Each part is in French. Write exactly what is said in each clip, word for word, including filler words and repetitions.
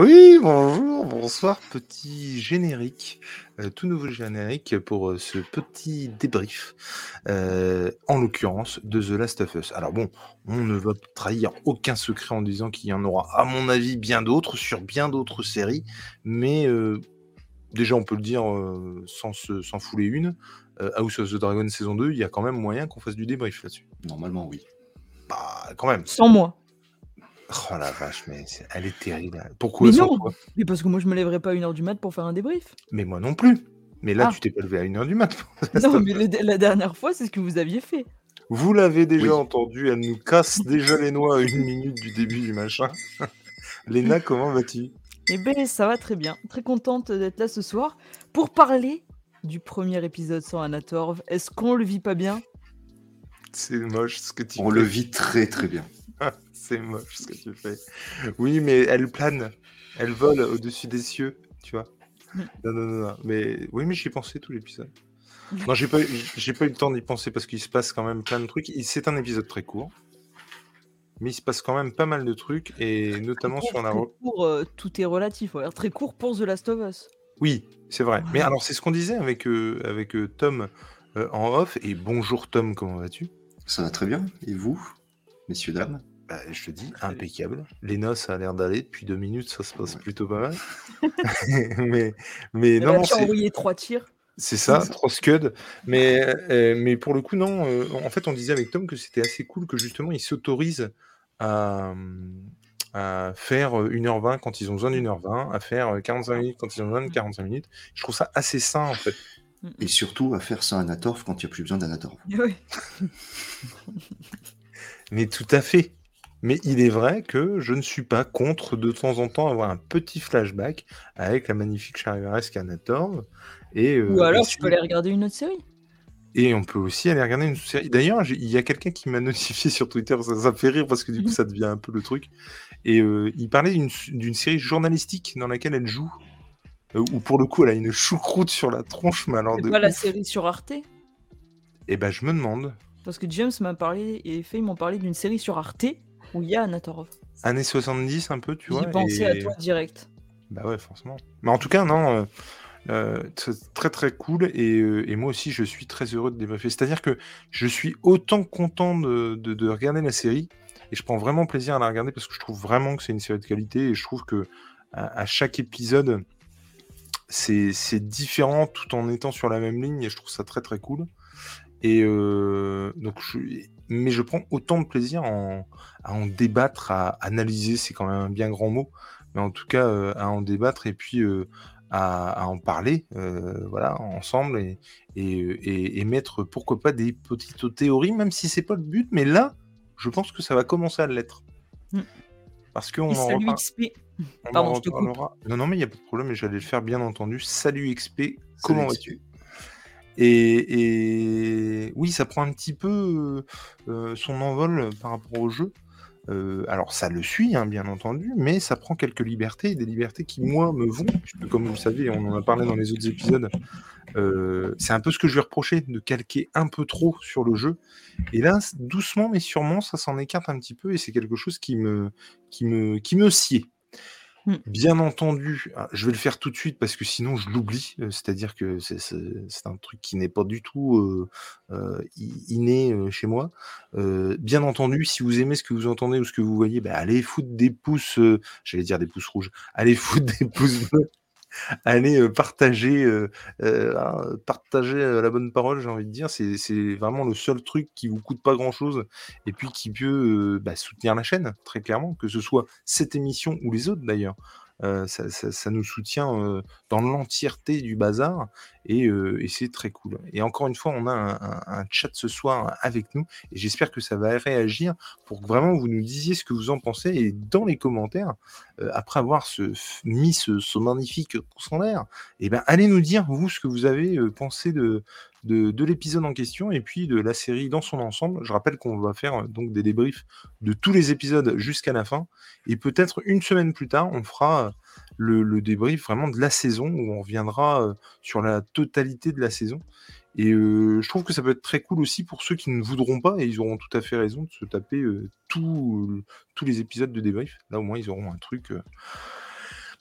Oui, bonjour, bonsoir, petit générique, euh, tout nouveau générique pour euh, ce petit débrief, euh, en l'occurrence de The Last of Us. Alors bon, on ne va trahir aucun secret en disant qu'il y en aura, à mon avis, bien d'autres sur bien d'autres séries, mais euh, déjà on peut le dire euh, sans se, sans fouler une, euh, House of the Dragon saison deux, il y a quand même moyen qu'on fasse du débrief là-dessus. Normalement, oui. Bah, quand même. Sans moi. Oh la vache, mais c'est- elle est terrible. Pourquoi Mais sans non, toi? mais parce que moi je me lèverai pas à une heure du mat pour faire un débrief. Mais moi non plus. Mais là, Ah. tu t'es pas levé à une heure du mat. pour The Last Non, of mais Us. le- la dernière fois, c'est ce que vous aviez fait. Vous l'avez déjà Oui. entendu, elle nous casse déjà les noix à une minute du début du machin. Léna, comment vas-tu? Eh ben, ça va très bien. Très contente d'être là ce soir pour parler du premier épisode sans Anna Torv. Est-ce qu'on le vit pas bien? C'est moche ce que tu On fais. le vit très très bien. C'est moche ce que tu fais. Oui, mais elle plane. Elle vole au-dessus des cieux, tu vois. Mm. Non, non, non, non. Mais oui, mais j'y ai pensé tout l'épisode. Non, j'ai pas, eu- j'ai pas eu le temps d'y penser parce qu'il se passe quand même plein de trucs. Il- C'est un épisode très court, mais il se passe quand même pas mal de trucs et notamment Très sur court, la. très re- court, euh, tout est relatif. On va dire très court pour The Last of Us. Oui, c'est vrai. Mais Ouais. alors, c'est ce qu'on disait avec, euh, avec euh, Tom euh, en off. Et bonjour Tom, comment vas-tu? Ça va très bien. Et vous, messieurs, dames? Bah, je te dis, impeccable. Léna, ça a l'air d'aller. Depuis deux minutes, ça se passe Ouais. plutôt pas mal. mais mais Elle non, a non, déjà c'est envoyé trois tirs. c'est ça, C'est ça. trois scuds. Mais, euh, mais pour le coup, non. euh, en fait, on disait avec Tom que c'était assez cool que justement, ils s'autorisent à, à faire euh, une heure vingt quand ils ont besoin d'une heure vingt, à faire euh, quarante-cinq minutes quand ils ont besoin de quarante-cinq minutes. Je trouve ça assez sain, en fait. Et surtout à faire ça à Anatorf quand il n'y a plus besoin d'Anatorf. Ouais. Mais tout à fait. Mais il est vrai que je ne suis pas contre de temps en temps avoir un petit flashback avec la magnifique charivaresque Anatorv. Et, euh, Ou alors, et tu si- peux aller regarder une autre série. et on peut aussi aller regarder une série. D'ailleurs, j'ai- il y a quelqu'un qui m'a notifié sur Twitter, ça, ça me fait rire parce que du coup, ça devient un peu le truc. Et euh, il parlait d'une d'une série journalistique dans laquelle elle joue. Euh, où pour le coup, elle a une choucroute sur la tronche, mais alors C'est de pas la ouf. série sur Arte? Et ben, je me demande. Parce que James m'a parlé et Faye m'ont parlé d'une série sur Arte où il y a Anna Torv. Années soixante-dix, un peu, tu vois. J'ai pensé et... à toi direct. Bah ouais, forcément. Mais en tout cas, non, euh, euh, c'est très très cool. Et, euh, et moi aussi, je suis très heureux de débriefer. C'est-à-dire que je suis autant content de, de, de regarder la série. Et je prends vraiment plaisir à la regarder parce que je trouve vraiment que c'est une série de qualité. Et je trouve que à, à chaque épisode, c'est c'est différent tout en étant sur la même ligne. Et je trouve ça très très cool. Et euh, donc, je, mais je prends autant de plaisir en, à en débattre, à analyser, c'est quand même un bien grand mot, mais en tout cas euh, à en débattre et puis euh, à, à en parler, euh, voilà, ensemble et, et, et, et mettre pourquoi pas des petites théories, même si c'est pas le but, mais là, je pense que ça va commencer à l'être. Mm. Parce qu'on Et en, salut repar- X P. on Pardon, en je te coupe. reparlera. Non, non, mais il n'y a pas de problème, j'allais le faire bien entendu. Salut X P, Salut, comment X P. vas-tu? Et, et oui, ça prend un petit peu euh, euh, son envol par rapport au jeu. Euh, alors ça le suit, hein, bien entendu, mais ça prend quelques libertés, et des libertés qui, moi, me vont, puisque comme vous le savez, on en a parlé dans les autres épisodes, euh, c'est un peu ce que je lui reprochais, de calquer un peu trop sur le jeu. Et là, c- doucement mais sûrement, ça s'en écarte un petit peu, et c'est quelque chose qui me, qui me, qui me sied. Mm. Bien entendu, ah, je vais le faire tout de suite parce que sinon je l'oublie. euh, C'est-à-dire que c'est c'est- c'est un truc qui n'est pas du tout euh, euh, i- inné euh, chez moi. Euh, bien entendu, si vous aimez ce que vous entendez ou ce que vous voyez, bah, allez foutre des pouces, euh, j'allais dire des pouces rouges, allez foutre des pouces bleus, allez euh, partager, euh, euh, hein, partager euh, la bonne parole, j'ai envie de dire. C'est c'est vraiment le seul truc qui vous coûte pas grand-chose et puis qui peut euh, bah, soutenir la chaîne, très clairement, que ce soit cette émission ou les autres d'ailleurs. Euh, ça, ça- ça nous soutient euh, dans l'entièreté du bazar et, euh, et c'est très cool. Et encore une fois, on a un, un- un chat ce soir avec nous et j'espère que ça va réagir pour que vraiment vous nous disiez ce que vous en pensez et dans les commentaires, euh, après avoir ce, mis ce, ce magnifique pouce en l'air, et ben allez nous dire vous ce que vous avez euh, pensé de, de, de l'épisode en question et puis de la série dans son ensemble. Je rappelle qu'on va faire euh, donc des débriefs de tous les épisodes jusqu'à la fin et peut-être une semaine plus tard on fera euh, le, le débrief vraiment de la saison où on reviendra euh, sur la totalité de la saison. Et euh, je trouve que ça peut être très cool aussi pour ceux qui ne voudront pas, et ils auront tout à fait raison de se taper euh, tout, euh, tous les épisodes de débrief. Là, au moins, ils auront un truc euh,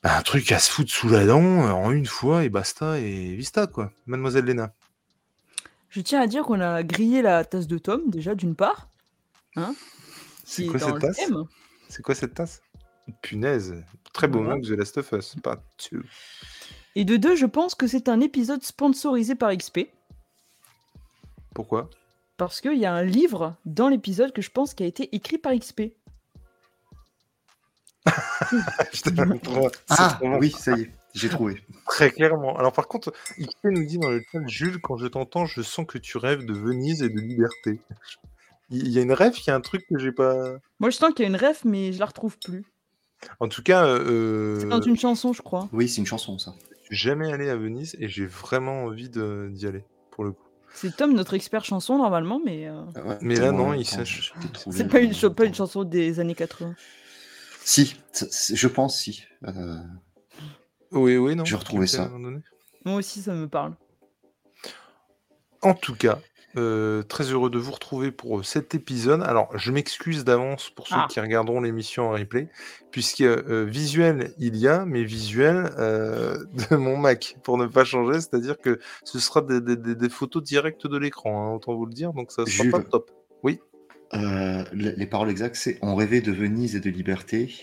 Un truc à se foutre sous la dent euh, en une fois et basta et vista, quoi. Mademoiselle Léna. Je tiens à dire qu'on a grillé la tasse de Tom, déjà, d'une part, hein, C'est qui est quoi dans cette le tasse thème. C'est quoi cette tasse Punaise. Très beau Voilà. nom que The Last of Us. Pas two. Et de deux, je pense que c'est un épisode sponsorisé par X P. Pourquoi Parce qu'il y a un livre dans l'épisode que je pense qui a été écrit par X P. Putain, trop- c'est Ah, trop bon. oui, ça y est, j'ai trouvé. Très clairement. Alors par contre, X P nous dit dans le chat, Jules, quand je t'entends, je sens que tu rêves de Venise et de liberté. Il y a une rêve, il y a un truc que j'ai pas... Moi, je sens qu'il y a une ref, mais je la retrouve plus. En tout cas, euh, C'est dans une chanson, je crois. Oui, c'est une chanson, ça. je suis jamais allé à Venise et j'ai vraiment envie de- d'y aller, pour le coup. C'est Tom, notre expert chanson, normalement, mais... euh, Ah ouais, Mais là, attends, non, attends, il sèche. j'ai peut-être trouvé, C'est pas une, euh, ch- pas une attends. chanson des années quatre-vingts. Si, c- c- je pense, si. Euh, Oui, oui, non. J'ai retrouvé tu me fais ça. un moment donné. Moi aussi, ça me parle. En tout cas, euh, très heureux de vous retrouver pour euh, cet épisode. Alors, je m'excuse d'avance pour ceux Ah. qui regarderont l'émission en replay, puisque euh, visuel, il y a, mais visuel euh, de mon Mac, pour ne pas changer, c'est-à-dire que ce sera des, des- des- des photos directes de l'écran, hein, autant vous le dire, donc ça sera Jules. pas top. Oui. Euh, les les paroles exactes, c'est On rêvait de Venise et de liberté.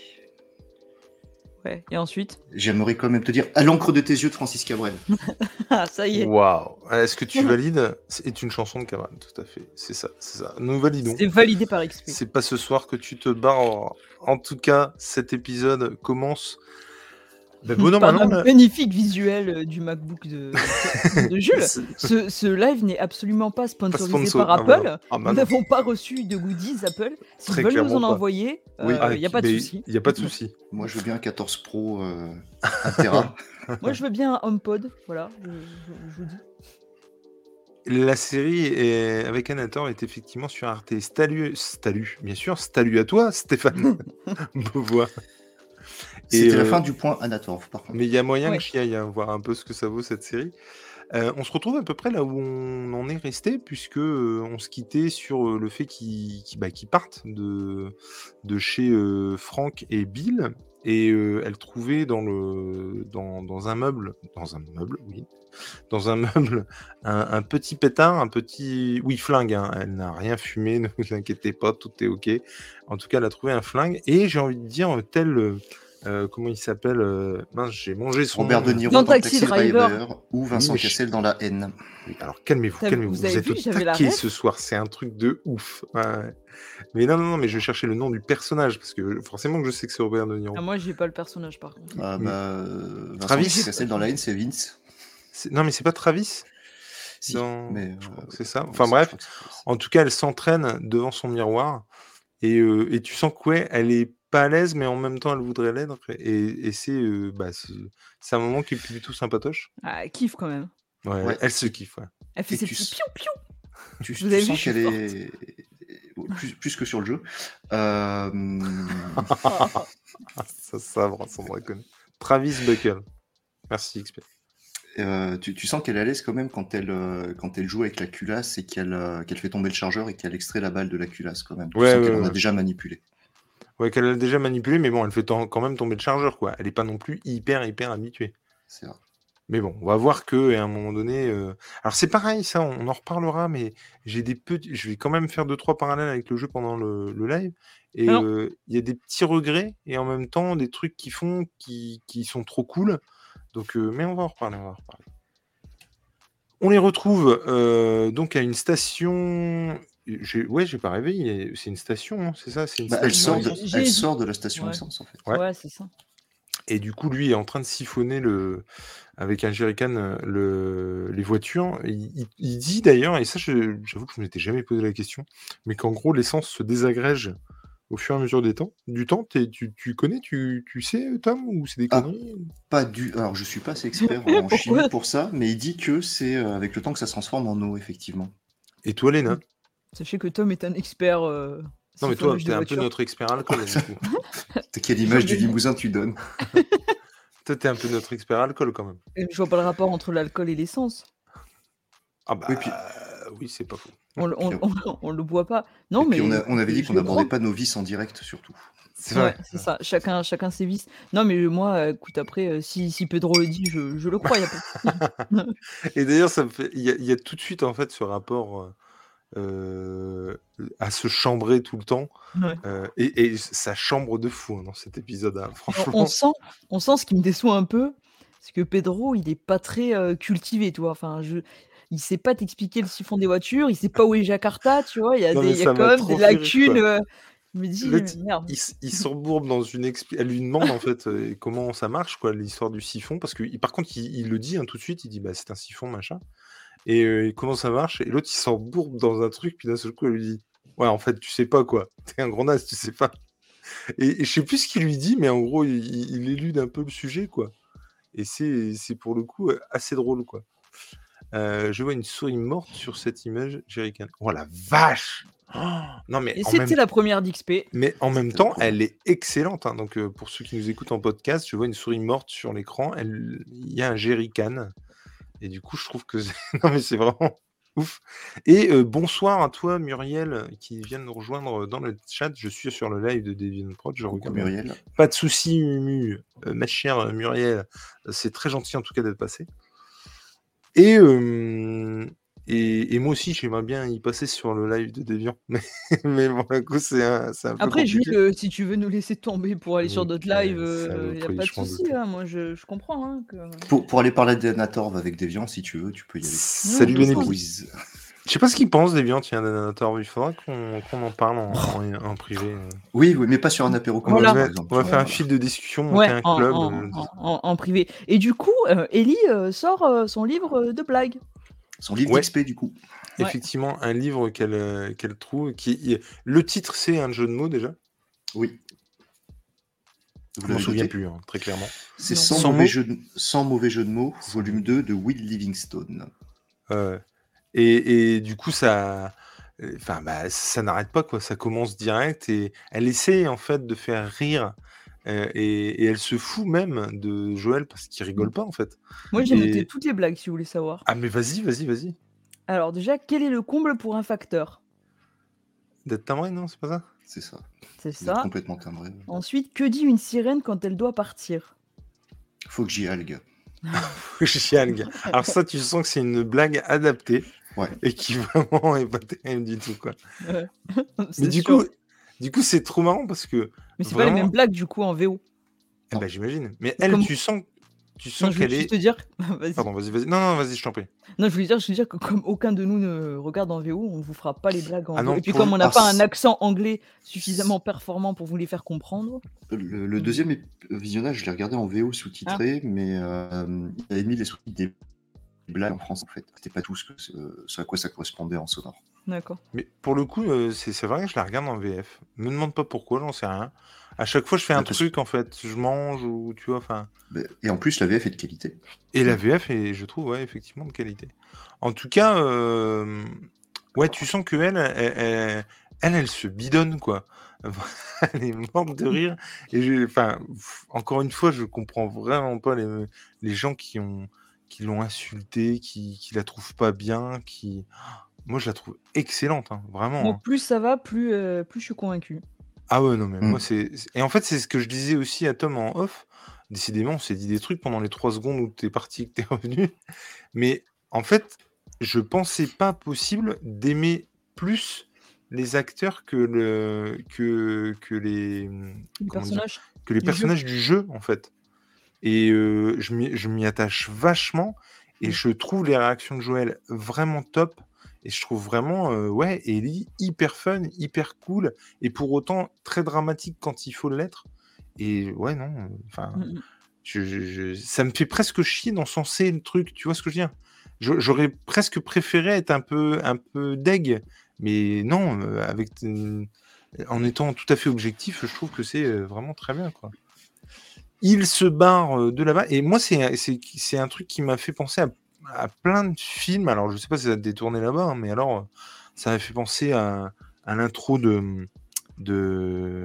Ouais. Et ensuite J'aimerais quand même te dire À l'encre de tes yeux de Francis Cabrel. Ah, ça y est. Waouh. Est-ce que tu valides C'est une chanson de Cabrel, tout à fait. C'est ça, c'est ça. Nous validons. C'est validé par X P. C'est pas ce soir que tu te barres. En tout cas, cet épisode commence. Ben, bon, Par normalement, un là- magnifique visuel euh, du MacBook de, de Jules. C'est- Ce, ce live n'est absolument pas sponsorisé sponsor, par ah, Apple. voilà. Ah, bah Nous non. n'avons pas reçu de goodies Apple. S'ils Très veulent nous clairement en pas. envoyer, il Oui. n'y Ah, a pas de mais souci. Il n'y a pas de souci. Moi, je veux bien un quatorze Pro euh, un Tera. Moi, je veux bien un HomePod. Voilà, je, je- je vous dis. La série est- avec Anator est effectivement sur Arte. Stalu, Stalu, bien sûr. Stalu à toi, Stéphane Beauvois. Et, C'était la euh, fin du point Anatorv, par contre. Mais il y a moyen Ouais. que j'y aille, hein, voir un peu ce que ça vaut cette série. Euh, on se retrouve à peu près là où on en est resté, puisque euh, on se quittait sur euh, le fait qu'ils qu'ils- bah, qu'ils partent de, de chez euh, Frank et Bill, et euh, elle trouvait dans, le, dans, dans un meuble, dans un meuble, oui, dans un meuble, un, un petit pétard, un petit, oui, flingue, hein, elle n'a rien fumé, ne vous inquiétez pas, tout est ok. En tout cas, elle a trouvé un flingue, et j'ai envie de dire, tel, euh, euh, comment il s'appelle, euh, mince, j'ai mangé son Robert nom. De Niro Dans dans, Taxi Taxi Driver. Driver ou Vincent Oui, mais je- Cassel dans La Haine. Oui, alors calmez-vous, T'as- calmez-vous. vous Vous, avez êtes vu, au j'avais la taquet ref. ce soir, c'est un truc de ouf. Ouais, ouais. Mais non, non, non, mais je cherchais le nom du personnage parce que forcément que je sais que c'est Robert De Niro. Ah, moi, j'ai pas le personnage par contre. Ah, Mm. bah, euh, Vincent Travis. Cassel dans La Haine, c'est Vince. C'est- Non, mais c'est pas Travis. Si, Dans- mais je euh, crois que c'est ça. ouais, Enfin je bref, crois que c'est Travis. en tout cas, elle s'entraîne devant son miroir et, euh, et tu sens que ouais, elle est pas à l'aise, mais en même temps, elle voudrait l'être. Et, et c'est euh, bah, c'est c'est un moment qui est plus du tout sympatoche. Ah, elle kiffe quand même. Ouais, Ouais. elle se kiffe. Ouais. Elle fait Et ses tu petits s- piou piou. Tu, Vous tu avez vu, sens je suis qu'elle est plus, plus que sur le jeu. Euh, Ah, ça sabre, sans déconner. Travis Buckle. Merci X P. euh, tu, tu sens qu'elle est à l'aise quand même quand elle, euh, quand elle joue avec la culasse et qu'elle euh, qu'elle fait tomber le chargeur et qu'elle extrait la balle de la culasse quand même. Tu Ouais, sens ouais, qu'elle en ouais. a déjà manipulé. Ouais, qu'elle a déjà manipulé, mais bon, elle fait ton- quand même tomber le chargeur, quoi. Elle est pas non plus hyper, hyper habituée. C'est vrai. Mais bon, on va voir que à un moment donné. euh, Alors c'est pareil, ça, on, on en reparlera, mais j'ai des petits. Je vais quand même faire deux trois parallèles avec le jeu pendant le, le live. Et Alors euh, il y a des petits regrets et en même temps des trucs qui font qui, qui sont trop cool. Donc, euh, mais on va en reparler, on va en reparler. On les retrouve euh, donc à une station. J'ai... Ouais, j'ai pas rêvé. il est- C'est une station, hein, c'est ça, c'est une Bah, elle, station. sort de, j'ai- j'ai elle hésité. sort de la station Ouais. essence en fait. Ouais. Ouais, c'est ça. Et du coup, lui est en train de siphonner le, avec un jerrycan euh, le, les voitures. Il, il- il dit d'ailleurs, et ça, je- j'avoue que je ne m'étais jamais posé la question, mais qu'en gros, l'essence se désagrège au fur et à mesure des temps, du temps. T'es- tu, tu connais, tu, tu sais, Tom, ou c'est des Ah. conneries? Pas du. Alors je suis pas assez expert en Pourquoi chimie pour ça, mais il dit que c'est euh, avec le temps que ça se transforme en eau effectivement. Et toi, Léna? Sachez que Tom est un expert. euh, Non, mais toi, siphonnage de t'es un peu voiture. notre expert alcool. du coup. T'as quelle image du limousin tu donnes? Toi, t'es un peu notre expert alcool quand même. Et je vois pas le rapport entre l'alcool et l'essence. Ah bah Oui, puis- oui, c'est pas faux. On, le- on, Puis on, on le boit pas. Non, Et mais puis on, a- on avait dit je qu'on le n'abordait crois. pas nos vices en direct surtout. C'est Ouais, vrai. c'est ça. Chacun, chacun ses vices. Non, mais moi, euh, écoute, après, euh, si, si Pedro le dit, je, je le crois, il a pas de souci. Et d'ailleurs, ça me fait. Il y, a- il y a tout de suite en fait ce rapport euh, à se chambrer tout le temps. Ouais. Euh, et, et ça chambre de fou hein, dans cet épisode. Hein, On, franchement. on sent, on sent ce qui me déçoit un peu, c'est que Pedro, il est pas très euh, cultivé, tu vois. Enfin, je, il sait pas t'expliquer le siphon des voitures, il sait pas où est Jakarta, tu vois. Il y a Non, des, mais il y a ça quand m'a même trop des fait rire, lacunes. quoi. euh, je me dis, L'autre, merde. il, s- il s'embourbe dans une expli- Elle lui demande en fait euh, comment ça marche, quoi, l'histoire du siphon. Parce que, il- par contre, il, il le dit hein, tout de suite. Il dit bah c'est un siphon, machin. Et euh, comment ça marche. Et l'autre, il s'embourbe dans un truc. Puis d'un seul coup, elle lui dit ouais, en fait, tu sais pas quoi. T'es un grand naze, tu sais pas. Et, et je sais plus ce qu'il lui dit, mais en gros, il, il il élude un peu le sujet, quoi. Et c'est c'est pour le coup euh, assez drôle, quoi. Euh, je vois une souris morte sur cette image, Jerrycan. Oh la vache! Oh, non, mais Et en même c'était la première d'X P. Mais en même C'était la temps, première. elle est excellente. Hein. Donc, euh, pour ceux qui nous écoutent en podcast, je vois une souris morte sur l'écran. Elle... Il y a un jerrycan. Et du coup, je trouve que c'est... non, mais c'est vraiment ouf. Et euh, bonsoir à toi, Muriel, qui vient de nous rejoindre dans le chat. Je suis sur le live de DeviantProd. Je Coucou regarde. Muriel. Pas de souci, Mumu. Euh, ma chère Muriel, c'est très gentil en tout cas d'être passé. Et, euh, et, et moi aussi, j'aimerais bien y passer sur le live de Deviant. Mais, mais bon, du coup, c'est un, c'est un peu Après, compliqué. Jules, euh, si tu veux nous laisser tomber pour aller sur Donc, d'autres lives, euh, ça il me n'y a prie, pas de je m'en souci. doutais. Hein. Moi, je, je comprends. Hein, que... Pour, pour aller parler d'Anatorv avec Deviant, si tu veux, tu peux y aller. Salut je Benny. pense. Wiz. Je sais pas ce qu'il pense Deviant, tiens, d'Anator. Il faudra qu'on qu'on en parle en, en, en privé. Oui, oui, mais pas sur un apéro On comme va, Voilà. ça, par mettre- exemple. on va tu faire vois, un voilà. fil de discussion, monter Ouais, un en, club. en, euh, en, en- en privé. Et du coup, euh, Ellie euh, sort euh, son livre euh, de blagues. Son livre Ouais. d'X P, du coup. Ouais. Effectivement, un livre qu'elle euh, qu'elle trouve. Qui... Le titre, c'est un jeu de mots déjà. Oui. Vous Je m'en l'avez souviens noté plus, hein, très clairement. C'est Non. sans, Sans mauvais mots. jeu de... sans mauvais jeu de mots, Sans volume mots. deux de Will Livingstone. Euh, et, et du coup, ça, euh, enfin, bah, ça n'arrête pas quoi. Ça commence direct et elle essaie en fait de faire rire euh, et, et elle se fout même de Joël parce qu'il rigole pas en fait. Moi, j'ai noté Et toutes les blagues, si vous voulez savoir. ah mais vas-y, vas-y, vas-y. Alors déjà, quel est le comble pour un facteur? D'être timbré, non, c'est pas ça? C'est ça. C'est Vous êtes ça. complètement timbré. Ensuite, que dit une sirène quand elle doit partir? Faut que j'y aille. Chialgue. Alors ça, tu sens que c'est une blague adaptée Ouais. et qui vraiment est pas terrible du tout quoi. Ouais. Mais C'est du sûr. coup, du coup, c'est trop marrant parce que Mais c'est pas les vraiment, mêmes blagues du coup en V O. eh ben, j'imagine. Mais elle, Comme- tu sens, tu Non, sens je voulais qu'elle juste est. te dire. Vas-y. Pardon, vas-y, vas-y. Non, non, vas-y, je t'en prie. Non, je voulais dire, je voulais dire que comme aucun de nous ne regarde en V O, on vous fera pas les blagues en Ah V O. non, Et puis pour comme le- on n'a Ah, pas un c'est- accent anglais suffisamment performant pour vous les faire comprendre. Le, le deuxième ép- visionnage, je l'ai regardé en V O sous-titré, Ah. mais euh, il avait mis les sous-titres des blagues en France en fait. C'était pas tout ce, que, ce, ce à quoi ça correspondait en sonore. D'accord. Mais pour le coup, euh, c'est c'est vrai que je la regarde en V F. Me demande pas pourquoi, j'en sais rien. À chaque fois, je fais un Ouais, parce- truc en fait. Je mange ou tu vois, enfin. Mais- Et en plus, la V F est de qualité. Et la V F est, je trouve, ouais, effectivement de qualité. En tout cas, euh, ouais, tu sens que elle, elle, elle, elle, elle se bidonne quoi. Elle est morte de rire. Et je, enfin, pff, encore une fois, je comprends vraiment pas les, les gens qui ont, qui l'ont insultée, qui, qui la trouvent pas bien, qui. Moi, je la trouve excellente, hein, vraiment. Moi, hein. plus ça va, plus, euh, plus je suis convaincu. Ah ouais, non, mais Mm. moi, c'est. c'est- Et en fait, c'est ce que je disais aussi à Tom en off. Décidément, on s'est dit des trucs pendant les trois secondes où t'es parti, que t'es revenu. Mais en fait, je pensais pas possible d'aimer plus les acteurs que, le... que... que les. Les comment dire, personnages. que les du jeu. personnages du jeu, en fait. Et euh, je m'y je m'y attache vachement. Et Mm. je trouve les réactions de Joël vraiment top. Et je trouve vraiment, euh, ouais, Ellie hyper fun, hyper cool. Et pour autant, très dramatique quand il faut l'être. Et ouais, non, enfin, Mm, mm. je, je- je- ça me fait presque chier d'encenser le truc. Tu vois ce que je veux dire? Je- J'aurais presque préféré être un peu, un peu deg. Mais non, euh, avec, euh, en étant tout à fait objectif, je trouve que c'est euh, vraiment très bien, quoi. Il se barre euh, de là-bas. Et moi, c'est c'est- c'est un truc qui m'a fait penser à, à plein de films. Alors, je sais pas si ça a détourné là-bas, hein, mais alors, euh, ça m'a fait penser à, à l'intro de, de,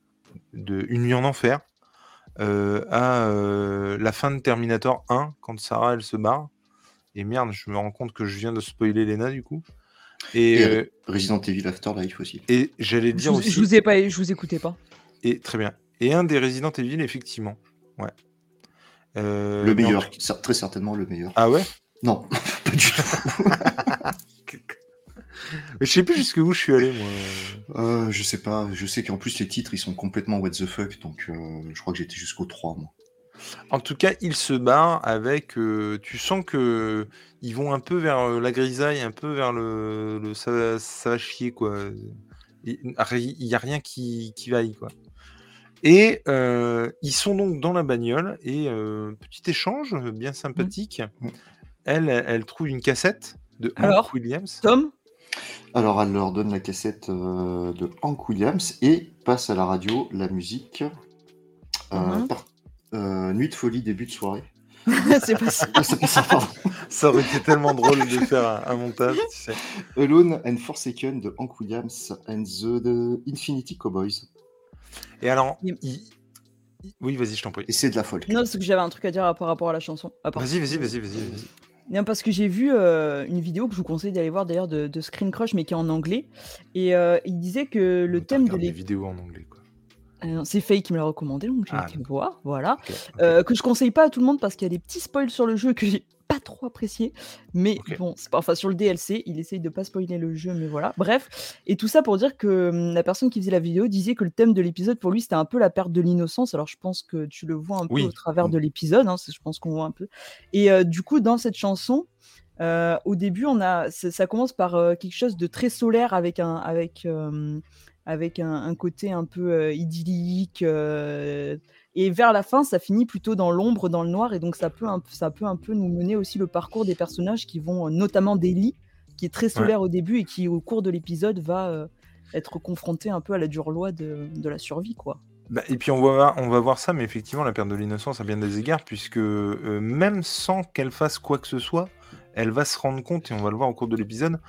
de Une nuit en enfer, euh, à euh, la fin de Terminator un, quand Sarah, elle se barre. Et merde, je me rends compte que je viens de spoiler Lena, du coup. Et, Et euh, Resident Evil Afterlife aussi. et j'allais Je dire vous, aussi... je vous ai pas, je vous écoutais pas. Et très bien. Et un des Resident Evil, effectivement. Ouais. Euh, Le mais en meilleur, tout- cer- très certainement le meilleur. Ah ouais. Non, pas du tout. Mais je sais plus jusqu'où je suis allé, moi. Euh, je sais pas, je sais qu'en plus les titres ils sont complètement what the fuck, donc euh, je crois que j'étais jusqu'au trois, moi. En tout cas, il se barre avec. euh, tu sens que ils vont un peu vers euh, la grisaille, un peu vers le, le ça, va- ça va chier, quoi. Il n'y a rien qui, qui vaille, quoi. Et euh, ils sont donc dans la bagnole et euh, petit échange bien sympathique. Mm. Elle, elle, elle trouve une cassette de Hank Alors, Williams. Tom, Alors elle leur donne la cassette euh, de Hank Williams et passe à la radio la musique euh, Mhm. par- euh, Nuit de folie, début de soirée. c'est pas ça. Ah, c'est pas ça, pardon. Ça aurait été tellement drôle de faire un, un montage, tu sais. Alone and Forsaken de Hank Williams and the, the Infinity Cowboys. Et alors, Il- il- il- oui, vas-y, je t'en prie. Et c'est de la folk. Non, c'est que j'avais un truc à dire par rapport à la chanson. à part- Vas-y, vas-y, vas-y, vas-y. vas-y. Non, parce que j'ai vu euh, une vidéo que je vous conseille d'aller voir d'ailleurs de, de Screen Crush, mais qui est en anglais. Et euh, il disait que le T'as thème de regardé des l'é- vidéos en anglais, quoi. Euh, c'est Faye qui me l'a recommandé, donc j'ai Ah, été voir, voilà. Ok, ok. Euh, que je conseille pas à tout le monde parce qu'il y a des petits spoils sur le jeu que j'ai pas trop apprécié. Mais Ok. bon, c'est pas, enfin sur le D L C, il essaye de pas spoiler le jeu, mais voilà. Bref, et tout ça pour dire que hum, la personne qui faisait la vidéo disait que le thème de l'épisode pour lui c'était un peu la perte de l'innocence. Alors je pense que tu le vois un peu Oui. au travers de l'épisode, hein, c'est- je pense qu'on voit un peu. Et euh, du coup, dans cette chanson, euh, au début, on a, ça, ça commence par euh, quelque chose de très solaire avec un, avec, euh, avec un, un côté un peu euh, idyllique. euh, et vers la fin, ça finit plutôt dans l'ombre, dans le noir. Et donc, ça peut, un, ça peut un peu nous mener aussi le parcours des personnages qui vont, euh, notamment d'Ellie, qui est très solaire au début et qui, au cours de l'épisode, va euh, être confrontée un peu à la dure loi de, de la survie, quoi. Bah, et puis on va, voir, on va voir ça, mais effectivement, la perte de l'innocence a bien des égards, puisque euh, même sans qu'elle fasse quoi que ce soit, elle va se rendre compte, et on va le voir au cours de l'épisode,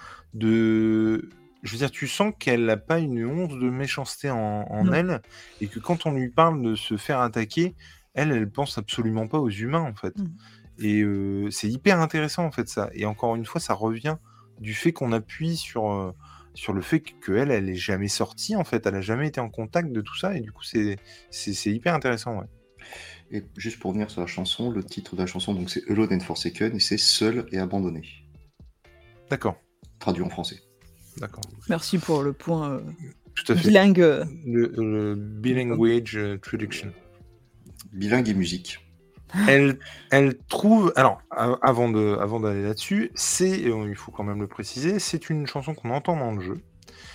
de... Je veux dire, tu sens qu'elle n'a pas une once de méchanceté en, en Non. elle, et que quand on lui parle de se faire attaquer, elle, elle pense absolument pas aux humains, en fait. Mm. Et euh, c'est hyper intéressant, en fait, ça. Et encore une fois, ça revient du fait qu'on appuie sur... euh, sur le fait qu'elle, elle est jamais sortie, en fait, elle a jamais été en contact de tout ça, et du coup, c'est, c'est, c'est hyper intéressant, ouais. Et juste pour revenir sur la chanson, le titre de la chanson, donc c'est Alone and Forsaken, et c'est Seul et abandonné, D'accord, traduit en français. d'accord. Merci pour le point euh, Tout à fait. bilingue. euh, Le, le bilinguage euh, traduction. Bilingue et musique. Elle, elle trouve, alors, a- avant de, avant d'aller là-dessus, c'est, euh, il faut quand même le préciser, c'est une chanson qu'on entend dans le jeu,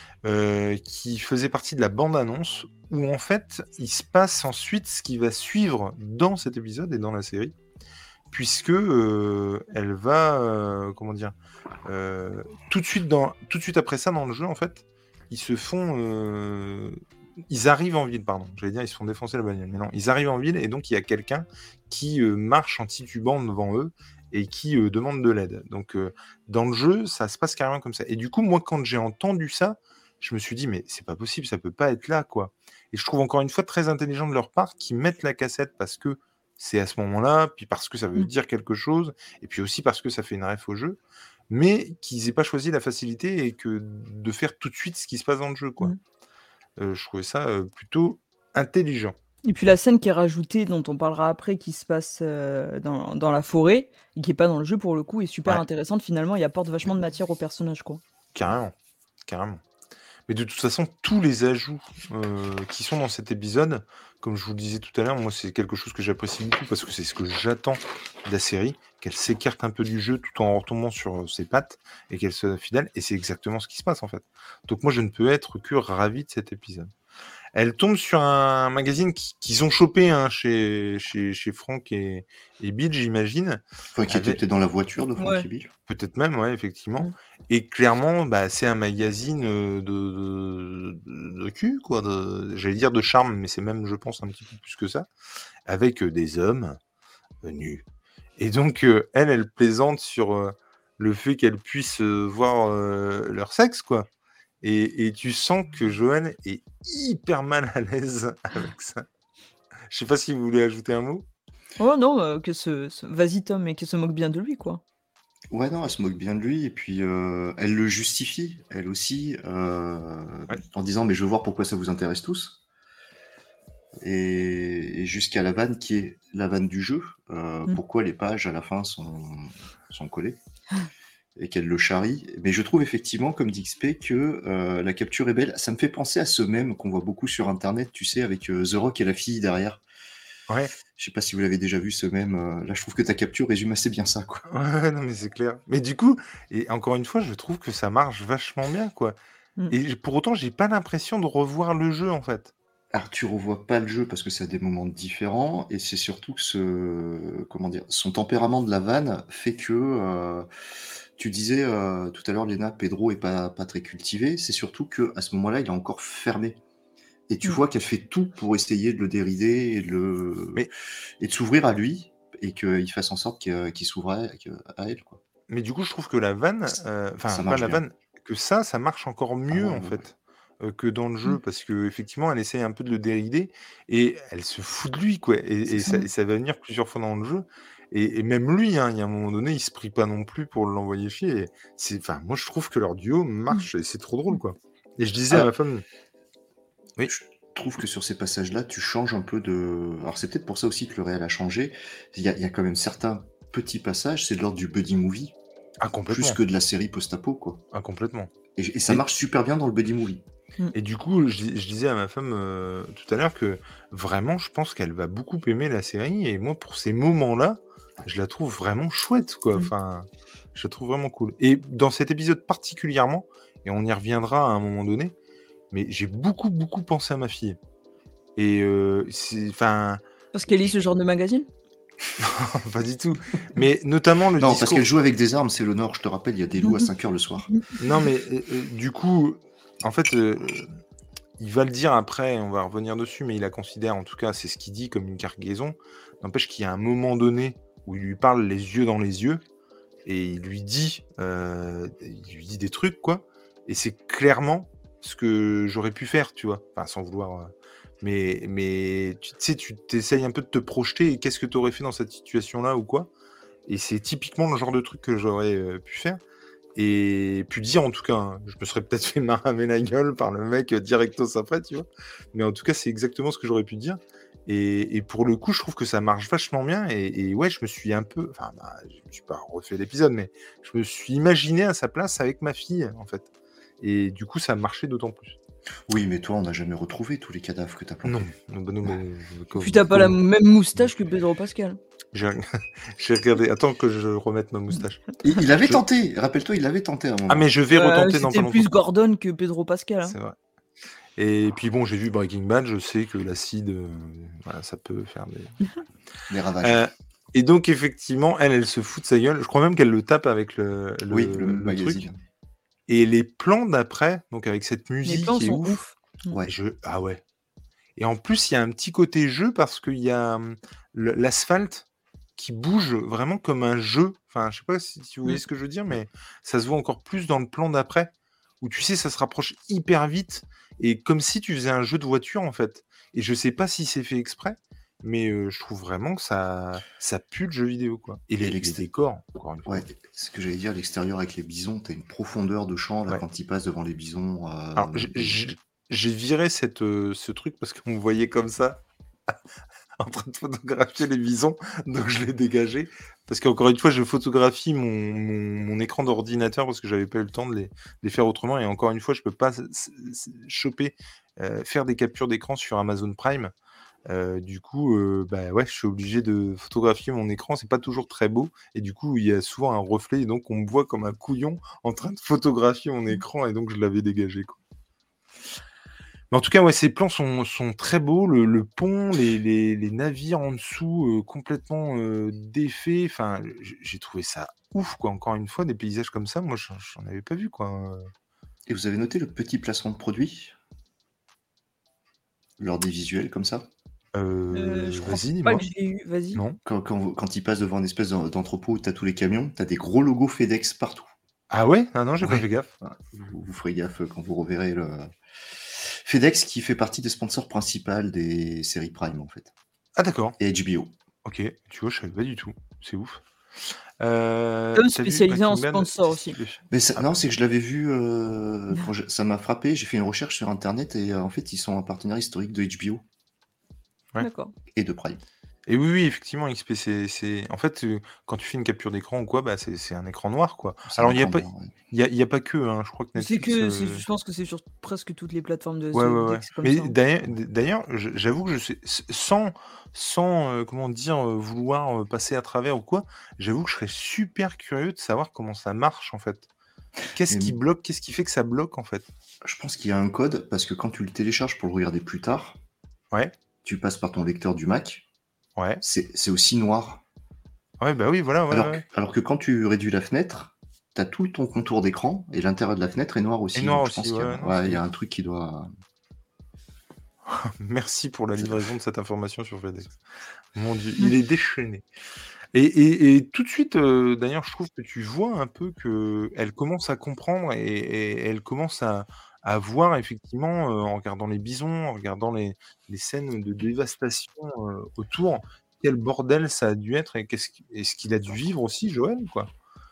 euh, qui faisait partie de la bande-annonce, où en fait, il se passe ensuite ce qui va suivre dans cet épisode et dans la série, puisque euh, elle va, euh, comment dire, euh, tout de suite dans, tout de suite après ça dans le jeu, en fait, ils se font, euh, ils arrivent en ville, pardon, j'allais dire ils se font défoncer la bagnole, mais non, ils arrivent en ville et donc il y a quelqu'un qui euh, marche en titubant devant eux et qui euh, demande de l'aide. Donc euh, dans le jeu, ça se passe carrément comme ça. Et du coup, moi, quand j'ai entendu ça, je me suis dit, mais c'est pas possible, ça peut pas être là, quoi. Et je trouve encore une fois très intelligent de leur part qu'ils mettent la cassette parce que c'est à ce moment-là, puis parce que ça veut Mm. dire quelque chose, et puis aussi parce que ça fait une ref au jeu, mais qu'ils aient pas choisi la facilité et que de faire tout de suite ce qui se passe dans le jeu, quoi. Mm. Euh, je trouvais ça euh, plutôt intelligent. Et puis la scène qui est rajoutée, dont on parlera après, qui se passe euh, dans, dans la forêt, et qui est pas dans le jeu pour le coup, est super Ouais. intéressante finalement, il apporte vachement de matière au personnage, quoi. Carrément, carrément. Mais de toute façon, tous les ajouts euh, qui sont dans cet épisode, comme je vous le disais tout à l'heure, moi c'est quelque chose que j'apprécie beaucoup parce que c'est ce que j'attends de la série, qu'elle s'écarte un peu du jeu tout en retombant sur euh, ses pattes et qu'elle soit fidèle, et c'est exactement ce qui se passe en fait. Donc moi je ne peux être que ravi de cet épisode. Elle tombe sur un magazine qui- qu'ils ont chopé hein, chez, chez, chez Franck et, et Bill, j'imagine. Enfin, qui était Avec- peut-être dans la voiture de Frank Ouais. et Bill. Peut-être même, ouais, effectivement. Mm. Et clairement, bah, c'est un magazine euh, de, de, de cul, quoi. De, j'allais dire de charme, mais c'est même, je pense, un petit peu plus que ça. Avec euh, des hommes euh, nus. Et donc, euh, elle, elle plaisante sur euh, le fait qu'elle puisse euh, voir euh, leur sexe, quoi. Et, et tu sens que Joël est hyper mal à l'aise avec ça. Je sais pas si vous voulez ajouter un mot. Oh non, euh, que ce, ce- vas-y Tom, mais qu'elle se moque bien de lui, quoi. Ouais, non, elle se moque bien de lui, et puis euh, elle le justifie, elle aussi, euh, Ouais. en disant, mais je veux voir pourquoi ça vous intéresse tous. et, et jusqu'à la vanne qui est la vanne du jeu. Euh, Mm. pourquoi les pages à la fin sont, sont collées et qu'elle le charrie. Mais je trouve effectivement, comme dit X P, que euh, la capture est belle. Ça me fait penser à ce mème qu'on voit beaucoup sur Internet, tu sais, avec euh, The Rock et la fille derrière. Ouais. Je sais pas si vous l'avez déjà vu, ce mème. euh, Là, je trouve que ta capture résume assez bien ça, quoi. Ouais, non, mais c'est clair. Mais du coup, et encore une fois, je trouve que ça marche vachement bien, quoi. Mm. Et j- pour autant, j'ai pas l'impression de revoir le jeu, en fait. Alors, tu revois pas le jeu parce que c'est à des moments différents, et c'est surtout que ce, comment dire, son tempérament de la vanne fait que, euh, tu disais euh, tout à l'heure, Léna, Pedro est pas, pas très cultivé. C'est surtout que à ce moment-là, il est encore fermé. Et tu Mm. vois qu'elle fait tout pour essayer de le dérider et de, le... Mais, et de s'ouvrir à lui, et qu'il fasse en sorte qu'il qu'il s'ouvre à, à elle, quoi. mais du coup, je trouve que la vanne, Ça euh, ça enfin, pas marche la bien. vanne, que ça, ça marche encore Ah mieux, ouais, en ouais, ouais. fait, euh, que dans le Mm. jeu, parce que effectivement, elle essaye un peu de le dérider, et elle se fout de lui, quoi. Et, C'est et ça. ça, Mm. et ça va venir plusieurs fois dans le jeu. Et, et même lui, hein, il y a un moment donné, il se prie pas non plus pour l'envoyer chier. Et c'est, enfin, moi, je trouve que leur duo marche, et c'est trop drôle, quoi. Et je disais à Ah, ma femme, oui, je trouve que sur ces passages-là, tu changes un peu de... Alors c'est peut-être pour ça aussi que le réel a changé. Il y a, il y a quand même certains petits passages, c'est de l'ordre du buddy movie, ah, plus complètement, que de la série post-apo, quoi. ah, complètement. Et, et ça Et, marche super bien dans le buddy movie. Mm. et du coup, je, dis- je disais à ma femme euh, tout à l'heure que vraiment, je pense qu'elle va beaucoup aimer la série. Et moi, pour ces moments-là, je la trouve vraiment chouette, quoi. Mm. Enfin, je la trouve vraiment cool. Et dans cet épisode particulièrement, et on y reviendra à un moment donné, mais j'ai beaucoup, beaucoup pensé à ma fille. Et euh, c'est, enfin, Parce qu'elle lit ce genre de magazine. pas du tout. Mais notamment le Non, parce discours. qu'elle joue avec des armes, c'est le Nord, je te rappelle, il y a des loups à cinq heures le soir. Non, mais euh, euh, du coup, en fait, euh, il va le dire après, on va revenir dessus, mais il la considère, en tout cas, c'est ce qu'il dit comme une cargaison. N'empêche qu'il y a un moment donné où il lui parle les yeux dans les yeux et il lui dit, euh, il lui dit des trucs, quoi. Et c'est clairement ce que j'aurais pu faire, tu vois. Enfin, sans vouloir. euh, Mais, mais tu tu sais, tu t'essayes un peu de te projeter et qu'est-ce que tu aurais fait dans cette situation-là ou quoi. Et c'est typiquement le genre de truc que j'aurais euh, pu faire. Et pu dire en tout cas, hein, je me serais peut-être fait maramer la gueule par le mec euh, directos après, tu vois. Mais en tout cas, c'est exactement ce que j'aurais pu dire. Et, et pour le coup, je trouve que ça marche vachement bien. Et, et ouais, je me suis un peu, enfin, bah, je me suis pas refait l'épisode, mais je me suis imaginé à sa place avec ma fille, en fait. Et du coup, ça marchait d'autant plus. Oui, mais toi, on n'a jamais retrouvé tous les cadavres que t'as plantés. Non, non, bah non, mais Et puis t'as pas la même moustache que Pedro Pascal. J'ai j'ai regardé. Attends que je remette ma moustache. Il, il avait Je- tenté, rappelle-toi, il l'avait tenté à un moment. Ah, mais je vais Euh, retenter dans pas C'était longtemps. plus Gordon que Pedro Pascal. hein. C'est vrai. Et puis bon, j'ai vu Breaking Bad, je sais que l'acide, euh, voilà, ça peut faire des... Les ravages. Euh, et donc effectivement, elle, elle se fout de sa gueule. Je crois même qu'elle le tape avec le, le, oui, le, le magazine. truc. Et les plans d'après, donc avec cette Les musique plans qui est sont ouf. ouf. Ouais. Je... Ah ouais. Et en plus, il y a un petit côté jeu parce qu'il y a hum, le- l'asphalte qui bouge vraiment comme un jeu. Enfin, je sais pas si, si vous voyez Mm. ce que je veux dire, mais ça se voit encore plus dans le plan d'après, où tu sais, ça se rapproche hyper vite, et comme si tu faisais un jeu de voiture, en fait. Et je sais pas si c'est fait exprès, mais euh, je trouve vraiment que ça, ça pue le jeu vidéo, quoi. Et les, Et les l'exté- décors, encore une fois. Ouais, ce que j'allais dire, l'extérieur avec les bisons, t'as une profondeur de champ là Ouais. quand il passe devant les bisons. euh, Alors, j- j- j'ai viré cette, euh, ce truc parce qu'on me voyait comme ça, en train de photographier les bisons, donc je l'ai dégagé. Parce qu'encore une fois, je photographie mon, mon, mon écran d'ordinateur parce que j'avais pas eu le temps de les, de les faire autrement. Et encore une fois, je peux pas s- s- choper, euh, faire des captures d'écran sur Amazon Prime. Euh, du coup, euh, bah ouais, je suis obligé de photographier mon écran. C'est pas toujours très beau. Et du coup, il y a souvent un reflet. Et donc, on me voit comme un couillon en train de photographier mon écran. Et donc, je l'avais dégagé, quoi. Mais en tout cas, ouais, ces plans sont, sont très beaux. Le, le pont, les, les, les navires en dessous, euh, complètement euh, défaits. Enfin, j- j'ai trouvé ça ouf, quoi. Encore une fois, des paysages comme ça, moi, j'en j'en avais pas vu, quoi. Et vous avez noté le petit placement de produit lors des visuels comme ça? Euh, Euh, je crois vas-y, pas dis-moi. que j'ai eu. Vas-y. Non. Quand, quand, vous- quand il passe devant une espèce d'en- d'entrepôt où t'as tous les camions, t'as des gros logos FedEx partout. Ah ouais? Ah non, j'ai pas Ouais. fait gaffe. Vous, vous ferez gaffe quand vous reverrez le FedEx qui fait partie des sponsors principaux des séries Prime en fait. Ah d'accord. Et H B O. Ok, tu vois, je savais pas du tout. C'est ouf. Euh, Tom t'as vu spécialisé en Breaking Bad? sponsor C'est aussi. stylé. Mais ça- Ah non, bah. c'est que je l'avais vu, euh, quand je- ça m'a frappé, j'ai fait une recherche sur internet et euh, en fait ils sont un partenaire historique de H B O. Ouais. D'accord. Et de Prime. Et oui, oui, effectivement, X P, c'est, c'est... En fait, euh, quand tu fais une capture d'écran ou quoi, bah, c'est, c'est un écran noir, quoi. C'est un Alors, il n'y a écran pas, noir, ouais. il y a, il y a pas que, hein, je crois que C'est Netflix... que, c'est, euh, je pense que c'est sur presque toutes les plateformes de Ouais, ouais, S V O D ouais. que c'est comme Mais ça. hein. d'ailleurs, d'ailleurs, je- j'avoue que je sais, s- sans, sans euh, comment dire, euh, vouloir euh, passer à travers ou quoi, j'avoue que je serais super curieux de savoir comment ça marche, en fait. Qu'est-ce Mais qui bloque, qu'est-ce qui fait que ça bloque, en fait? je pense qu'il y a un code, parce que quand tu le télécharges pour le regarder plus tard, Ouais, tu passes par ton lecteur du Mac, ouais. c'est c'est aussi noir. Ouais, bah oui, voilà, ouais, Alors, ouais. que, alors que quand tu réduis la fenêtre, tu as tout ton contour d'écran, et l'intérieur de la fenêtre est noir Et aussi. noir Donc je aussi, pense qu'il y ouais, a, non, ouais, il y c'est... a un truc qui doit... Merci pour la C'est- livraison de cette information sur FedEx. Mon Dieu, il est déchaîné. Et, et- et tout de suite, euh, d'ailleurs, je trouve que tu vois un peu que elle commence à comprendre et, et elle commence à, à voir effectivement, euh, en regardant les bisons, en regardant les, les scènes de dévastation euh, autour, quel bordel ça a dû être et qu'est-ce qui- et ce qu'il a dû vivre aussi, Joël, quoi.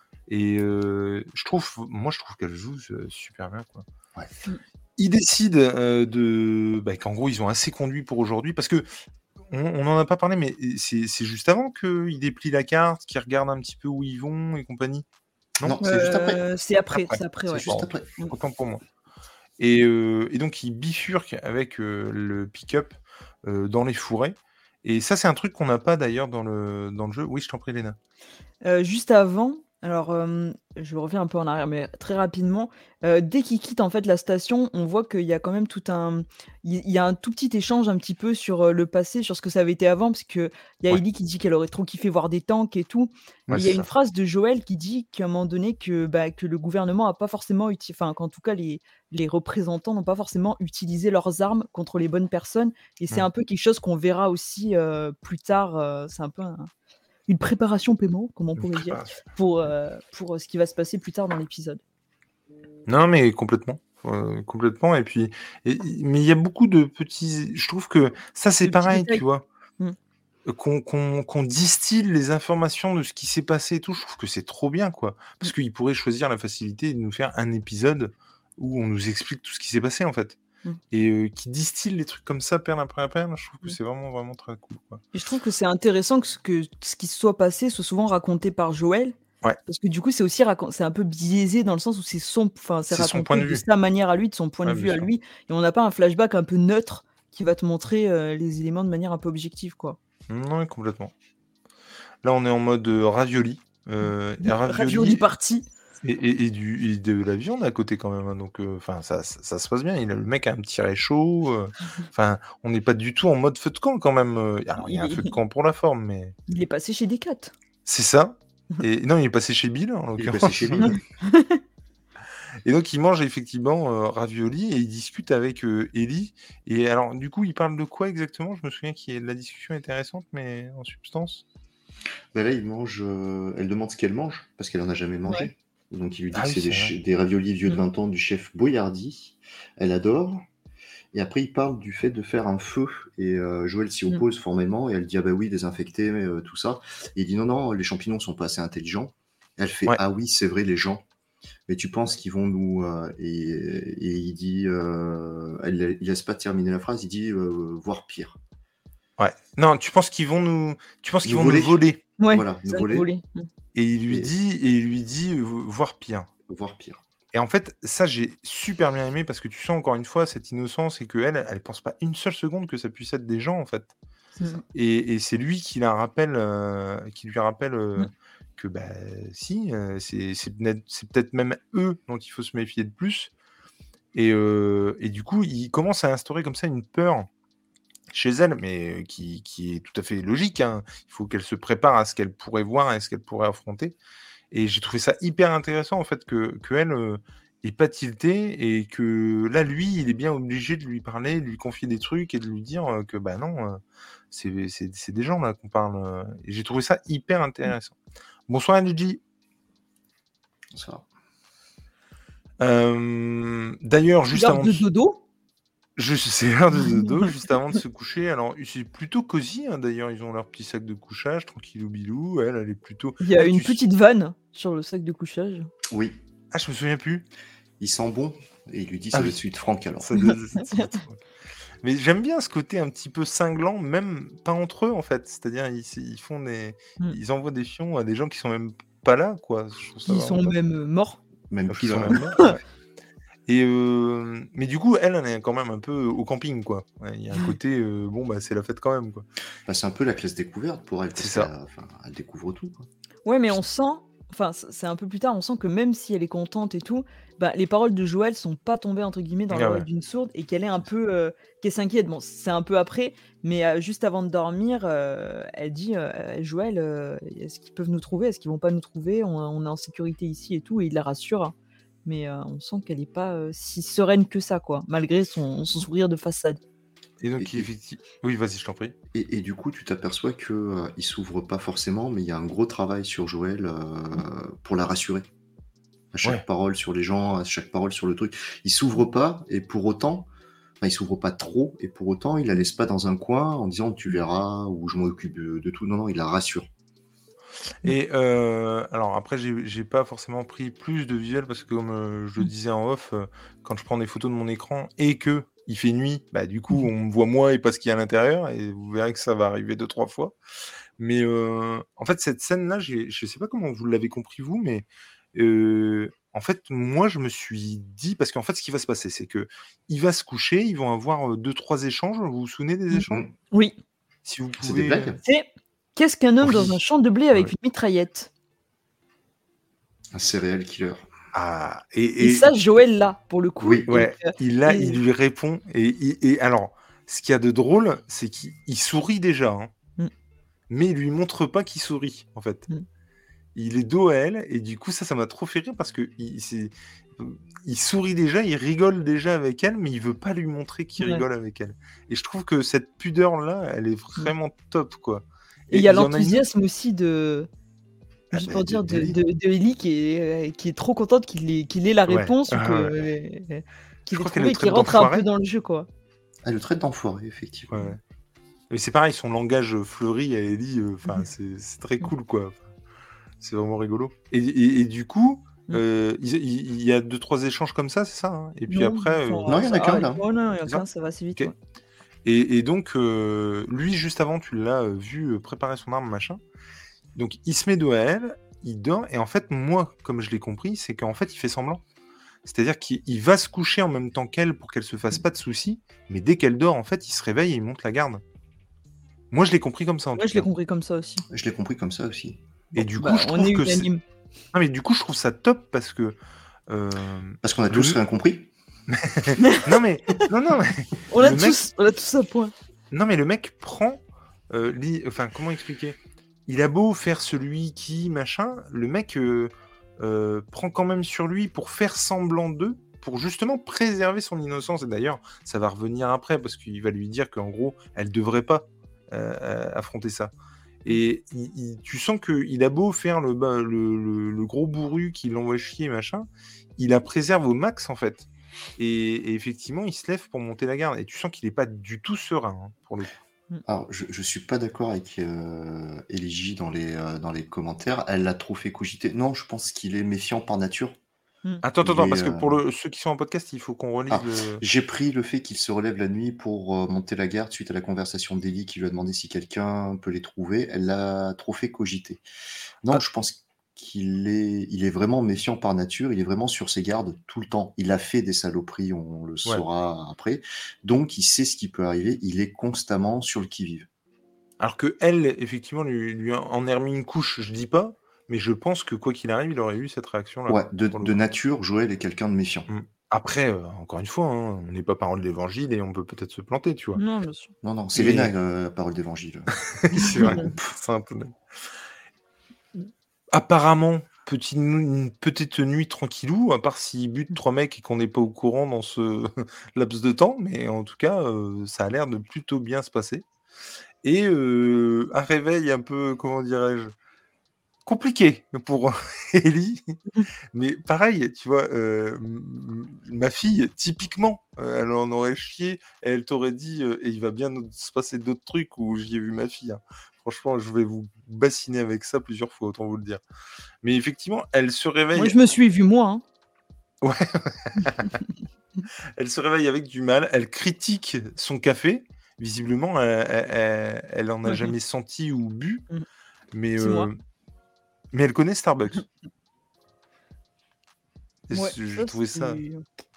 Et euh, je trouve, moi, je trouve qu'elle joue euh, super bien, quoi. Ouais. Ils décident euh, de, bah, qu'en gros, ils ont assez conduit pour aujourd'hui parce que on n'en a pas parlé, mais c'est c'est juste avant qu'ils déplient la carte, qu'ils regardent un petit peu où ils vont et compagnie. Non, Non, c'est juste après. Euh, c'est après, Après. c'est après, C'est ouais. juste Bon, après. Mm. autant pour moi. Et, euh, et donc, ils bifurquent avec euh, le pick-up euh, dans les fourrés. Et ça, c'est un truc qu'on n'a pas d'ailleurs dans le, dans le jeu. Oui, je t'en prie, Léna. Euh, juste avant, alors euh, je reviens un peu en arrière, mais très rapidement, euh, dès qu'ils quittent en fait la station, on voit qu'il y a quand même tout un, il il y a un tout petit échange un petit peu sur euh, le passé, sur ce que ça avait été avant, parce que il y a Ouais. Ellie qui dit qu'elle aurait trop kiffé voir des tanks et tout. Ouais, Et il y a c'est une ça. phrase de Joël qui dit qu'à un moment donné que, bah, que le gouvernement a pas forcément utilisé, enfin qu'en tout cas les, les représentants n'ont pas forcément utilisé leurs armes contre les bonnes personnes. Et c'est Mm. un peu quelque chose qu'on verra aussi euh, plus tard. euh, c'est un peu un- une préparation paiement, comme on Une pourrait dire, préparation. pour, euh, pour euh, ce qui va se passer plus tard dans l'épisode. Non, mais complètement. Euh, complètement. Et puis, et- mais il y a beaucoup de petits. Je trouve que ça, c'est De petits pareil, détails. tu vois. Mm. Qu'on qu'on qu'on distille les informations de ce qui s'est passé et tout, je trouve que c'est trop bien, quoi. Parce Mm. qu'ils pourraient choisir la facilité de nous faire un épisode où on nous explique tout ce qui s'est passé, en fait. Mm. Et euh, qui distille les trucs comme ça, perle après perle, je trouve que Mm. c'est vraiment, vraiment très cool, quoi. Et je trouve que c'est intéressant que ce, que ce qui se soit passé soit souvent raconté par Joël. Ouais. Parce que du coup, c'est aussi racon- c'est un peu biaisé dans le sens où c'est son, enfin, c'est C'est son raconté point de de vue. sa manière à lui, de son point Ouais, de vue bien à sûr. lui, et on n'a pas un flashback un peu neutre qui va te montrer euh, les éléments de manière un peu objective, quoi. Non, complètement. Là, on est en mode euh, ravioli. Euh, et Ravioli ravioli parti. et, et, et du, et de la viande à côté quand même. hein. Donc, enfin, ça, ça, ça se passe bien. Il a, le mec a un petit réchaud. Enfin, on n'est pas du tout en mode feu de camp quand même. euh. Alors, il y a un feu de camp pour la forme, mais Il est passé chez Decat. c'est ça. Et non, il est passé chez Bill en Il est l'occurrence. passé chez Bill. Et donc, il mange effectivement euh, ravioli et il discute avec euh, Ellie. Et alors, du coup, il parle de quoi exactement? Je me souviens que la discussion est intéressante, mais en substance. Ben là, il mange. euh, Elle demande ce qu'elle mange, parce qu'elle en a jamais mangé. Donc il lui dit Ah que oui, c'est des, c'est vrai. ch- des raviolis vieux de Mm. vingt ans du chef Boyardi. Elle adore. Et après, il parle du fait de faire un feu. Et euh, Joël s'y Mm. oppose formellement. Et elle dit, ah bah oui, désinfecter, euh, tout ça. Et il dit, non, non, les champignons sont pas assez intelligents. Elle fait, Ouais. ah oui, c'est vrai, les gens. Mais tu penses qu'ils vont nous... euh, et, et il dit... euh, elle, il laisse pas terminer la phrase. Il dit, euh, voire pire. Ouais. Non, tu penses qu'ils vont nous, tu penses qu'ils Nous vont voler. nous voler? Ouais, Voilà, nous ça, voler. voler. Mm. Et il lui Et- dit, et il lui dit, euh, voire pire. Voire pire. Et en fait, ça, j'ai super bien aimé parce que tu sens encore une fois cette innocence et qu'elle, elle pense pas une seule seconde que ça puisse être des gens, en fait. C'est ça. Mm. Et, et c'est lui qui la rappelle, euh, qui lui rappelle euh, Mm. que, bah, si, euh, c'est c'est peut-être c'est peut-être même eux dont il faut se méfier de plus. Et, euh, et du coup, il commence à instaurer comme ça une peur chez elle, mais qui, qui est tout à fait logique. hein. Il faut qu'elle se prépare à ce qu'elle pourrait voir, à ce qu'elle pourrait affronter. Et j'ai trouvé ça hyper intéressant, en fait, que, que elle euh, est pas tiltée et que là, lui, il est bien obligé de lui parler, de lui confier des trucs et de lui dire euh, que, bah non, euh, c'est c'est- c'est des gens là qu'on parle. euh. Et j'ai trouvé ça hyper intéressant. Bonsoir, L G. Ça. Euh, D'ailleurs, juste L'heure avant de de... dodo. Je... C'est l'heure de dodo, juste avant de se coucher. Alors, c'est plutôt cosy, hein, d'ailleurs. Ils ont leur petit sac de couchage, tranquillou bilou. Elle, elle est plutôt... Il y a Ah, une tu- petite vanne sur le sac de couchage. Oui, Ah, je me souviens plus. il sent bon. Et il lui dit, Ah ça oui. va être celui de Franck alors. Ça doit- c'est- c'est- Mais j'aime bien ce côté un petit peu cinglant, même pas entre eux en fait. C'est-à-dire ils, ils font des, Mmh. ils envoient des fions à des gens qui sont même pas là, quoi. Je trouve ça Qui vraiment sont top. même euh, morts. Même Donc plus ils sont là. même morts. Ouais. Et euh, mais du coup, elle, elle est quand même un peu au camping, quoi. Ouais, il y a un côté, euh, bon, bah c'est la fête quand même, quoi. Bah, c'est un peu la classe découverte pour elle, C'est parce ça. qu'elle enfin, elle découvre tout. Quoi. Ouais, mais on sent, enfin, c- c'est un peu plus tard, on sent que même si elle est contente et tout, bah, les paroles de Joël sont pas tombées entre guillemets dans Ah l'oreille ouais. d'une sourde et qu'elle est un peu, euh, qu'elle s'inquiète. Bon, c'est un peu après, mais euh, juste avant de dormir, euh, elle dit, euh, Joël, euh, est-ce qu'ils peuvent nous trouver? Est-ce qu'ils vont pas nous trouver? On, on est en sécurité ici et tout, et il la rassure. Hein. Mais euh, on sent qu'elle est pas euh, si sereine que ça, quoi, malgré son, son sourire de façade. Et donc, Et- et- effectivement. Oui, vas-y, je t'en prie. Et, et du coup, tu t'aperçois que euh, il s'ouvre pas forcément, mais il y a un gros travail sur Joël euh, pour la rassurer. À chaque Ouais. parole sur les gens, à chaque parole sur le truc. Il s'ouvre pas, et pour autant, enfin, il s'ouvre pas trop, et pour autant, il la laisse pas dans un coin en disant tu verras, ou je m'occupe de, de tout. Non, non, il la rassure. Et euh, alors après, j'ai j'ai pas forcément pris plus de visuels parce que comme euh, je le Mm. disais en off, euh, quand je prends des photos de mon écran et que il fait nuit, bah du coup on me voit moi et pas ce qu'il y a à l'intérieur et vous verrez que ça va arriver deux trois fois. Mais euh, en fait cette scène-là, j'ai- je sais pas comment vous l'avez compris vous, mais euh, en fait moi je me suis dit parce qu'en fait ce qui va se passer, c'est que il va se coucher, ils vont avoir euh, deux trois échanges. Vous vous souvenez des Mm. échanges? Mm. Oui, Si vous C'est des pouvez. euh, blagues c'est qu'est-ce qu'un homme dans Oui. un champ de blé avec Ouais. une mitraillette? Un serial killer. Ah, Et, et, et ça, Joël là, pour le coup. Oui. et ouais, que- il là, et- il lui répond. Et, et, et alors, ce qu'il y a de drôle, c'est qu'il il sourit déjà, hein, Mm. mais il lui montre pas qu'il sourit, en fait. Mm. Il est dos à elle, et du coup, ça, ça m'a trop fait rire parce que il, c'est- il sourit déjà, il rigole déjà avec elle, mais il veut pas lui montrer qu'il Ouais. rigole avec elle. Et je trouve que cette pudeur-là, elle est vraiment top, quoi. Et il y a en a une autre- l'enthousiasme aussi de. Ah, Juste bah, pour de- dire de, d'Ellie. de, de Ellie qui est, euh, qui est trop contente qu'il ait, qu'il ait la Ouais. réponse ou Ah, que, ouais. euh, Je qu'il ait crois qu'elle trouvé le et qu'il traite rentre un d'enfoiré. peu dans le jeu, quoi. Elle le traite d'enfoiré, effectivement. Ouais, ouais. Mais c'est pareil, son langage fleuri à Ellie, euh, enfin, Mhm. c'est c'est très cool, quoi. Enfin, c'est vraiment rigolo. Et, et- et du coup, Mm. euh, il, il- il y a deux, trois échanges comme ça, c'est ça, hein. Et puis Non, après, euh, enfin, Non, il y en a ça- qu'un, ah, là. oh, non, il y en a C'est ça qu'un, ça va assez vite. Ok. Ouais. Et, et donc, euh, lui, juste avant, tu l'as euh, vu euh, préparer son arme, machin. Donc, il se met dos à elle, il dort, et en fait, moi, comme je l'ai compris, c'est qu'en fait, il fait semblant. C'est-à-dire qu'il il va se coucher en même temps qu'elle pour qu'elle se fasse pas de soucis, mais dès qu'elle dort, en fait, il se réveille et il monte la garde. Moi, je l'ai compris comme ça, en Moi, tout je l'ai cas. compris comme ça aussi. Je l'ai compris comme ça aussi. Et Bon, du coup, bah, je on trouve est que c'est... unanime. Non, mais du coup, je trouve ça top parce que... euh, Parce qu'on a le tous m- rien compris. non, mais... Non, non, mais... On a le mec... tous, on a tous un point. Non, mais le mec prend... euh, li- Enfin, comment expliquer? Il a beau faire celui qui, machin, le mec euh, euh, prend quand même sur lui pour faire semblant d'eux, pour justement préserver son innocence. Et d'ailleurs, ça va revenir après, parce qu'il va lui dire qu'en gros, elle devrait pas euh, euh, affronter ça. Et il- il- tu sens qu'il a beau faire le, ba- le, le- le gros bourru qui l'envoie chier, machin, il la préserve au max, en fait. Et, et effectivement, il se lève pour monter la garde. Et tu sens qu'il n'est pas du tout serein, hein, pour le coup. Alors, je, je suis pas d'accord avec euh, Elie dans les, euh, dans les commentaires. Elle l'a trop fait cogiter. Non, je pense qu'il est méfiant par nature. Attends, Il attends, est, parce que euh, pour le, ceux qui sont en podcast, il faut qu'on relise Ah, le... j'ai pris le fait qu'il se relève la nuit pour euh, monter la garde suite à la conversation d'Elie qui lui a demandé si quelqu'un peut les trouver. Elle l'a trop fait cogiter. Non, Ah. je pense qu'il est, il est vraiment méfiant par nature. Il est vraiment sur ses gardes tout le temps. Il a fait des saloperies, on le saura après. Donc, il sait ce qui peut arriver. Il est constamment sur le qui-vive. Alors que elle, effectivement, lui, lui en a remis une couche, je dis pas, mais je pense que quoi qu'il arrive, il aurait eu cette réaction-là. Ouais, de, pour le de coup. nature, Joël est quelqu'un de méfiant. Mm. Après, euh, encore une fois, hein, on n'est pas parole d'évangile et on peut peut-être se planter, tu vois. Non, bien sûr. Non, non, c'est Mais- Léna, euh, parole d'évangile. C'est vrai, c'est un peu même. Apparemment, petite nu- une petite nuit tranquillou, à part s'il bute trois mecs et qu'on n'est pas au courant dans ce laps de temps, mais en tout cas, euh, ça a l'air de plutôt bien se passer. Et euh, un réveil un peu, comment dirais-je, compliqué pour Ellie. Mais pareil, tu vois, euh, m- m- ma fille, typiquement, euh, elle en aurait chié, elle t'aurait dit, euh, et il va bien nous- se passer d'autres trucs où j'y ai vu ma fille, hein. Franchement, je vais vous bassiner avec ça plusieurs fois, autant vous le dire. Mais effectivement, elle se réveille. Moi, je me suis vu moi. Hein. Ouais. Elle se réveille avec du mal, elle critique son café. Visiblement, elle elle elle elle en a jamais senti ou bu, Mmh. mais C'est moi. heu, mais elle connaît Starbucks. Et Ouais, c j'ai ça trouvé ça c'est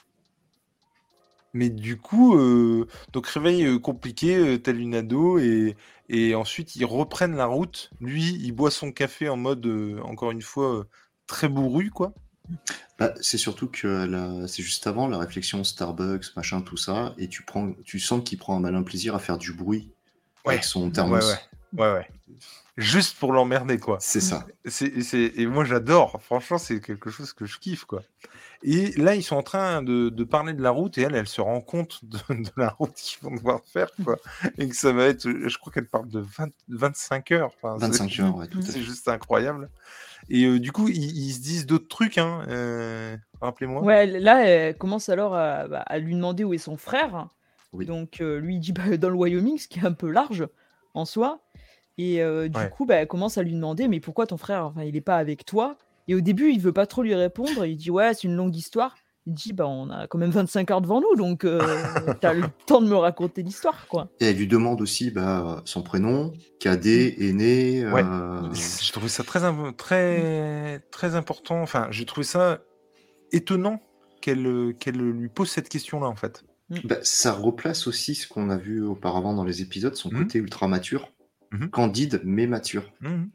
mais du coup, heu, donc réveil, heu, compliqué, heu, tel une ado et et ensuite ils reprennent la route. Lui, il boit son café en mode, heu, encore une fois, heu, très bourru, quoi. Bah, c'est surtout que la c'est juste avant la réflexion Starbucks, machin, tout ça, et tu prends tu sens qu'il prend un malin plaisir à faire du bruit avec Ouais, son ouais, ouais, thermos. ouais, ouais. Juste pour l'emmerder, quoi. C'est Mmh. ça. C'est c'est et moi j'adore, franchement, c'est quelque chose que je kiffe, quoi. Et là, ils sont en train de de parler de la route et elle, elle se rend compte de de la route qu'ils vont devoir faire, quoi et que ça va être, heu, je crois qu'elle parle de vingt vingt-cinq heures, enfin, c'est vingt-cinq Mmh heures, ouais, tout mh. à c'est fait. juste incroyable et heu, du coup, ils ils se disent d'autres trucs, hein, heu, rappelez-moi? Ouais, l là, elle commence alors à, bah, à lui demander où est son frère. Oui. Donc heu, lui, il dit: «Bah, dans le Wyoming», ce qui est un peu large en soi et heu, du Ouais. coup, bah, elle commence à lui demander: «Mais pourquoi ton frère, enfin, il est pas avec toi?» Et au début, il veut pas trop lui répondre. Il dit: «Ouais, c'est une longue histoire». Il dit: «Bah, on a quand même vingt-cinq heures devant nous, donc heu, tu as le temps de me raconter l'histoire, quoi». Et elle lui demande aussi, bah, son prénom, Mmh. cadet, aîné, Ouais, Mmh. heu j'ai trouvé ça très imp Mmh. très très important, enfin, j'ai trouvé ça étonnant qu'elle, heu, qu'elle, lui pose cette question-là, en fait. Mmh. bah, ça replace aussi ce qu'on a vu auparavant dans les épisodes, son Mmh. côté ultra mature, Mmh mh. candide mais mature. Mmh.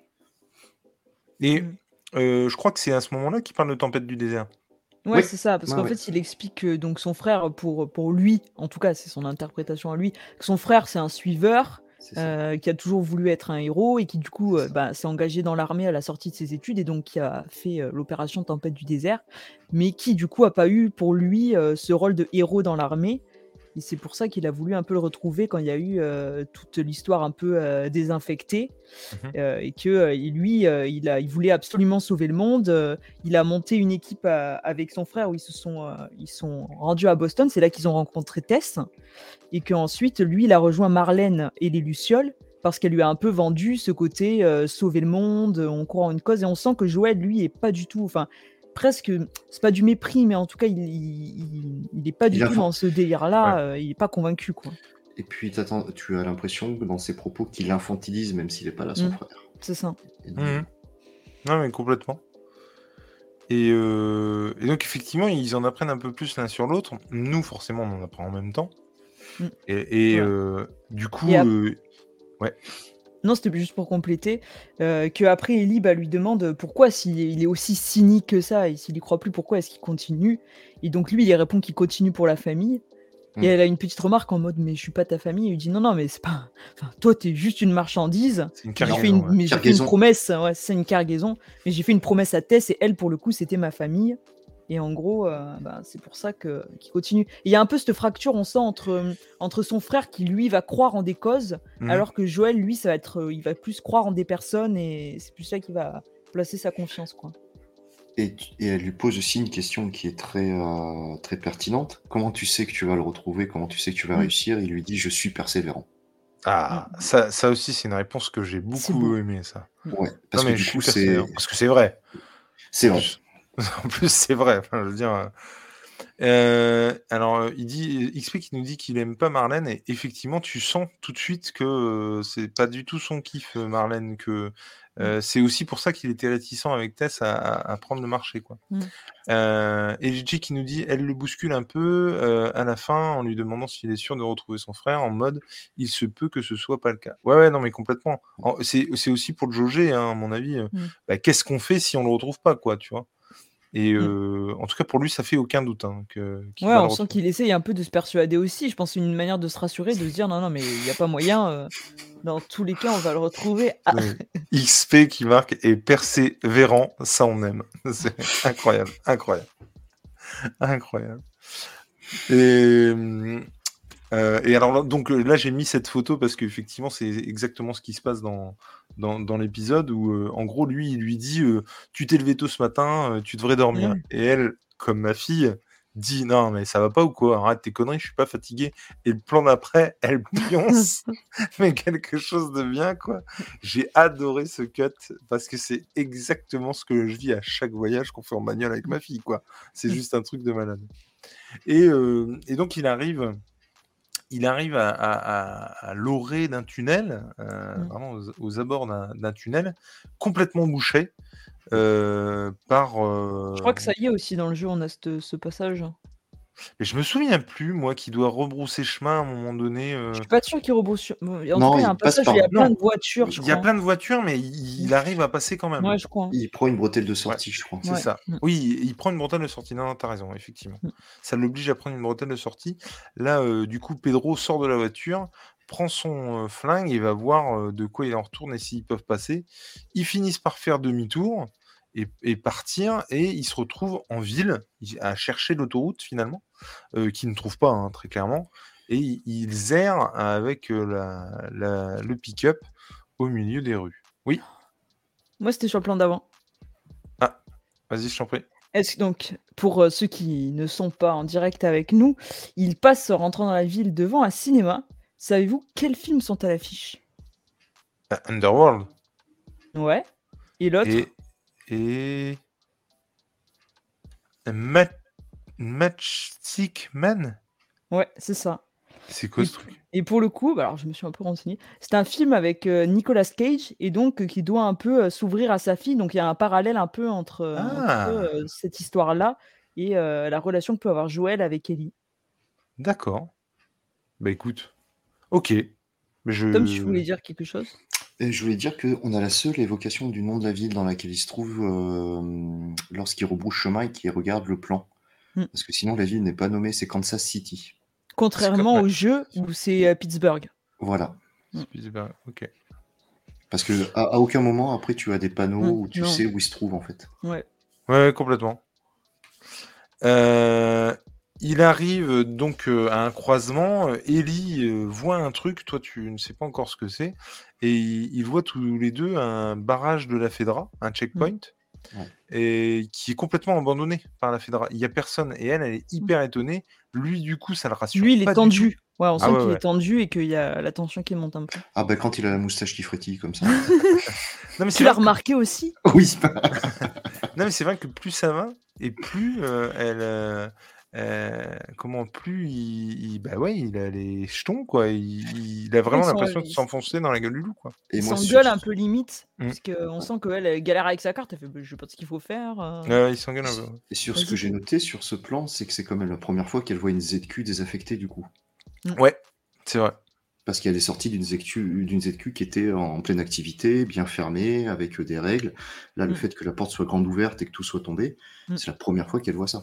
Et Mmh. heu, je crois que c'est à ce moment-là qu'il parle de Tempête du désert. Ouais, Oui, c'est ça, parce ouais, qu'en ouais, fait, il explique que donc son frère, pour, pour lui, en tout cas, c'est son interprétation à lui, que son frère, c'est un suiveur, c'est ça, heu, qui a toujours voulu être un héros et qui du coup, c'est heu, ça. bah, s'est engagé dans l'armée à la sortie de ses études et donc qui a fait, heu, l'opération Tempête du désert, mais qui du coup a pas eu pour lui, heu, ce rôle de héros dans l'armée et c'est pour ça qu'il a voulu un peu le retrouver quand il y a eu, heu, toute l'histoire un peu, heu, désinfectée. Mmh. Heu et que, heu, et lui, heu, il a il voulait absolument sauver le monde, heu, il a monté une équipe, heu, avec son frère où ils se sont, heu, ils sont rendus à Boston. C'est là qu'ils ont rencontré Tess et qu'ensuite lui, il a rejoint Marlène et les Lucioles parce qu'elle lui a un peu vendu ce côté, heu, sauver le monde, heu, on croit en une cause et on sent que Joël, lui, est pas du tout enfin, presque, c'est pas du mépris, mais en tout cas, il il il il est pas Il du tout infan dans ce Ouais. délire-là, heu, il est pas convaincu, quoi. Et puis tu tu as l'impression que dans ses propos qu'il infantilise même s'il est pas là, son Mmh. frère, C'est ça. Mmh. énormément. Non, mais complètement et heu et donc effectivement, ils en apprennent un peu plus l'un sur l'autre. Nous, forcément, on en apprend en même temps Mmh. et et Ouais heu, du et coup, ap heu ouais. Non, c'était juste pour compléter, heu, qu'après Ellie, bah, lui demande, pourquoi s'il est il est aussi cynique que ça et s'il y croit plus, pourquoi est-ce qu'il continue? Et donc lui, il répond qu'il continue pour la famille et Mmh. elle a une petite remarque en mode: «Mais je suis pas ta famille». Il lui dit: «Non, non, mais c'est pas enfin, toi, tu es juste une marchandise. C'est une J'ai Non, fait une cargaison, ouais. mais j'ai fait une cargaison. promesse». Ouais, c'est une cargaison, mais j'ai fait une promesse à Tess et elle, pour le coup, c'était ma famille et en gros, heu, bah, c'est pour ça que qu'il continue. Et il y a un peu cette fracture, on sent entre, hem, entre son frère qui, lui, va croire en des causes Mmh. alors que Joël, lui, ça va être, heu, il va plus croire en des personnes et c'est plus là qu'il va placer sa confiance, quoi. Et tu et elle lui pose aussi une question qui est très, heu, très pertinente. «Comment tu sais que tu vas le retrouver? Comment tu sais que tu vas Mmh, réussir?» Il lui dit: «Je suis persévérant». Ah, mmh. ça ça aussi, c'est une réponse que j'ai C'est beaucoup beau. aimé ça. Mmh. Ouais, Non, parce que mais je du suis coup, c'est persévérant parce que c'est vrai. c'est En vrai. plus en plus, c'est vrai, enfin, je veux dire, heu heu, alors, heu, il dit X P qui nous dit qu'il aime pas Marlène et effectivement, tu sens tout de suite que, heu, c'est pas du tout son kiff, heu, Marlène, que, Mmh, heu, c'est aussi pour ça qu'il était réticent avec Tess à à à prendre le marché, quoi. mmh. Heu, et Gigi qui nous dit: «Elle le bouscule un peu, heu, à la fin en lui demandant s'il est sûr de retrouver son frère en mode: "Il se peut que ce soit pas le cas"». Ouais, ouais, non, mais complètement. En c'est c'est aussi pour le jauger, hein, à mon avis, heu, Mmh. bah, qu'est-ce qu'on fait si on le retrouve pas, quoi, tu vois? Et Mmh. heu, en tout cas pour lui, ça fait aucun doute, hein, que qu'il Ouais, va le on sent retrouver. qu'il essaye un peu de se persuader aussi. Je pense, une manière de se rassurer, de se dire: «Non, non, mais il y a pas moyen, heu, dans tous les cas, on va le retrouver». Ah! Oui. X P qui marque et persévérant, ça on aime. C'est incroyable, incroyable, incroyable. Et mmh Heu et alors là donc heu, là j'ai mis cette photo parce qu'effectivement c'est exactement ce qui se passe dans dans dans l'épisode où, heu, en gros lui, il lui dit, heu: «Tu t'es levé tôt ce matin, heu, tu devrais dormir» Ouais. et elle, comme ma fille, dit: «Non mais ça va pas ou quoi? Arrête tes conneries, je suis pas fatiguée» et le plan d'après, elle pionce, mais quelque chose de bien quoi. J'ai adoré ce cut parce que c'est exactement ce que je vis à chaque voyage qu'on fait en bagnole avec ma fille quoi. C'est Mmh. juste un truc de malade. Et, euh, et donc il arrive, il arrive à, à, à, à l'orée d'un tunnel, euh, Mm. vraiment aux, aux abords d'un, d'un tunnel, complètement bouché euh, par. Euh... Je crois que ça y est aussi dans le jeu, on a cette, ce passage. Mais je me souviens plus, moi, qui doit rebrousser chemin à un moment donné. Euh... Je suis pas sûr qu'il rebrousse. Sur... En Non, tout cas, il y a il un passe passage par- où il y a plein Non. de voitures, je Il y a crois. plein de voitures, mais il, il arrive à passer quand même. Ouais, je crois. Il prend une bretelle de sortie, je crois. C'est Ouais. ça. Mm. Oui, il prend une bretelle de sortie. Non, non, t'as raison, effectivement. Mm. Ça l'oblige à prendre une bretelle de sortie. Là, euh, du coup, Pedro sort de la voiture, prend son euh, flingue et va voir euh, de quoi il en retourne et s'ils peuvent passer. Ils finissent par faire demi-tour et, et partir, et ils se retrouvent en ville à chercher l'autoroute, finalement, euh, qu'ils ne trouvent pas, hein, très clairement. Et ils, ils errent avec euh, la, la, le pick-up au milieu des rues. Oui. Moi, c'était sur le plan d'avant. Ah, vas-y, je t'en prie. Est-ce que donc, pour euh, ceux qui ne sont pas en direct avec nous, ils passent en rentrant dans la ville devant un cinéma. Savez-vous quels films sont à l'affiche? Ah, Underworld. Ouais. Et l'autre? Et. Et. Ma... Matchstick Man. Ouais, c'est ça. C'est quoi Et, ce truc? et pour le coup, bah alors je me suis un peu renseigné. C'est un film avec euh, Nicolas Cage et donc euh, qui doit un peu euh, s'ouvrir à sa fille. Donc il y a un parallèle un peu entre, euh, Ah. entre euh, cette histoire-là et euh, la relation que peut avoir Joël avec Ellie. D'accord. Bah écoute. Ok. Mais je... Tom, tu voulais dire quelque chose? Et je voulais dire qu'on a la seule évocation du nom de la ville dans laquelle il se trouve euh, lorsqu'il rebrousse chemin et qu'il regarde le plan. Mm. Parce que sinon, la ville n'est pas nommée, c'est Kansas City. Contrairement comme- au jeu où c'est euh, Pittsburgh. Voilà. Spielberg, ok. Parce que à, à aucun moment, après, tu as des panneaux Mm, où tu non. sais où il se trouve, en fait. Ouais. Ouais, complètement. Euh, il arrive donc euh, à un croisement. euh, Ellie euh, voit un truc, toi tu ne sais pas encore ce que c'est, et ils il voient tous les deux un barrage de la Fedra, un checkpoint, Ouais. et qui est complètement abandonné par la Fedra. Il y a personne, et elle, elle est hyper étonnée. Lui, du coup, ça le rassure. Lui, il pas est du tendu. Ouais, on Ah sent ouais, qu'il ouais. est tendu et qu'il y a la tension qui monte un peu. Ah ben quand il a la moustache qui frétille comme ça. Non, mais c'est Tu l'as vrai que- remarqué aussi? Oui. Non, mais c'est vrai que plus ça va, et plus euh, elle. euh, euh, comment plus il, il- bah ouais, il a les jetons, quoi. Il, il a vraiment Ils sont- l'impression de ils- s'enfoncer dans la gueule du loup, quoi. Et Il moi, s'engueule sur- un peu limite, Mm. parce qu'on sent qu'elle elle galère avec sa carte. Elle fait, bah, je sais pas ce qu'il faut faire. euh. Ouais, il s'engueule un peu. ouais. Et sur ce Vas-y. que j'ai noté sur ce plan, c'est que c'est quand même la première fois qu'elle voit une Z Q désaffectée du coup. Ouais, c'est vrai. Parce qu'elle est sortie d'une Z Q, d'une Z Q qui était en pleine activité, bien fermée, avec euh, des règles. Là, le Mm. fait que la porte soit grande ouverte et que tout soit tombé, Mm. c'est la première fois qu'elle voit ça.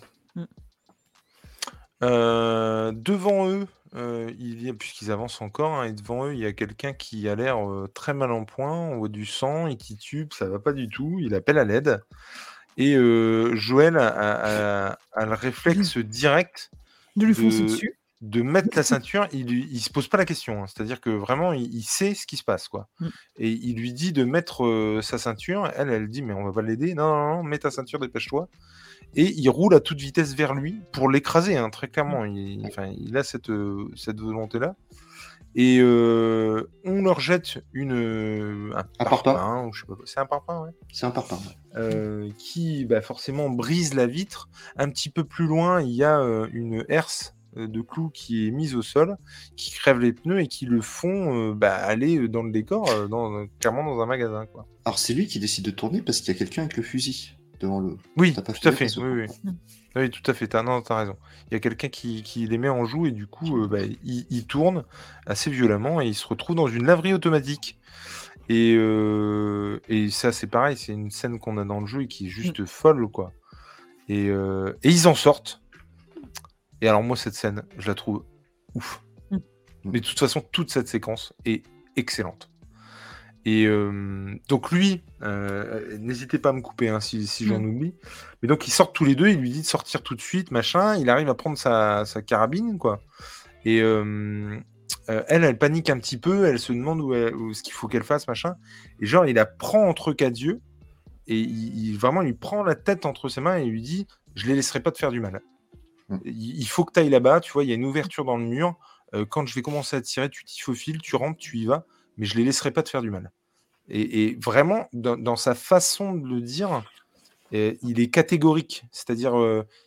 Euh, devant eux, euh, il y a, puisqu'ils avancent encore, hein, et devant eux, il y a quelqu'un qui a l'air euh, très mal en point. On voit du sang, il titube, ça va pas du tout. Il appelle à l'aide. Et euh, Joël a, a- a- a le réflexe direct De lui foncer de, dessus. de mettre la ceinture. Il, lui- il se pose pas la question, hein. C'est-à-dire que vraiment, il, il sait ce qui se passe, quoi. Mm. Et il lui dit de mettre euh, sa ceinture. Elle, elle dit, mais on va pas l'aider. Non, non, non, mets ta ceinture, dépêche-toi. Et il roule à toute vitesse vers lui pour l'écraser, hein, très clairement. Il, enfin, il a cette, euh, cette volonté-là. Et euh, on leur jette une, euh, un, Un parpaing. ou je sais pas quoi. C'est un parpaing, ouais. C'est un parpaing. ouais. Euh, qui bah, forcément brise la vitre. Un petit peu plus loin, il y a euh, une herse euh, de clous qui est mise au sol, qui crève les pneus et qui le font euh, bah, aller dans le décor, euh, dans, clairement dans un magasin, quoi. Alors c'est lui qui décide de tourner parce qu'il y a quelqu'un avec le fusil devant le. Oui, T'as pas tout à fait fait. gaffe à Oui, ce oui. Oui, tout à fait. T'as, non, t'as raison. Il y a quelqu'un qui, qui les met en joue et du coup, euh, bah, il, il tourne assez violemment et il se retrouve dans une laverie automatique. Et, euh, et ça, c'est pareil. C'est une scène qu'on a dans le jeu et qui est juste folle, quoi. Et, euh, et ils en sortent. Et alors, moi, cette scène, je la trouve ouf. Mm. Mais de toute façon, toute cette séquence est excellente. Et euh, donc lui, euh, n'hésitez pas à me couper hein, si, si j'en Mm. oublie. Mais donc ils sortent tous les deux, il lui dit de sortir tout de suite, machin. Il arrive à prendre sa, sa carabine, quoi. Et euh, euh, elle, elle panique un petit peu, elle se demande où, elle- où ce qu'il faut qu'elle fasse, machin. Et genre, il la prend entre quatre yeux et il, il- vraiment, il lui prend la tête entre ses mains et il lui dit, je les laisserai pas te faire du mal. Mm. Il, il faut que tu ailles là-bas, tu vois, il y a une ouverture dans le mur. Euh, quand je vais commencer à tirer, tu t'y faufiles, tu rentres, tu y vas, mais je les laisserai pas te faire du mal. Et, et vraiment, dans, dans sa façon de le dire, euh, il est catégorique. C'est-à-dire, euh,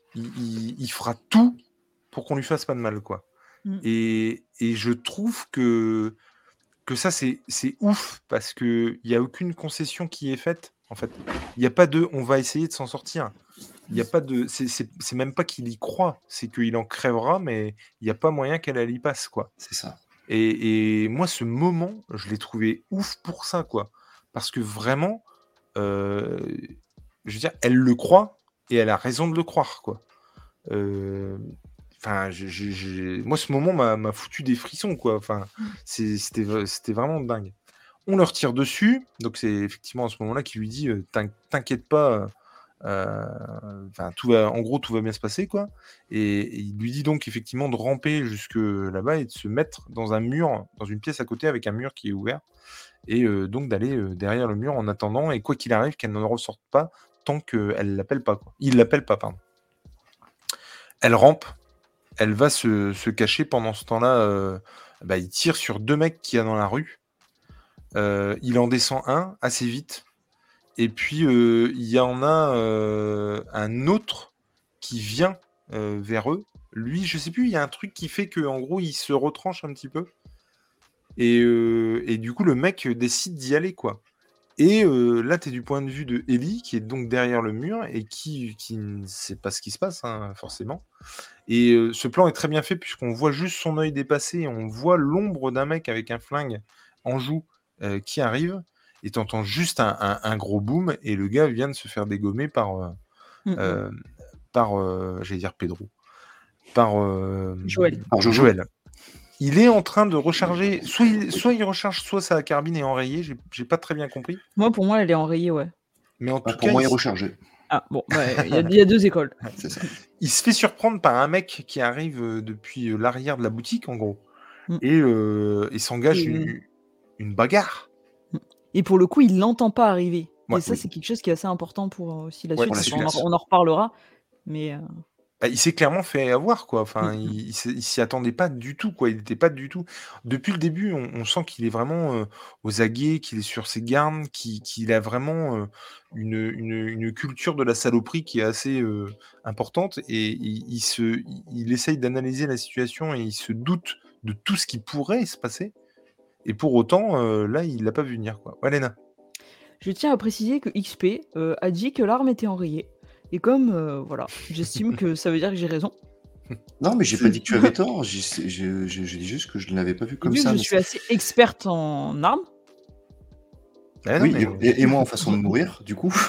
il, il- il fera tout pour qu'on lui fasse pas de mal, quoi. Mm. Et, et je trouve que, que ça, c'est, c'est ouf, parce qu'il n'y a aucune concession qui est faite, en fait. Il n'y a pas de « on va essayer de s'en sortir ». Il y a pas de, c'est, c'est, c'est même pas qu'il y croit, c'est qu'il en crèvera, mais il n'y a pas moyen qu'elle elle y passe, quoi. C'est ça. Et, et moi, ce moment, je l'ai trouvé ouf pour ça, quoi. Parce que vraiment, euh, je veux dire, elle le croit et elle a raison de le croire, quoi. Euh, Enfin, j'ai- j'ai- j'ai- moi, ce moment m'a m'a foutu des frissons, quoi. Enfin, c'est- c'était v- c'était vraiment dingue. On leur tire dessus, donc c'est effectivement à ce moment-là qu'il lui dit euh, T'in- T'inquiète pas, euh, enfin, tout va, en gros, tout va bien se passer, quoi. Et, et il lui dit donc effectivement de ramper jusque là-bas et de se mettre dans un mur, dans une pièce à côté avec un mur qui est ouvert, et euh, donc d'aller euh, derrière le mur en attendant, et quoi qu'il arrive, qu'elle n'en ressorte pas tant qu'elle l'appelle pas, quoi. Il l'appelle pas, pardon. Elle rampe, elle va se, se cacher pendant ce temps-là. Euh, bah, il tire sur deux mecs qu'il y a dans la rue. Euh, il en descend un assez vite. Et puis, euh, il y en a euh, un autre qui vient euh, vers eux. Lui, je sais plus, il y a un truc qui fait que, en gros, il se retranche un petit peu. Et, euh, et du coup, le mec décide d'y aller, quoi. Et euh, là, tu es du point de vue de Ellie, qui est donc derrière le mur et qui, qui ne sait pas ce qui se passe, hein, forcément. Et euh, ce plan est très bien fait, puisqu'on voit juste son œil dépasser, on voit l'ombre d'un mec avec un flingue en joue euh, qui arrive, et tu entends juste un, un- un gros boom, et le gars vient de se faire dégommer par, euh, Mm, mm. euh, par euh, j'allais dire Pedro, par euh, Joël. Par Jojo. Joël. Il est en train de recharger, soit il, soit il recharge, soit sa carbine est enrayée, j'ai j'ai pas très bien compris. Moi, pour moi, elle est enrayée, ouais. Mais en Bah, tout pour cas, moi, il il, est rechargé. Ah, bon, ouais, il y, a- il y a deux écoles. C'est ça. il se fait surprendre par un mec qui arrive euh, depuis euh, l'arrière de la boutique, en gros, Mm. et euh, il s'engage Et- une, une bagarre. Et pour le coup, il l'entend pas arriver. Ouais, et ça, oui. c'est quelque chose qui est assez important pour euh, aussi la Ouais, suite. pour la parce qu'on en- suite. on en reparlera. Mais euh, Bah, il s'est clairement fait avoir, quoi. Enfin, Mm. il, il s'est- il s'y attendait pas du tout, quoi. Il n'était pas du tout. Depuis le début, on, on sent qu'il est vraiment euh, aux aguets, qu'il est sur ses gardes, qu'il qu'il a vraiment euh, une, une, une culture de la saloperie qui est assez euh, importante, et il, il se, il, il essaye d'analyser la situation et il se doute de tout ce qui pourrait se passer. Et pour autant, euh, là, il l'a pas vu venir, quoi. Ouais, Léna. je tiens à préciser que X P euh, a dit que l'arme était enrayée. Et comme, euh, voilà, j'estime que ça veut dire que j'ai raison. Non, mais j'ai pas dit que tu avais tort. J'ai j'ai- j'ai- j'ai dit juste que je ne l'avais pas vu Et comme vu ça. que je mais suis assez experte en armes, Ah non, Oui, mais- et, et- et moi en façon de mourir, du coup.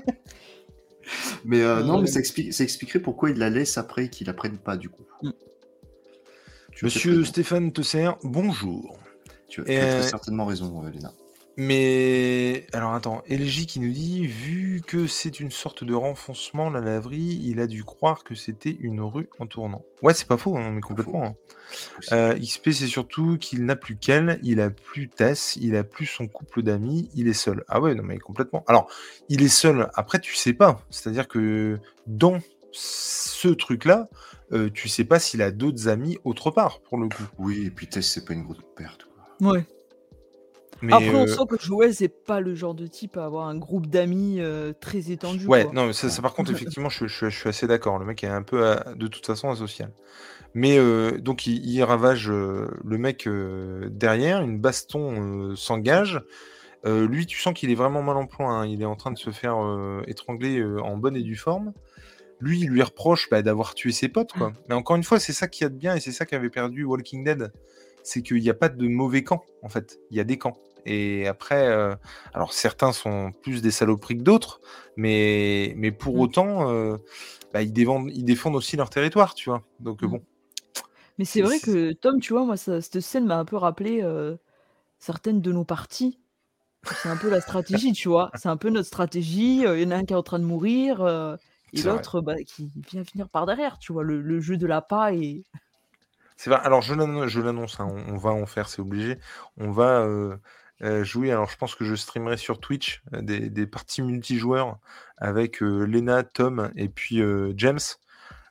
mais euh, non, Euh, mais ça, explique, ça expliquerait pourquoi il la laisse après qu'il la prenne pas, du coup. Mm. Tu as Monsieur très- Stéphane Tesser, bonjour. Tu as, tu as très Euh, certainement raison, euh, Léna. Mais alors attends, L J qui nous dit, vu que c'est une sorte de renfoncement, la laverie, il a dû croire que c'était une rue en tournant. Ouais, c'est pas faux, hein, mais complètement. hein. Possible. Euh, X P, c'est surtout qu'il n'a plus qu'elle, il a plus Tess, il a plus son couple d'amis, il est seul. Ah ouais, non mais complètement. Alors, il est seul, après tu sais pas. C'est-à-dire que dans ce truc-là, euh, tu sais pas s'il a d'autres amis autre part, pour le coup. Oui, et puis Tess, c'est pas une grosse perte, quoi. ouais. Mais, Après, on euh, sent que Joël, c'est pas le genre de type à avoir un groupe d'amis euh, très étendu. Ouais, quoi. non, mais ça, ça, par contre, effectivement, je, je- je suis assez d'accord. Le mec est un peu, euh, de toute façon, asocial. Mais euh, donc, il, il ravage euh, le mec euh, derrière, une baston euh, s'engage. Euh, lui, tu sens qu'il est vraiment mal en point. hein. Il est en train de se faire euh, étrangler euh, en bonne et due forme. Lui, il lui reproche bah, d'avoir tué ses potes, quoi. Mais encore une fois, c'est ça qu'il y a de bien et c'est ça qu'avait perdu Walking Dead. C'est qu'il n'y a pas de mauvais camps, en fait. Il y a des camps. Et après, euh, alors certains sont plus des saloperies que d'autres, mais, mais pour Mm. autant, euh, bah, ils, défendent, ils défendent aussi leur territoire, tu vois. Donc euh, Mm. bon. Mais c'est C'est- vrai c'est- que, Tom, tu vois, moi, ça- cette scène m'a un peu rappelé euh, certaines de nos parties. C'est un peu la stratégie, tu vois. C'est un peu notre stratégie. euh, Il y en a un qui est en train de mourir euh, et C'est vrai. l'autre bah, qui vient finir par derrière, tu vois. Le, le jeu de la paille. C'est vrai. Alors je l'annon- je l'annonce, hein, on, on va en faire, c'est obligé. On va euh, euh, jouer. Alors je pense que je streamerai sur Twitch euh, des, des parties multijoueurs avec euh, Lena, Tom et puis euh, James.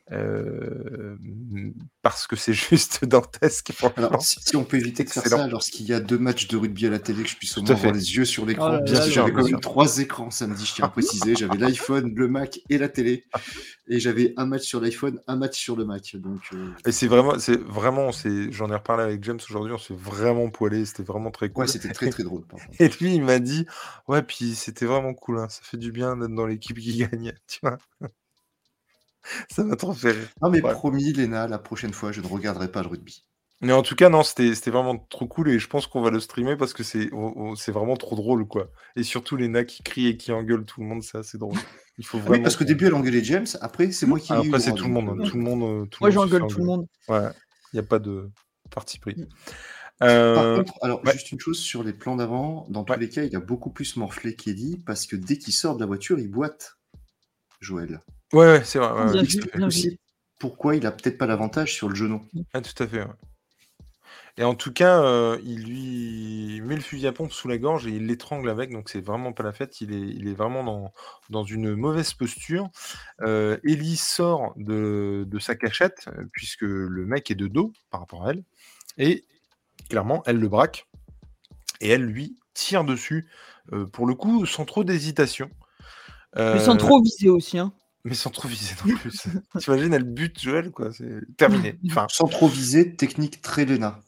euh, parce que c'est juste dantesque, Alors, franchement. si, si on peut éviter de faire Excellent. ça, lorsqu'il y a deux matchs de rugby à la télé, que je puisse au Tout moins à avoir fait. les yeux sur Oh l'écran. là Bien là, sûr, J'avais le- bien quand même sûr. trois écrans samedi, je tiens à préciser. J'avais l'iPhone, le Mac et la télé. Et j'avais un match sur l'iPhone, un match sur le Mac. Donc, euh, Et c'est vraiment, c'est vraiment, c'est, j'en ai reparlé avec James aujourd'hui, on s'est vraiment poilé, c'était vraiment très ouais, cool. c'était très très drôle. Par contre. Et lui, il m'a dit, ouais, puis c'était vraiment cool, hein, ça fait du bien d'être dans l'équipe qui gagne, tu vois. Ça m'a trop fait rire. Non, mais Ouais. promis, Léna, la prochaine fois, je ne regarderai pas le rugby. Mais en tout cas, non, c'était c'était vraiment trop cool et je pense qu'on va le streamer parce que c'est on- on- c'est vraiment trop drôle, quoi. Et surtout, Lena qui crie et qui engueule tout le monde, c'est assez drôle. Il faut Ah oui, vraiment parce qu'au qu'on- début, elle engueulait James. Après, c'est moi qui ai eu Après, c'est droit. tout le donc, monde, hein, euh, tout le monde, euh, tout le Moi, monde se fait j'engueule tout le engueuler. monde. Ouais, il n'y a pas de parti pris. Mm. Par Euh, contre, alors, ouais. juste une chose sur les plans d'avant. Dans tous Ouais. les cas, il a beaucoup plus morflé qu'Eddie parce que dès qu'il sort de la voiture, il boite, Joël. Ouais, ouais, c'est vrai. Ah, ouais, ouais, bien tout vu, à fait. bien vu. Aussi, pourquoi il a peut-être pas l'avantage sur le genou. Ah, tout à fait, ouais. Et en tout cas, euh, il lui met le fusil à pompe sous la gorge et il l'étrangle avec, donc c'est vraiment pas la fête. Il est, il est vraiment dans, dans une mauvaise posture. Euh, Ellie sort de, de sa cachette, euh, puisque le mec est de dos par rapport à elle, et clairement, elle le braque, et elle lui tire dessus, euh, pour le coup, sans trop d'hésitation. Mais sans Euh, trop viser aussi, hein. mais sans trop viser non plus. T'imagines, elle bute Joël, quoi, c'est terminé. Enfin, Sans trop viser, technique très Léna.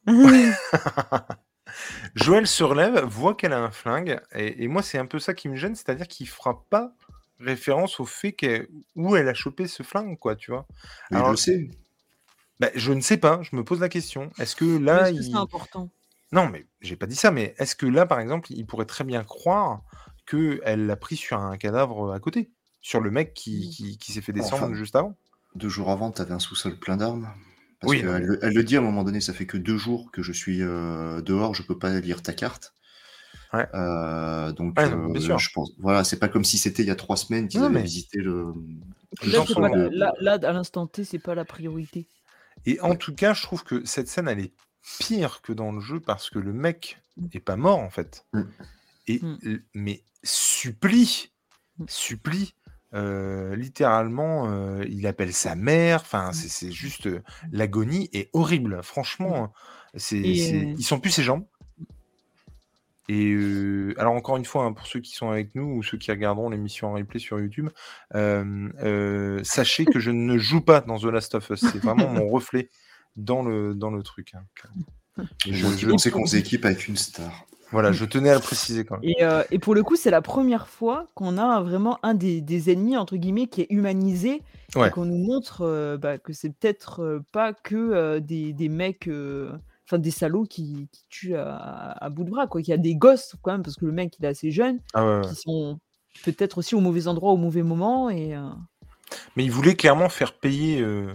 Joël se relève, voit qu'elle a un flingue, et, et moi c'est un peu ça qui me gêne, c'est-à-dire qu'il fera pas référence au fait qu'elle, où elle a chopé ce flingue, quoi, tu vois. Mais Alors, il le sait. bah, je ne sais pas, je me pose la question. Est-ce que Mais là, est-ce que c'est il... important? Non, mais j'ai pas dit ça, mais est-ce que là, par exemple, il pourrait très bien croire qu'elle l'a pris sur un cadavre à côté, sur le mec qui, qui, qui s'est fait descendre Enfin, juste avant? deux jours avant, tu avais un sous-sol plein d'armes. Parce Oui, non, qu'elle mais... le- elle le dit à un moment donné, ça fait que deux jours que je suis euh, dehors, je peux pas lire ta carte. Ouais. Euh, donc, Ouais, non, bien euh, sûr. je pense, voilà, c'est pas comme si c'était il y a trois semaines qu'ils Non, avaient mais- visité le. Les Là, gens c'est sont- pas, le- là, là, à l'instant T, c'est pas la priorité. Et en Ouais. tout cas, je trouve que cette scène, elle est pire que dans le jeu parce que le mec est pas mort, en fait. Mm. Et, Mm. l- mais supplie, Mm. supplie, euh, littéralement, euh, il appelle sa mère, enfin, Mm. c'est c'est juste, euh, l'agonie est horrible, franchement, c'est, Et, c'est- euh, il sent plus ses jambes. Et euh, alors encore une fois, hein, pour ceux qui sont avec nous ou ceux qui regarderont l'émission en replay sur YouTube, euh, euh, sachez que je ne joue pas dans The Last of Us, c'est vraiment mon reflet dans le, dans le truc, hein. Et Je- moi qui je- pensais pour- qu'on faisait équipe avec une star. Voilà, je tenais à le préciser quand même. Et, euh, et pour le coup, c'est la première fois qu'on a vraiment un des, des ennemis, entre guillemets, qui est humanisé Ouais. et qu'on nous montre euh, bah, que c'est peut-être euh, pas que euh, des, des mecs, euh, enfin des salauds qui, qui tuent à, à bout de bras, quoi. Qu'il y a des gosses quand même, parce que le mec, il est assez jeune, Ah ouais, ouais. qui sont peut-être aussi au mauvais endroit, au mauvais moment. Et, euh, Mais il voulait clairement faire payer euh,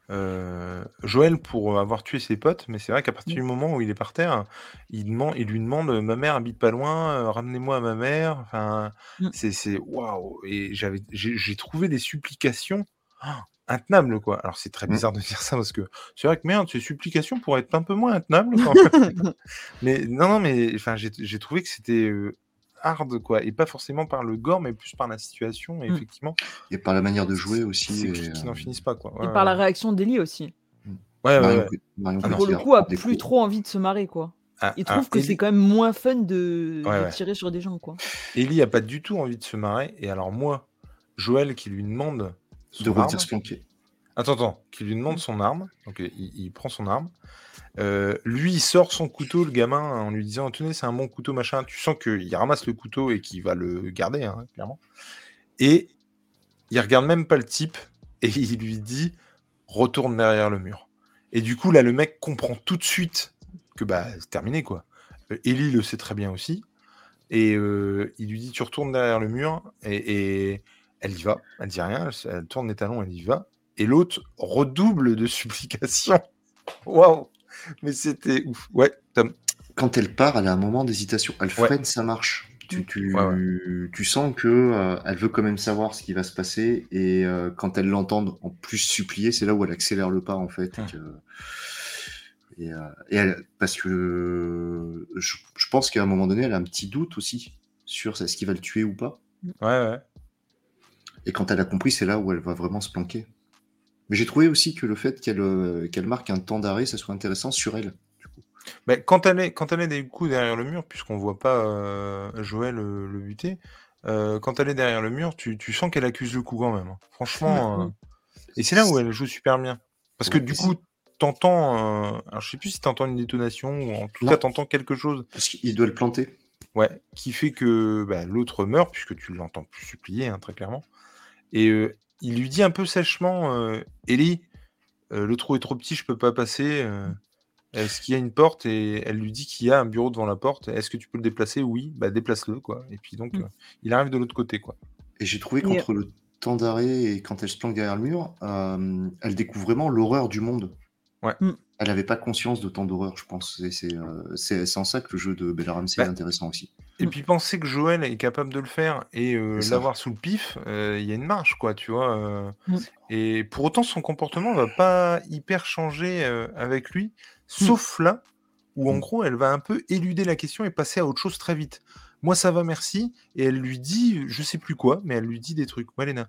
euh, Joël pour avoir tué ses potes, mais c'est vrai qu'à partir Mm. du moment où il est par terre, il, demande, il lui demande euh, ma mère habite pas loin, euh, ramenez-moi à ma mère. Enfin, Mm. c'est c'est waouh. Et j'avais j'ai j'ai trouvé des supplications ah, intenables, quoi. Alors c'est très Mm. bizarre de dire ça parce que c'est vrai que merde, ces supplications pourraient être un peu moins intenables quand même. Mais non, non, mais enfin, j'ai j'ai trouvé que c'était euh, hard, quoi, et pas forcément par le gore, mais plus par la situation. Et Mm. effectivement, Et par la manière de jouer aussi. c'est et, qui, qui n'en euh, finissent pas, quoi. et Ouais, par la ouais. réaction d'Ellie aussi. Ouais, ouais, Marion, ouais. Cot- Marion Ah non. Pour le Cotillard coup, a des plus pros. trop envie de se marrer, quoi. Ah, Il ah, trouve que Ellie- c'est quand même moins fun de, Ouais, de ouais. tirer sur des gens, quoi. Ellie a pas du tout envie de se marrer. Et alors moi, Joël qui lui demande son De arme. revenir se planquer. Attends, attends, qui lui demande son arme. Donc euh, il, il prend son arme. Euh, lui, il sort son couteau, le gamin, en lui disant tenez, c'est un bon couteau, machin. Tu sens qu'il ramasse le couteau et qu'il va le garder, hein, clairement. Et il regarde même pas le type et il lui dit retourne derrière le mur. Et du coup, là, le mec comprend tout de suite que bah c'est terminé, quoi. Euh, Ellie le sait très bien aussi. Et euh, il lui dit tu retournes derrière le mur et, et elle y va. Elle dit rien, elle, elle tourne les talons, elle y va. Et l'autre redouble de supplications. Waouh! Mais c'était ouf. Ouais, Tom. Quand elle part, elle a un moment d'hésitation. Elle Ouais. freine sa marche. Tu, tu, Ouais, tu sens que euh, elle veut quand même savoir ce qui va se passer. Et euh, quand elle l'entend en plus supplier, c'est là où elle accélère le pas, en fait. Et Hum. que- et, euh, et elle, parce que euh, je, je pense qu'à un moment donné, elle a un petit doute aussi sur est-ce qu'il va le tuer ou pas. Ouais, ouais. Et quand elle a compris, c'est là où elle va vraiment se planquer. Mais j'ai trouvé aussi que le fait qu'elle euh, qu'elle marque un temps d'arrêt, ça soit intéressant sur elle. Du coup. Bah, quand elle est, quand elle est des coups derrière le mur, puisqu'on voit pas euh, Joël euh, le buter, euh, quand elle est derrière le mur, tu, tu sens qu'elle accuse le coup quand même. hein. Ouais. Franchement, euh, Mm. et c'est là où elle joue super bien. Parce que Ouais, du et coup, c'est- t'entends, euh, alors je sais plus si t'entends une détonation ou en tout cas Non, t'entends quelque chose, parce qu'il doit le planter. ouais, qui fait que bah, l'autre meurt puisque tu l'entends plus supplier hein, très clairement. Et euh, il lui dit un peu sèchement, euh, Ellie, euh, le trou est trop petit, je peux pas passer. euh, Est-ce qu'il y a une porte? Et elle lui dit qu'il y a un bureau devant la porte. Est-ce que tu peux le déplacer? Oui, bah déplace-le, quoi. Et puis donc, Mm. euh, il arrive de l'autre côté, quoi. Et j'ai trouvé Et euh, qu'entre le temps d'arrêt et quand elle se planque derrière le mur, euh, elle découvre vraiment l'horreur du monde. Ouais. mm. Elle n'avait pas conscience de tant d'horreur, je pense. Et c'est euh, c'est- c'est en ça que le jeu de Bella Ramsey est Bah, intéressant aussi. et Mm. puis penser que Joël est capable de le faire et euh, C'est ça. l'avoir sous le pif, euh, il y a une marge, quoi, tu vois. euh. Mm. Et pour autant, son comportement va pas hyper changer euh, avec lui, Mm. sauf là où en Mm. gros, elle va un peu éluder la question et passer à autre chose très vite. Moi, ça va, merci. Et elle lui dit, je sais plus quoi, mais elle lui dit des trucs. Malena.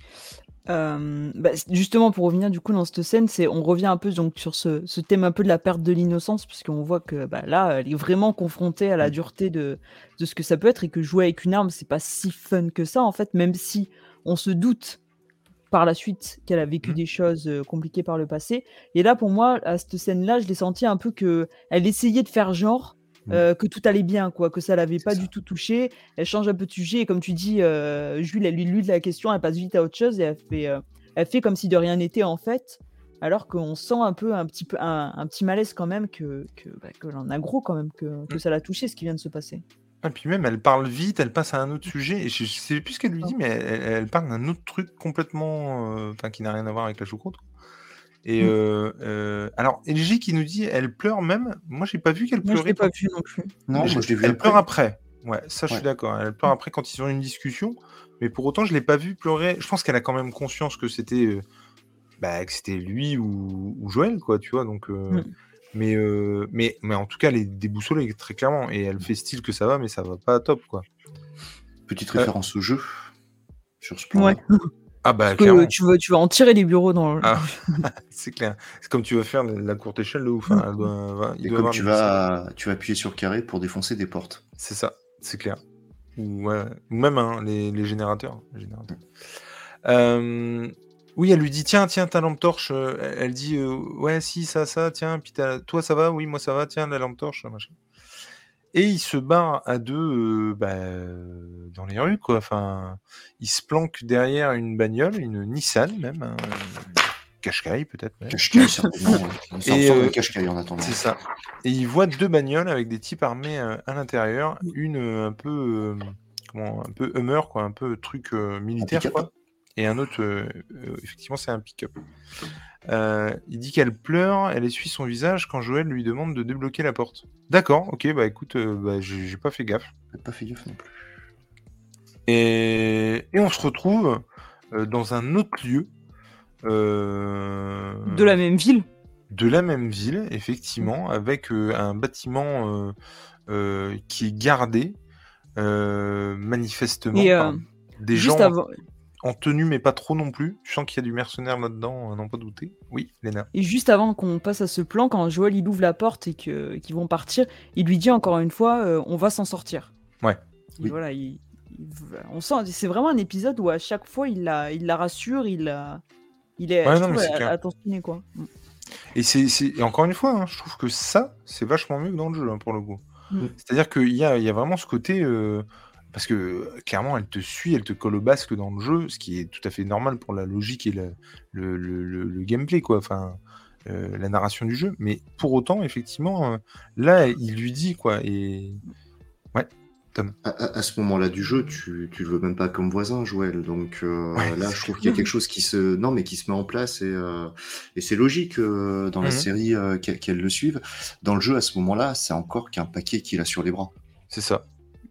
Euh, bah, c- justement, pour revenir du coup dans cette scène, c'est on revient un peu donc sur ce, ce thème un peu de la perte de l'innocence, puisqu'on voit que bah, là, elle est vraiment confrontée à la Mm. dureté de, de ce que ça peut être et que jouer avec une arme, c'est pas si fun que ça en fait, même si on se doute par la suite qu'elle a vécu Mhm. des choses euh, compliquées par le passé. Et là, pour moi, à cette scène-là, je l'ai senti un peu que elle essayait de faire genre Mm. euh, que tout allait bien, quoi, que ça l'avait C'est pas ça. du tout touché. Elle change un peu de sujet et comme tu dis, euh, Jules, elle lui lude la question, elle passe vite à autre chose et elle fait, euh, elle fait comme si de rien n'était en fait. Alors qu'on sent un peu un petit peu un, un petit malaise quand même que que, bah, que l'on a gros quand même que, que Mm. ça l'a touché ce qui vient de se passer. Et puis même, elle parle vite, elle passe à un autre sujet, et je je sais plus ce qu'elle lui Ah. dit, mais elle, elle parle d'un autre truc complètement... euh, Enfin, qui n'a rien à voir avec la choucroute. Et Mm. euh, euh, alors, L J qui nous dit, elle pleure même. Moi, j'ai pas vu qu'elle Moi, je pleurait l'ai pas quand... vu non plus. Non, Mais moi j'ai- je l'ai vu elle pleure après. après. Ouais, ça, je suis Ouais. d'accord. Elle pleure après quand ils ont une discussion, mais pour autant, je l'ai pas vu pleurer. Je pense qu'elle a quand même conscience que c'était euh, bah, que c'était lui ou, ou Joël, quoi, tu vois. Donc, euh, Mm. mais, euh, mais, mais en tout cas, elle est déboussolée, très clairement. Et elle fait style que ça va, mais ça va pas top, quoi. Petite Euh, référence au jeu sur ce Ouais. plan-là. ah bah, Parce que clairement. tu vas, tu vas en tirer les bureaux dans le... Ah, c'est clair. C'est comme tu vas faire la, la courte échelle de ouf. hein. Elle doit, va- il Et doit comme avoir tu des ficelles. vas, tu vas appuyer sur carré pour défoncer des portes. C'est ça, c'est clair. Ou, ouais, ou même hein, les, les générateurs. les générateurs. Euh, oui, elle lui dit tiens, tiens, ta lampe torche. euh, Elle, elle dit euh, ouais, si, ça, ça, tiens. Puis t'as- toi, ça va? Oui, moi, ça va. Tiens, la lampe torche, machin. Et ils se barrent à deux euh, bah, euh, dans les rues, quoi. Enfin, ils se planquent derrière une bagnole, une Nissan même, hein, une Qashqai peut-être même. Cache-caille, certainement. Ouais. Ça Et ressemble à euh, un cache-caille en attendant. c'est ça. Et ils voient deux bagnoles avec des types armés euh, à l'intérieur, une euh, un peu euh, comment, un peu Hummer, quoi, un peu truc euh, Un militaire, pick-up. quoi. Et un autre, euh, euh, effectivement, c'est un pick-up. Euh, il dit qu'elle pleure, elle essuie son visage quand Joël lui demande de débloquer la porte. D'accord, ok, bah écoute, euh, bah, j'ai j'ai pas fait gaffe. J'ai pas fait gaffe non plus. Et, et on se retrouve euh, dans un autre lieu euh, de la même ville. de la même ville, effectivement, avec euh, un bâtiment euh, euh, qui est gardé euh, manifestement Et par euh, des juste gens avant, en tenue, mais pas trop non plus. Tu sens qu'il y a du mercenaire là-dedans, à n'en pas douter. Oui, Léna. et juste avant qu'on passe à ce plan, quand Joël il ouvre la porte et que qu'ils vont partir, il lui dit encore une fois, euh, on va s'en sortir. Ouais. Et Oui. voilà, il, il- on sent, c'est vraiment un épisode où à chaque fois il la, il la rassure, il la, il est, Ouais, je non, trouve, mais c'est a- clair. attentionné quoi. Mm. Et, c'est, c'est... et encore une fois, hein, je trouve que ça, c'est vachement mieux que dans le jeu, hein, pour le coup. Mm. C'est-à-dire qu'il y a, il y a vraiment ce côté... euh, Parce que euh, clairement, elle te suit, elle te colle au basque dans le jeu, ce qui est tout à fait normal pour la logique et le, le, le, le- le gameplay, quoi. Enfin, euh, la narration du jeu. Mais pour autant, effectivement, euh, là, il lui dit, quoi. Et ouais, Tom. À, à- à ce moment-là du jeu, tu, tu le veux même pas comme voisin, Joël. Donc euh, Ouais, là, c'est je trouve clair. qu'il y a quelque chose qui se, non, mais qui se met en place et, euh, et c'est logique euh, dans la Mhm. série euh, qu'elle qu'elle le suive. Dans le jeu, à ce moment-là, c'est encore qu'un paquet qu'il a sur les bras. C'est ça.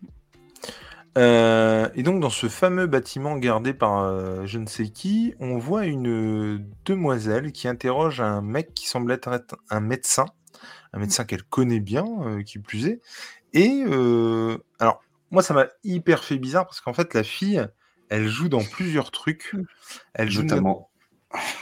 Euh, et donc, dans ce fameux bâtiment gardé par euh, je ne sais qui, on voit une euh, demoiselle qui interroge un mec qui semble être un médecin, un médecin qu'elle connaît bien, euh, qui plus est. Et euh, alors, moi, ça m'a hyper fait bizarre parce qu'en fait, la fille, elle joue dans plusieurs trucs. Elle joue Notamment.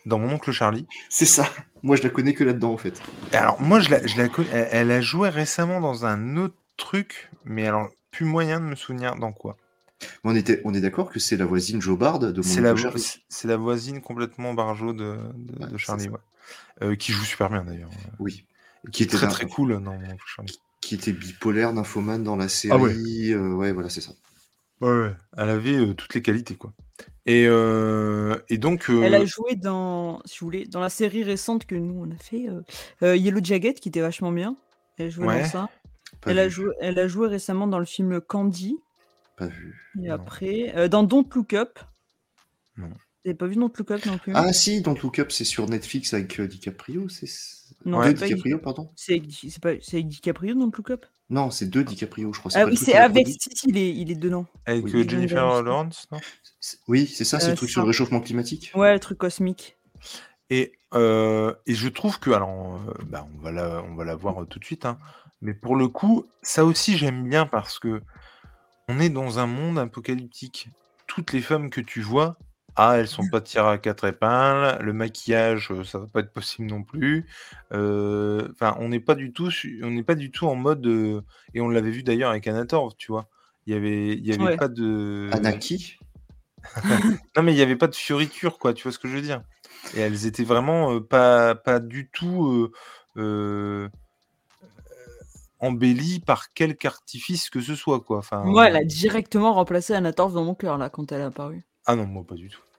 dans Mon oncle Charlie. C'est ça. Moi, je la connais que là-dedans, en fait. Et alors, moi, je la, je la connais. Elle, elle a joué récemment dans un autre truc, mais alors, plus moyen de me souvenir dans quoi. On, était, on est d'accord que c'est la voisine Jo Bard de Mon C'est oncle la, vo- Charlie. c'est c'est la voisine complètement barjo de, de, Ouais, de c'est Charlie, ça. ouais. Euh, qui joue super bien d'ailleurs. Oui. Et Qui qui est était, très d'un- très cool dans Mon oncle Charlie. qui était bipolaire, nymphomane dans la Ah ouais. série. euh, ouais, voilà, c'est ça. Ouais, ouais. Elle avait euh, toutes les qualités, quoi. Et, euh, et donc. Elle a euh, joué dans, si vous voulez, dans la série récente que nous on a fait, euh, euh, Yellow Jacket, qui était vachement bien. Elle a joué dans Ouais. ça. Pas Elle a vu. joué, elle a joué récemment dans le film Candy. Pas vu. Et Non. après, euh, dans Don't Look Up. Non. Vous n'avez pas vu Don't Look Up non plus? Ah si, Don't Look Up, c'est sur Netflix avec euh, DiCaprio. C'est Non, deux c'est pas avec, DiCaprio, pardon. c'est avec, c'est pas, c'est avec DiCaprio Don't Look Up? Non, c'est deux DiCaprio, je crois. C'est Ah pas le oui, truc c'est qu'il a avec, produit. si, si, il est, il est dedans. Avec Oui. euh, Je viens de Jennifer vérifier. Lawrence, non? C'est- Oui, c'est ça, c'est Euh, le truc c'est sur le ça. réchauffement climatique. Ouais, le truc cosmique. Et, euh, et je trouve que, alors, euh, bah, on va la, on va la voir euh, tout de suite, hein, mais pour le coup, ça aussi j'aime bien parce que on est dans un monde apocalyptique. Toutes les femmes que tu vois, ah, elles sont pas tirées à quatre épingles, le maquillage, euh, ça va pas être possible non plus. Euh, Enfin, on n'est pas du tout, su- on n'est pas du tout en mode, euh, et on l'avait vu d'ailleurs avec Anator, tu vois. Il y avait, il y avait Ouais. pas de, Anaki. non mais il y avait pas de fioriture, quoi. Tu vois ce que je veux dire? Et elles étaient vraiment euh, pas, pas du tout euh, euh, embellies par quelque artifice que ce soit, quoi. Enfin, Moi, elle a directement remplacé Anatorv dans mon cœur, là, quand elle est apparue. ah non, moi pas du tout.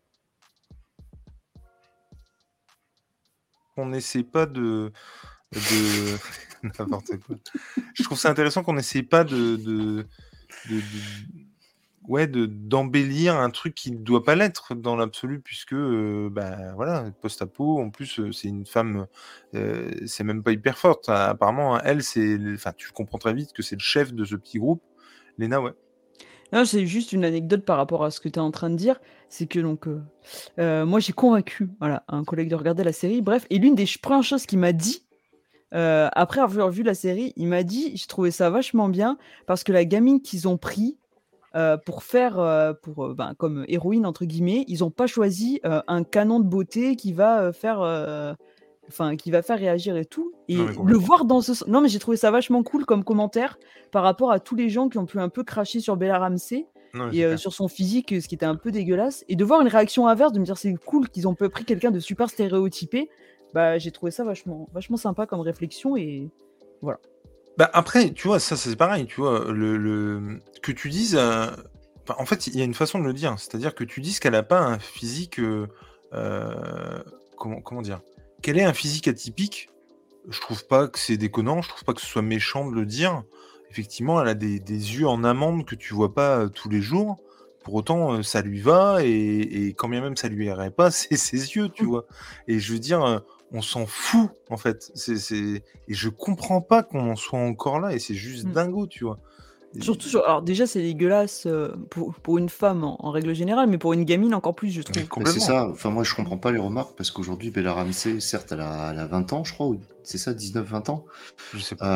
On n'essaie pas de, de... n'importe quoi. Je trouve ça intéressant qu'on n'essaie pas de, de, de, de- ouais, de d'embellir un truc qui ne doit pas l'être dans l'absolu, puisque euh, bah voilà, post-apo, en plus euh, c'est une femme, euh, c'est même pas hyper forte. hein. Apparemment, hein, elle, c'est, le- enfin, tu comprends très vite que c'est le chef de ce petit groupe. Lena, ouais. Non, c'est juste une anecdote par rapport à ce que tu es en train de dire. C'est que donc, euh, euh, moi, j'ai convaincu voilà, un collègue de regarder la série. Bref, et l'une des ch- premières choses qu'il m'a dit, euh, après avoir vu la série, il m'a dit, je trouvais ça vachement bien parce que la gamine qu'ils ont pris euh, pour faire, euh, pour, euh, ben, comme héroïne, entre guillemets, ils n'ont pas choisi euh, un canon de beauté qui va euh, faire... euh, Enfin, qui va faire réagir et tout. Non, Et mais le complètement. voir dans ce... Non, mais j'ai trouvé ça vachement cool comme commentaire par rapport à tous les gens qui ont pu un peu cracher sur Bella Ramsey Non, mais et c'est euh, clair. sur son physique, ce qui était un peu dégueulasse. Et de voir une réaction inverse, de me dire c'est cool qu'ils ont peu pris quelqu'un de super stéréotypé, bah j'ai trouvé ça vachement, vachement sympa comme réflexion et voilà. Bah après, tu vois, ça c'est pareil, tu vois, le, le... que tu dises, euh, enfin, en fait, il y a une façon de le dire, c'est-à-dire que tu dises qu'elle n'a pas un physique, euh, euh, comment, comment dire, qu'elle ait un physique atypique. Je trouve pas que c'est déconnant, je trouve pas que ce soit méchant de le dire. Effectivement, elle a des, des yeux en amande que tu vois pas euh, tous les jours. Pour autant, euh, ça lui va, et, et quand bien même ça lui irait pas, c'est ses yeux, tu vois. Et je veux dire, euh, on s'en fout, en fait. C'est, c'est... Et je comprends pas qu'on en soit encore là, et c'est juste Mm. dingo, tu vois. Et- Surtout, sur- alors déjà c'est dégueulasse euh, pour, pour une femme en, en règle générale, mais pour une gamine encore plus, je Mais trouve. Mais c'est complètement. ça, enfin moi je comprends pas les remarques parce qu'aujourd'hui Bella Ramsey, certes elle a, elle a vingt ans je crois, ou c'est ça, dix-neuf vingt ans. Je sais pas.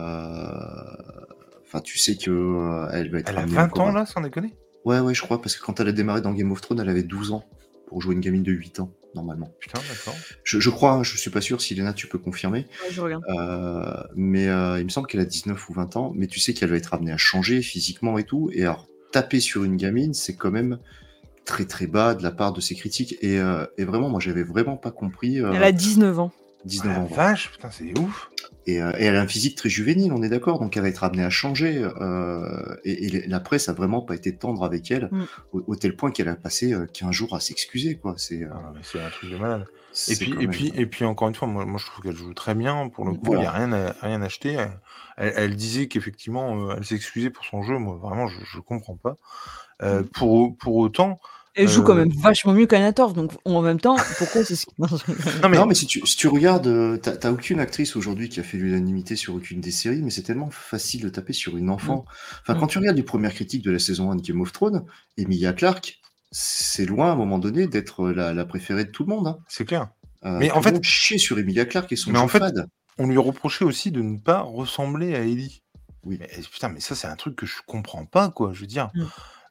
Euh, Enfin tu sais que euh, elle va être Elle a amenée vingt encore ans, à- là, sans déconner? Ouais ouais je crois, parce que quand elle a démarré dans Game of Thrones elle avait douze ans pour jouer une gamine de huit ans normalement. Putain, d'accord. Je, je crois, hein, je suis pas sûr si Léna tu peux confirmer, Ouais, je regarde. euh, mais euh, il me semble qu'elle a dix-neuf ou vingt ans, mais tu sais qu'elle va être amenée à changer physiquement et tout, et alors taper sur une gamine c'est quand même très très bas de la part de ses critiques, et, euh, et vraiment moi j'avais vraiment pas compris. euh, Elle a dix-neuf ans. Ah, dix-neuf la ans. vache, putain, c'est ouf. Et, euh, et elle a un physique très juvénile, on est d'accord, donc elle va être amenée à changer. euh, et, et la presse a vraiment pas été tendre avec elle, Mm. au, au tel point qu'elle a passé euh, quinze jours à s'excuser, quoi. C'est, euh, Ah, mais c'est un truc de malade. Et c'est puis, quand et même- puis, et puis encore une fois, moi, moi je trouve qu'elle joue très bien. Pour le coup, il Voilà. n'y a rien à, rien à acheter. Elle, elle- elle disait qu'effectivement, euh, elle s'excusait pour son jeu. Moi, vraiment, je, je comprends pas. Euh, Mm. pour, pour autant, Elle joue quand Euh, même vachement mieux qu'Anatorv, donc en même temps, pourquoi c'est ce... Non, je rigole. non mais, Non, mais si tu, si tu regardes, euh, t'as t'as aucune actrice aujourd'hui qui a fait l'unanimité sur aucune des séries, mais c'est tellement facile de taper sur une enfant. Enfin, Mm. quand tu regardes les premières critiques de la saison un de Game of Thrones, Emilia Clarke, c'est loin à un moment donné d'être la, la préférée de tout le monde. Hein. c'est clair. Euh, Mais tout en le fait- monde chie sur Emilia Clarke et son Mais jeu en fait- fade. On lui reprochait aussi de ne pas ressembler à Ellie. Oui. Mais putain, mais ça c'est un truc que je comprends pas, quoi. Je veux dire, Mm.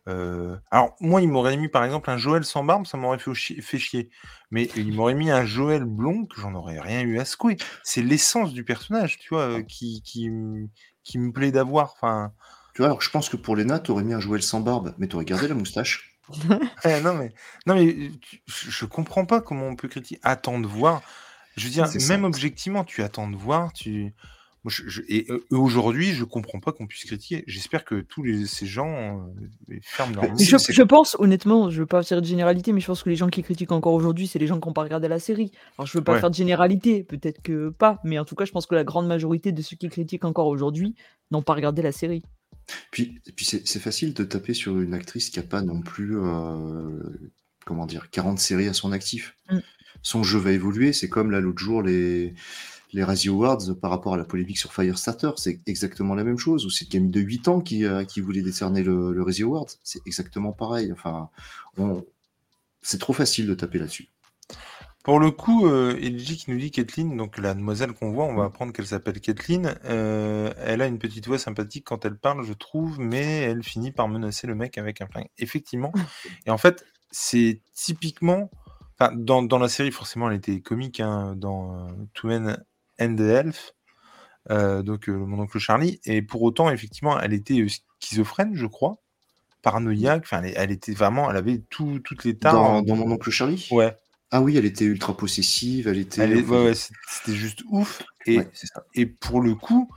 Heu, alors moi, il m'aurait mis, par exemple, un Joël sans barbe, ça m'aurait fait chi fait chier. Mais il m'aurait mis un Joël blond, que j'en aurais rien eu à secouer. C'est l'essence du personnage, tu vois, heu, Ah. qui qui m qui me plaît d'avoir, enfin Tu vois, alors je pense que pour Léna, tu aurais mis un Joël sans barbe, mais tu aurais gardé la moustache. Eh non mais non mais, heu, tu je je comprends pas comment on peut critiquer. Attends de voir. Je veux dire, C'est ça. même objectivement, tu attends de voir, tu moi je je et heu, aujourd'hui, je comprends pas qu'on puisse critiquer. J'espère que tous les ces gens, heu, ils ferment leur Mais Mais bouche. je c'est c'est je pense honnêtement, je veux pas faire de généralité, mais je pense que les gens qui critiquent encore aujourd'hui, c'est les gens qui ont pas regardé la série. Alors je veux pas Ouais. faire de généralité, peut-être que pas, mais en tout cas, je pense que la grande majorité de ceux qui critiquent encore aujourd'hui n'ont pas regardé la série. Puis et puis c'est c'est facile de taper sur une actrice qui a pas non plus, heu, comment dire? quarante séries à son actif. Mmh. Son jeu va évoluer, c'est comme là l'autre jour les les Razzie Awards par rapport à la polémique sur Firestarter, c'est exactement la même chose. Où c'est une gamine de huit ans qui, heu, qui voulait décerner le le Razzie Awards, c'est exactement pareil. Enfin, on c'est trop facile de taper là-dessus. Pour le coup, heu, Elji qui nous dit Caitlyn, donc la demoiselle qu'on voit, on va Mmh. apprendre qu'elle s'appelle Caitlyn, heu, elle a une petite voix sympathique quand elle parle, je trouve, mais elle finit par menacer le mec avec un flingue. Effectivement et en fait, c'est typiquement enfin, dans dans la série, forcément, elle était comique, hein, dans, heu, Two Men and a Half, heu, donc heu, Mon oncle Charlie et pour autant, effectivement, elle était, heu, schizophrène, je crois, paranoïaque, enfin, elle elle était vraiment elle avait tout toutes les tares, Dans heu dans Mon oncle Charlie? ouais. Ah oui, elle était ultra possessive, elle Elle était est enfin, il ouais, y ouais, c c'était juste ouf ouais, et c'est ça. et pour le coup,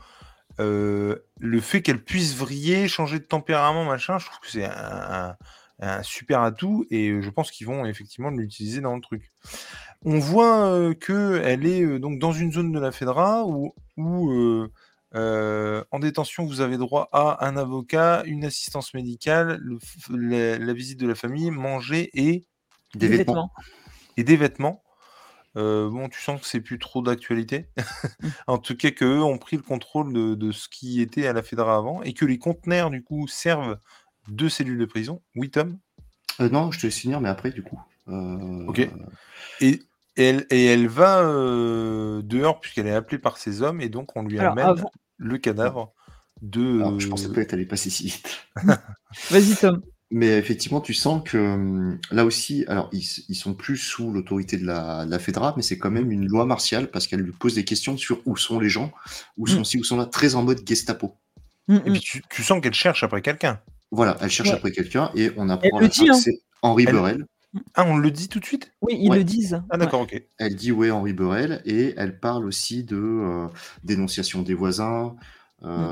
heu, le fait qu'elle puisse vriller, changer de tempérament, machin, je trouve que c'est un un un super atout et heu, je pense qu'ils vont effectivement l'utiliser dans le truc. On voit, heu, qu'elle est, heu, donc dans une zone de la Fedra où où, heu heu, en détention, vous avez droit à un avocat, une assistance médicale, le f la la visite de la famille, manger et Des Des vêtements. vêtements. et des vêtements. Heu, bon, tu sens que c'est plus trop d'actualité. Mmh. En tout cas, qu'eux ont pris le contrôle de de ce qui était à la Fédéra avant et que les conteneurs, du coup, servent de cellules de prison. Oui, Tom? Heu, non, je te laisse finir, mais après du coup, heu, OK. Et et elle et elle va, heu, dehors puisqu'elle est appelée par ses hommes et donc on lui Alors amène avant le ah, cadavre de, alors je pensais pas heu que tu allais passer si vite. vas-y Tom. Mais effectivement, tu sens que, hem, là aussi, alors ils s ils sont plus sous l'autorité de la de la Fédéra, mais c'est quand mmh même une loi martiale parce qu'elle lui pose des questions sur où sont les gens, où Mmh. sont ci, où sont là, très en mode Gestapo. Mmh et mh. puis tu tu sens qu'elle cherche après quelqu'un. Voilà, elle cherche Ouais. après quelqu'un et on Elle apprend à le la fin dit, que hein. c'est Henri Elle Beurel. Mmh. ah, on le dit tout de suite? Oui, ils Ouais, le disent. Ah Ouais. d'accord, OK. elle dit où est Henri Beurel et elle parle aussi de, heu, dénonciation des voisins, Mmh.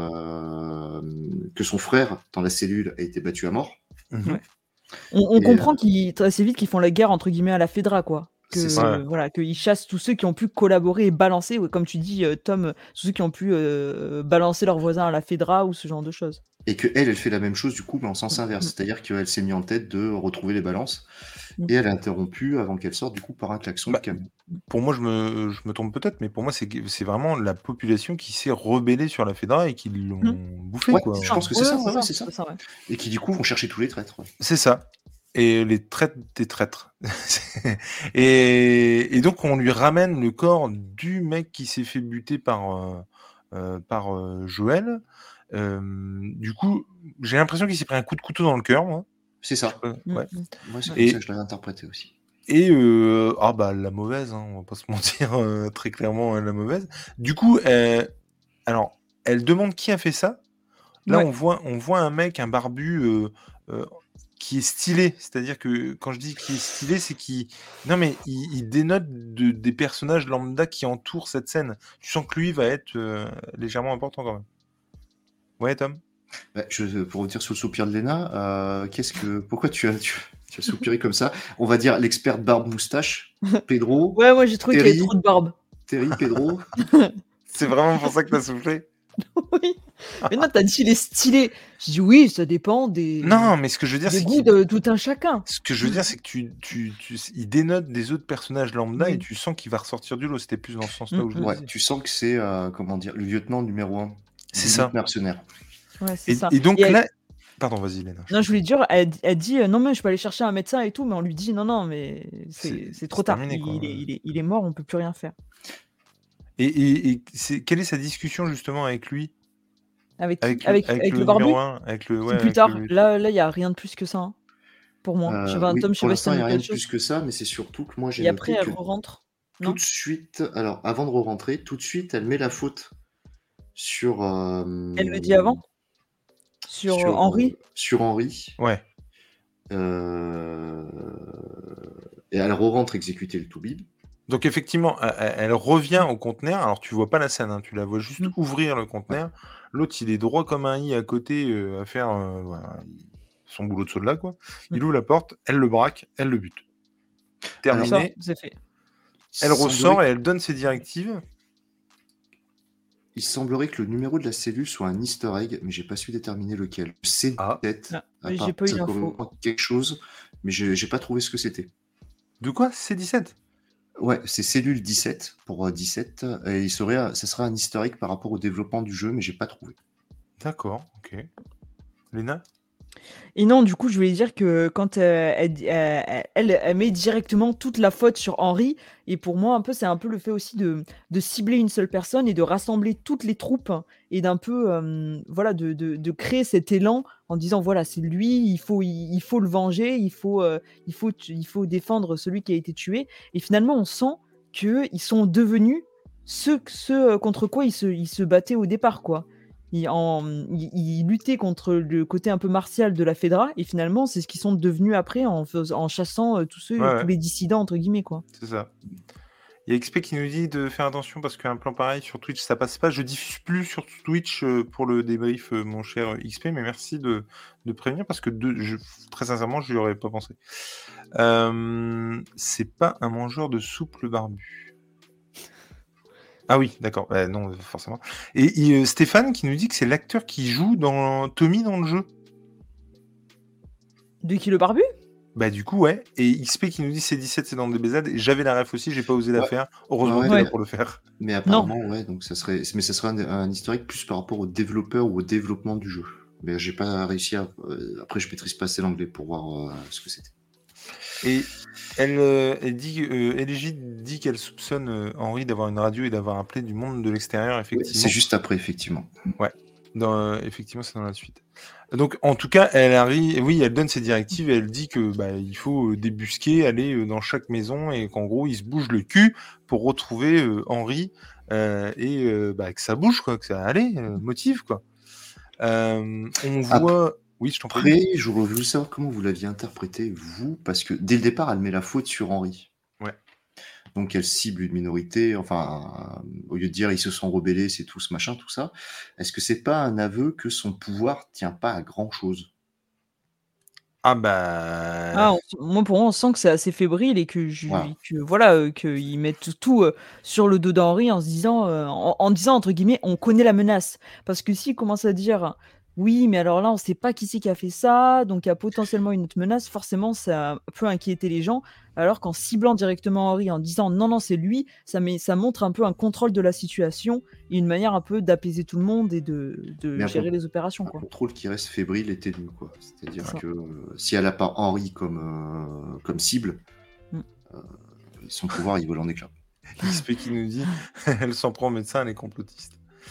hem, que son frère dans la cellule a été battu à mort Mmh mh. Ouais. On on et comprend heu qu'ils très assez vite qu'ils font la guerre entre guillemets à la Fédéra quoi. c'est ça. Ouais. Que voilà, qu'ils chassent tous ceux qui ont pu collaborer et balancer, ouais, comme tu dis, heu, Tom, heu, tous ceux qui ont pu, heu, balancer leurs voisins à la Fédéra ou ce genre de choses. Et qu'elle, elle fait la même chose du coup, mais en sens Mmh, inverse. mmh, C'est-à-dire qu'elle s'est mis en tête de retrouver les balances mmh. et elle est interrompue avant qu'elle sorte du coup par un klaxon de Bah, camion. pour moi, je me je me trompe peut-être, mais pour moi, c'est que c'est vraiment la population qui s'est rebellée sur la Fédéra et qui Mmh. l'ont bouffée, Ouais, quoi. C'est je ça. pense que c'est Ouais, ouais, ça, c'est ouais, ouais, ça, c'est ça. c'est ça, ouais. Et qui du coup vont chercher tous les traîtres, ouais. C'est ça et les traîtres des traîtres. C'est et et donc on lui ramène le corps du mec qui s'est fait buter par, heu heu, par, heu, Joël. Hem, du coup, j'ai l'impression qu'il s'est pris un coup de couteau dans le cœur, moi. C'est Je sais ça. pas, Mmh ouais mh. Moi, c'est Ouais. comme ça que et je l'avais interprété aussi. et heu, ah bah, la mauvaise, hein, on va pas se mentir, heu, très clairement, heu, la mauvaise. Du coup, heu, alors, elle demande qui a fait ça. Là, Ouais. on voit on voit un mec, un barbu, heu heu, qui est stylé. C'est-à-dire que quand je dis qu'il est stylé, c'est qu'il non, mais il il dénote de des personnages lambda qui entourent cette scène. Tu sens que lui va être, heu, légèrement important quand même. Ouais, Tom? Bah, je pour revenir sur le soupir de Léna, heu, qu'est-ce que pourquoi tu as tu tu as soupiré comme ça? On va dire l'expert barbe moustache, Pedro, Ouais, moi j'ai trouvé qu'il y avait Terry trop de barbe. Terry, Pedro. C'est vraiment pour ça que tu as soufflé? Oui. Mais non, tu as dit: «Il est stylé». J'ai dit: «Oui, ça dépend des Non, mais ce que je veux dire, des c'est goûts qu'il de tout un chacun». ce que je veux dire, c'est que tu tu tu il dénote des autres personnages lambda et Oui. tu sens qu'il va ressortir du lot. C'était plus dans ce sens-là Mmh où je le mh. Ouais, disais. tu sens que c'est, heu, comment dire? Le lieutenant numéro un, C'est l'élite ça mercenaire. Ouais, c'est et ça et et donc elle là pardon, vas-y, Léna, je non, t'en je voulais prie. dire, elle d elle dit, heu: «Non, mais je peux aller chercher un médecin et tout», mais on lui dit: «Non, non, mais C'est c'est c'est trop c'est tard. terminé, quoi, Il est ouais. il est il est mort, on peut plus rien faire». Et et et c'est quelle est sa discussion justement avec lui? Avec qui? Avec le Avec avec avec le le barbu? numéro un, avec le ouais, C'est plus avec tard. le Là là, il y a rien de plus que ça, hein, pour moi. Je sais Heu, pas, oui, Tom, je sais pour pas si tu l'instant, as il y a noté rien de autre chose? plus que ça, mais c'est surtout que moi, j'ai Et après, noté elle que re-rentre, tout de non? suite alors avant de re-rentrer, tout de suite, elle met la faute sur, Elle le dit avant? hem Sur, heu, sur, Henri? heu, sur Henri. Ouais. Heu et elle re-rentre exécuter le toubib. Donc effectivement, e e elle revient Mmh. au conteneur. Alors tu vois pas la scène, hein, tu la vois juste Mmh. ouvrir le Ouais. conteneur. L'autre, il est droit comme un i à côté, heu, à faire, heu, voilà, il son boulot de soldat, quoi. Mmh. Il ouvre la porte, elle le braque, elle le bute. Alors Ça, Terminé. c'est fait. il Elle semblerait ressort et q elle donne ses directives. il semblerait que le numéro de la cellule soit un easter egg, mais j'ai pas su déterminer lequel. C Ah. dix-sept, Ah, mais j'ai apparemment, pas eu ça l'info. correspond à quelque chose, mais j'ai j'ai pas trouvé ce que c'était. De quoi? C dix-sept? Ouais, c'est cellule dix-sept pour, heu, dix-sept et il serait un ça serait un easter egg par rapport au développement du jeu, mais j'ai pas trouvé. D'accord, OK. Léna? Et non, du coup, je voulais dire que quand, heu, elle dit elle elle elle elle met directement toute la faute sur Henri et pour moi, un peu, c'est un peu le fait aussi de de cibler une seule personne et de rassembler toutes les troupes et d'un peu, hem, voilà, de de de créer cet élan en disant: «Voilà, c'est lui, il faut il il faut le venger, il faut, heu, il faut tu il faut défendre celui qui a été tué» et finalement, on sent qu'ils sont devenus ceux q ceux, heu, contre quoi ils se ils se battaient au départ, quoi. Ils en mmh, ils ils luttaient contre le côté un peu martial de la Fedra et finalement, c'est ce qu'ils sont devenus après en fais en chassant, heu, tous Ouais, ceux tous ouais. les «dissidents» entre guillemets, quoi. C'est ça. Il y a X P qui nous dit de faire attention parce qu'un plan pareil sur Twitch, ça passe pas. Je diffuse plus sur Twitch, heu, pour le débrief, heu, mon cher, heu, X P, mais merci de de prévenir parce que de je très sincèrement, j'y aurais pas pensé. Hem, c'est pas un mangeur de soupe, le barbu. Ah oui, d'accord, bah non, forcément et et heu, Stéphane qui nous dit que c'est l'acteur qui joue dans Tommy dans le jeu. De qui, le barbu? Bah, du coup, ouais et X P qui nous dit: «C dix-sept, c'est dans DBZ» et j'avais la ref aussi, j'ai pas osé la Ouais. faire. Ouais, Heureusement que ouais, tu es là mais Ouais. pour le faire. mais Non. apparemment, ouais, donc ça serait mais ça serait un un easter egg plus par rapport aux développeurs ou au développement du jeu. Mais j'ai pas réussi à heu, après je maîtrise pas assez l'anglais pour voir, heu, ce que c'était. Et elle, heu, elle dit, heu, L J dit qu'elle soupçonne, heu, Henri d'avoir une radio et d'avoir appelé du monde de l'extérieur, Ouais, c'est effectivement. juste après, effectivement. Ouais, dans, heu, effectivement, c'est dans la suite. Donc en tout cas, elle arri oui, elle donne ses directives et elle dit que, bah, il faut, heu, débusquer, aller, heu, dans chaque maison et qu'en gros, ils se bougent le cul pour retrouver, heu, Henri, heu et heu, bah, que ça bouge, quoi, que ça allez, heu, motive, quoi. Hem, on voit oui, je t'en prie. Après, j'aurais voulu savoir comment vous l'aviez interprété, vous, parce que dès le départ, elle met la faute sur Henri. Ouais. Donc elle cible une minorité, enfin, au lieu de dire: «Ils se sont rebellés, c'est tous machin, tout ça». Est-ce que c'est pas un aveu que son pouvoir tient pas à grand chose? Ah bah Ah, on s moi, pour moi, on sent que c'est assez fébrile et que Voilà. ju que voilà, heu, qu'ils mettent tout, heu, sur le dos d'Henri en se disant, heu, en en disant entre guillemets: «On connaît la menace». Parce que s'ils commencent à dire: «Oui, mais alors là, on sait pas qui c'est qui a fait ça, donc il y a potentiellement une autre menace», forcément ça peut inquiéter les gens. Alors qu'en ciblant directement Henri, en disant: «Non, non, c'est lui», ça met ça montre un peu un contrôle de la situation et une manière un peu d'apaiser tout le monde et de de Mais un con gérer les opérations, un quoi. contrôle qui reste fébrile et ténu, quoi. C'est C'est-à-dire ça. que, heu, si elle a pas Henri comme, heu, comme cible, Mmh. heu, son pouvoir, il vole en éclats. X P qui nous dit: «Elle s'en prend au médecin, elle est complotiste».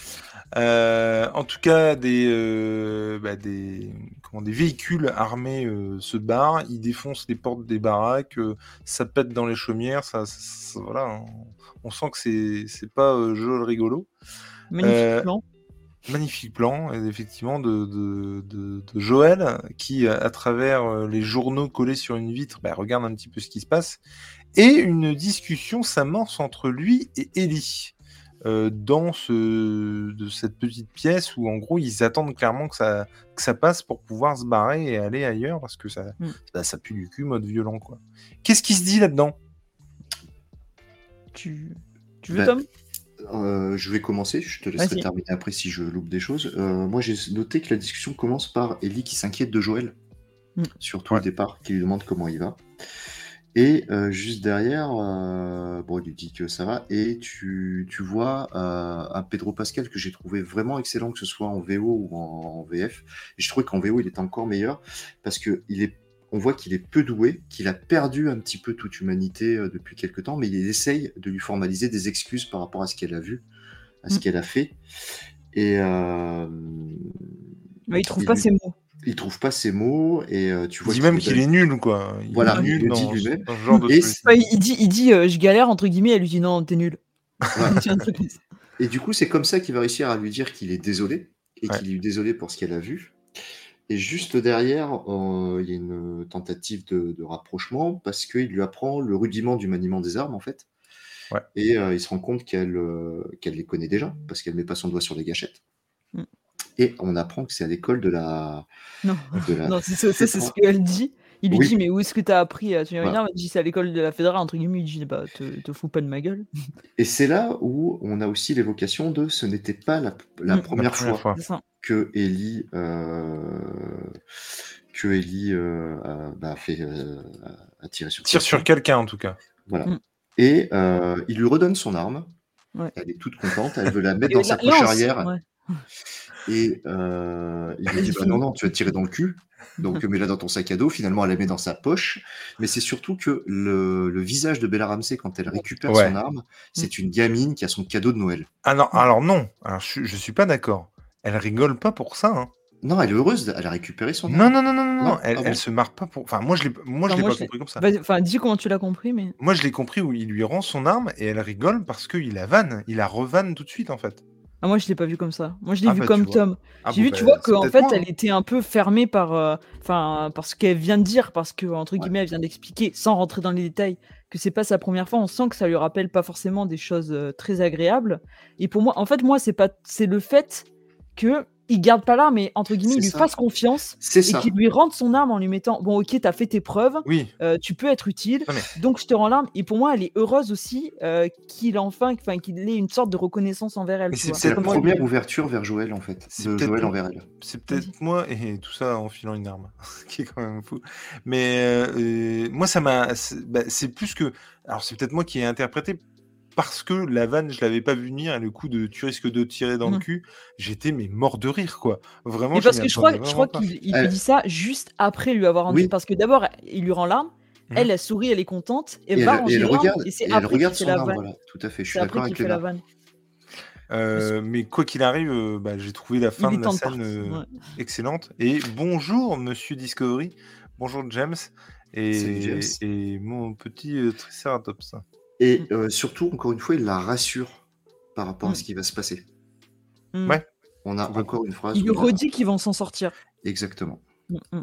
Heu, en tout cas, des, heu, bah, des comment des véhicules armés, heu, se barrent, ils défoncent les portes des baraques, heu, ça pète dans les chaumières, ça ç ç voilà, on on sent que c'est c'est pas, heu, joli rigolo. Magnifique Heu, plan. magnifique plan, et effectivement, de de de de Joël qui, à à travers, heu, les journaux collés sur une vitre, bah, regarde un petit peu ce qui se passe et une discussion s'amorce entre lui et Ellie. Heu, dans ce de cette petite pièce où en gros ils attendent clairement que ça que ça passe pour pouvoir se barrer et aller ailleurs parce que ça Mmh. bah, ça pue du cul mode violent, quoi. Qu'est-ce qui se dit là-dedans? Tu tu veux, Bah, Tom? heu, je vais commencer, je te laisserai Vas-y. terminer après si je loupe des choses. Heu, moi, j'ai s noté que la discussion commence par Ellie qui s'inquiète de Joël, Mmh. surtout le Ouais. départ, qui lui demande comment il va et heu, juste derrière, heu, bon, il lui dit que ça va et tu tu vois, heu, un Pedro Pascal que j'ai trouvé vraiment excellent, que ce soit en V O ou en en V F et je trouvais qu'en V O, il était encore meilleur parce qu'il est on voit qu'il est peu doué, qu'il a perdu un petit peu toute humanité, heu, depuis quelque temps, mais il essaye de lui formaliser des excuses par rapport à ce qu'elle a vu, à ce Mmh. qu'elle a fait Et hem, Mais il trouve il pas lui ses mots. il trouve pas ses mots et heu, tu Il vois dit qu'il même est qu'il bas est nul, quoi. Il est voilà, il nul le dit dans ce lui-même dans ce genre de et truc. c Ouais, il dit il dit, heu: «Je galère» entre guillemets, elle lui dit: «Non, tu es nul». Ouais. Il dit un truc comme ça. Et du coup, c'est comme ça qu'il va réussir à lui dire qu'il est désolé et Ouais. qu'il est désolé pour ce qu'elle a vu. Et juste derrière, heu, il y a une, heu, tentative de de rapprochement parce qu'il lui apprend le rudiment du maniement des armes, en fait. Ouais. Et heu, il se rend compte qu'elle, heu, qu'elle les connaît déjà parce qu'elle met pas son doigt sur les gâchettes. Mmh. Et on apprend que c'est à l'école de la Non, de la non, c'est ça ça c'est ce Fédra qu'elle dit. Il lui oui. dit: «Mais où est-ce que tu as appris à tenir une Voilà. arme?» Elle dit: «C'est à l'école de la Fédra» entre guillemets, il dit: «Bah, te te fous pas de ma gueule». Et c'est là où on a aussi l'évocation de ce n'était pas la p la Mmh. La première première fois fois. C'est ça. que Ellie, heu, que Ellie, heu, a bah, fait, heu, a a tiré sur Tire sur quelqu'un. quelqu'un, en tout cas. Voilà. Mmh. Et heu, il lui redonne son arme. Ouais. Elle est toute contente, elle veut la mettre Et dans là sa là poche on s arrière ouais. et heu, il lui dit: Vas-y, «Bah, non, finis. non, tu vas tirer dans le cul, donc mets-la dans ton sac à dos». Finalement, elle la met dans sa poche. Mais c'est surtout que le le visage de Bella Ramsey quand elle récupère son Ouais. arme, Mmh. c'est une gamine qui a son cadeau de Noël. Ah non, Mmh. alors non, alors je suis je suis pas d'accord. Elle rigole pas pour ça, hein. Non, elle est heureuse, elle a récupéré son Non, arme. non, non, non, non, non, Non? elle Ah elle bon? se marre pas pour enfin, moi je l'ai p moi je Enfin l'ai moi pas je l'ai compris comme ça. vas-y, enfin dis comment tu l'as compris, mais Moi, je l'ai compris où il lui rend son arme et elle rigole parce qu'il la vanne. Il la revanne tout de suite, en fait. ah moi je l'ai pas vu comme ça. Moi je l'ai Ah vu bah, tu comme vois. Tom. Ah J'ai bon, vu, tu vois, bah, c'est qu'en peut-être fait, moi, hein. elle était un peu fermée par, heu, enfin, par ce qu'elle vient de dire, parce que, entre Ouais. guillemets, elle vient d'expliquer, sans rentrer dans les détails, que c'est pas sa première fois. On sent que ça lui rappelle pas forcément des choses, heu, très agréables. Et pour moi, en fait, moi, c'est pas c'est le fait qu'il garde pas l'arme et entre guillemets, C'est il lui ça. fasse confiance C'est et qu'il ça. lui rende son arme en lui mettant: «Bon OK, tu as fait tes preuves, Oui. heu, tu peux être utile, Non mais donc je te rends l'arme». Et pour moi, elle est heureuse aussi, heu, qu'il enfin enfin qu'il ait une sorte de reconnaissance envers elle, mais tu c'est vois? C'est la peut-être Comme ça moi lui première dit. ouverture vers Joël, en fait, c'est de peut-être Joël m envers elle. c'est Vas-y. peut-être moi et tout ça en filant une arme, ce qui est quand même fou. Mais, heu heu, moi ça m'a c'est bah, c'est plus que alors c'est peut-être moi qui ai interprété parce que la vanne, je l'avais pas vu venir et le coup de «tu risques de tirer dans le Mmh. cul», j'étais mais mort de rire, quoi. Vraiment, Mais je parce m'y que je crois attendais je crois vraiment pas. qu'il il lui Elle dit ça juste après lui avoir rendu, oui. parce que d'abord, il lui rend l'arme, Mmh mh. elle, elle sourit, elle est contente, elle Et va elle et ranger elle l'arme regarde et c'est et elle après qu'il regarde fait son la arme, vanne. voilà, tout à fait, je C'est suis après d'accord qu'il avec fait la Léna. vanne. Parce Heu, mais quoi qu'il arrive, heu, bah, j'ai trouvé la il fin lui de la tente scène, pas. heu, Ouais. excellente et bonjour monsieur Discovery, bonjour James Salut James. et et mon petit, heu, tricératops. Mmh. Et heu, surtout, encore une fois, il la rassure par rapport à ce Mmh. qui va se passer. Mmh. Ouais, On a complètement. encore une phrase Il où lui il la redit qu'ils vont s'en sortir. exactement. Mmh mh.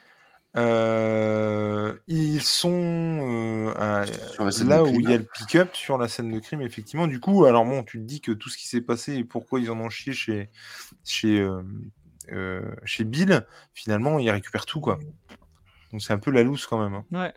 Heu, ils sont, heu, à Sur la scène de là où il y crime. a le pick-up sur la scène de crime, effectivement. Du coup, alors bon, tu te dis que tout ce qui s'est passé et pourquoi ils en ont chié chez chez, hem, heu, chez Bill, finalement, ils récupèrent tout, quoi. Donc c'est un peu la loose quand même, hein. Ouais.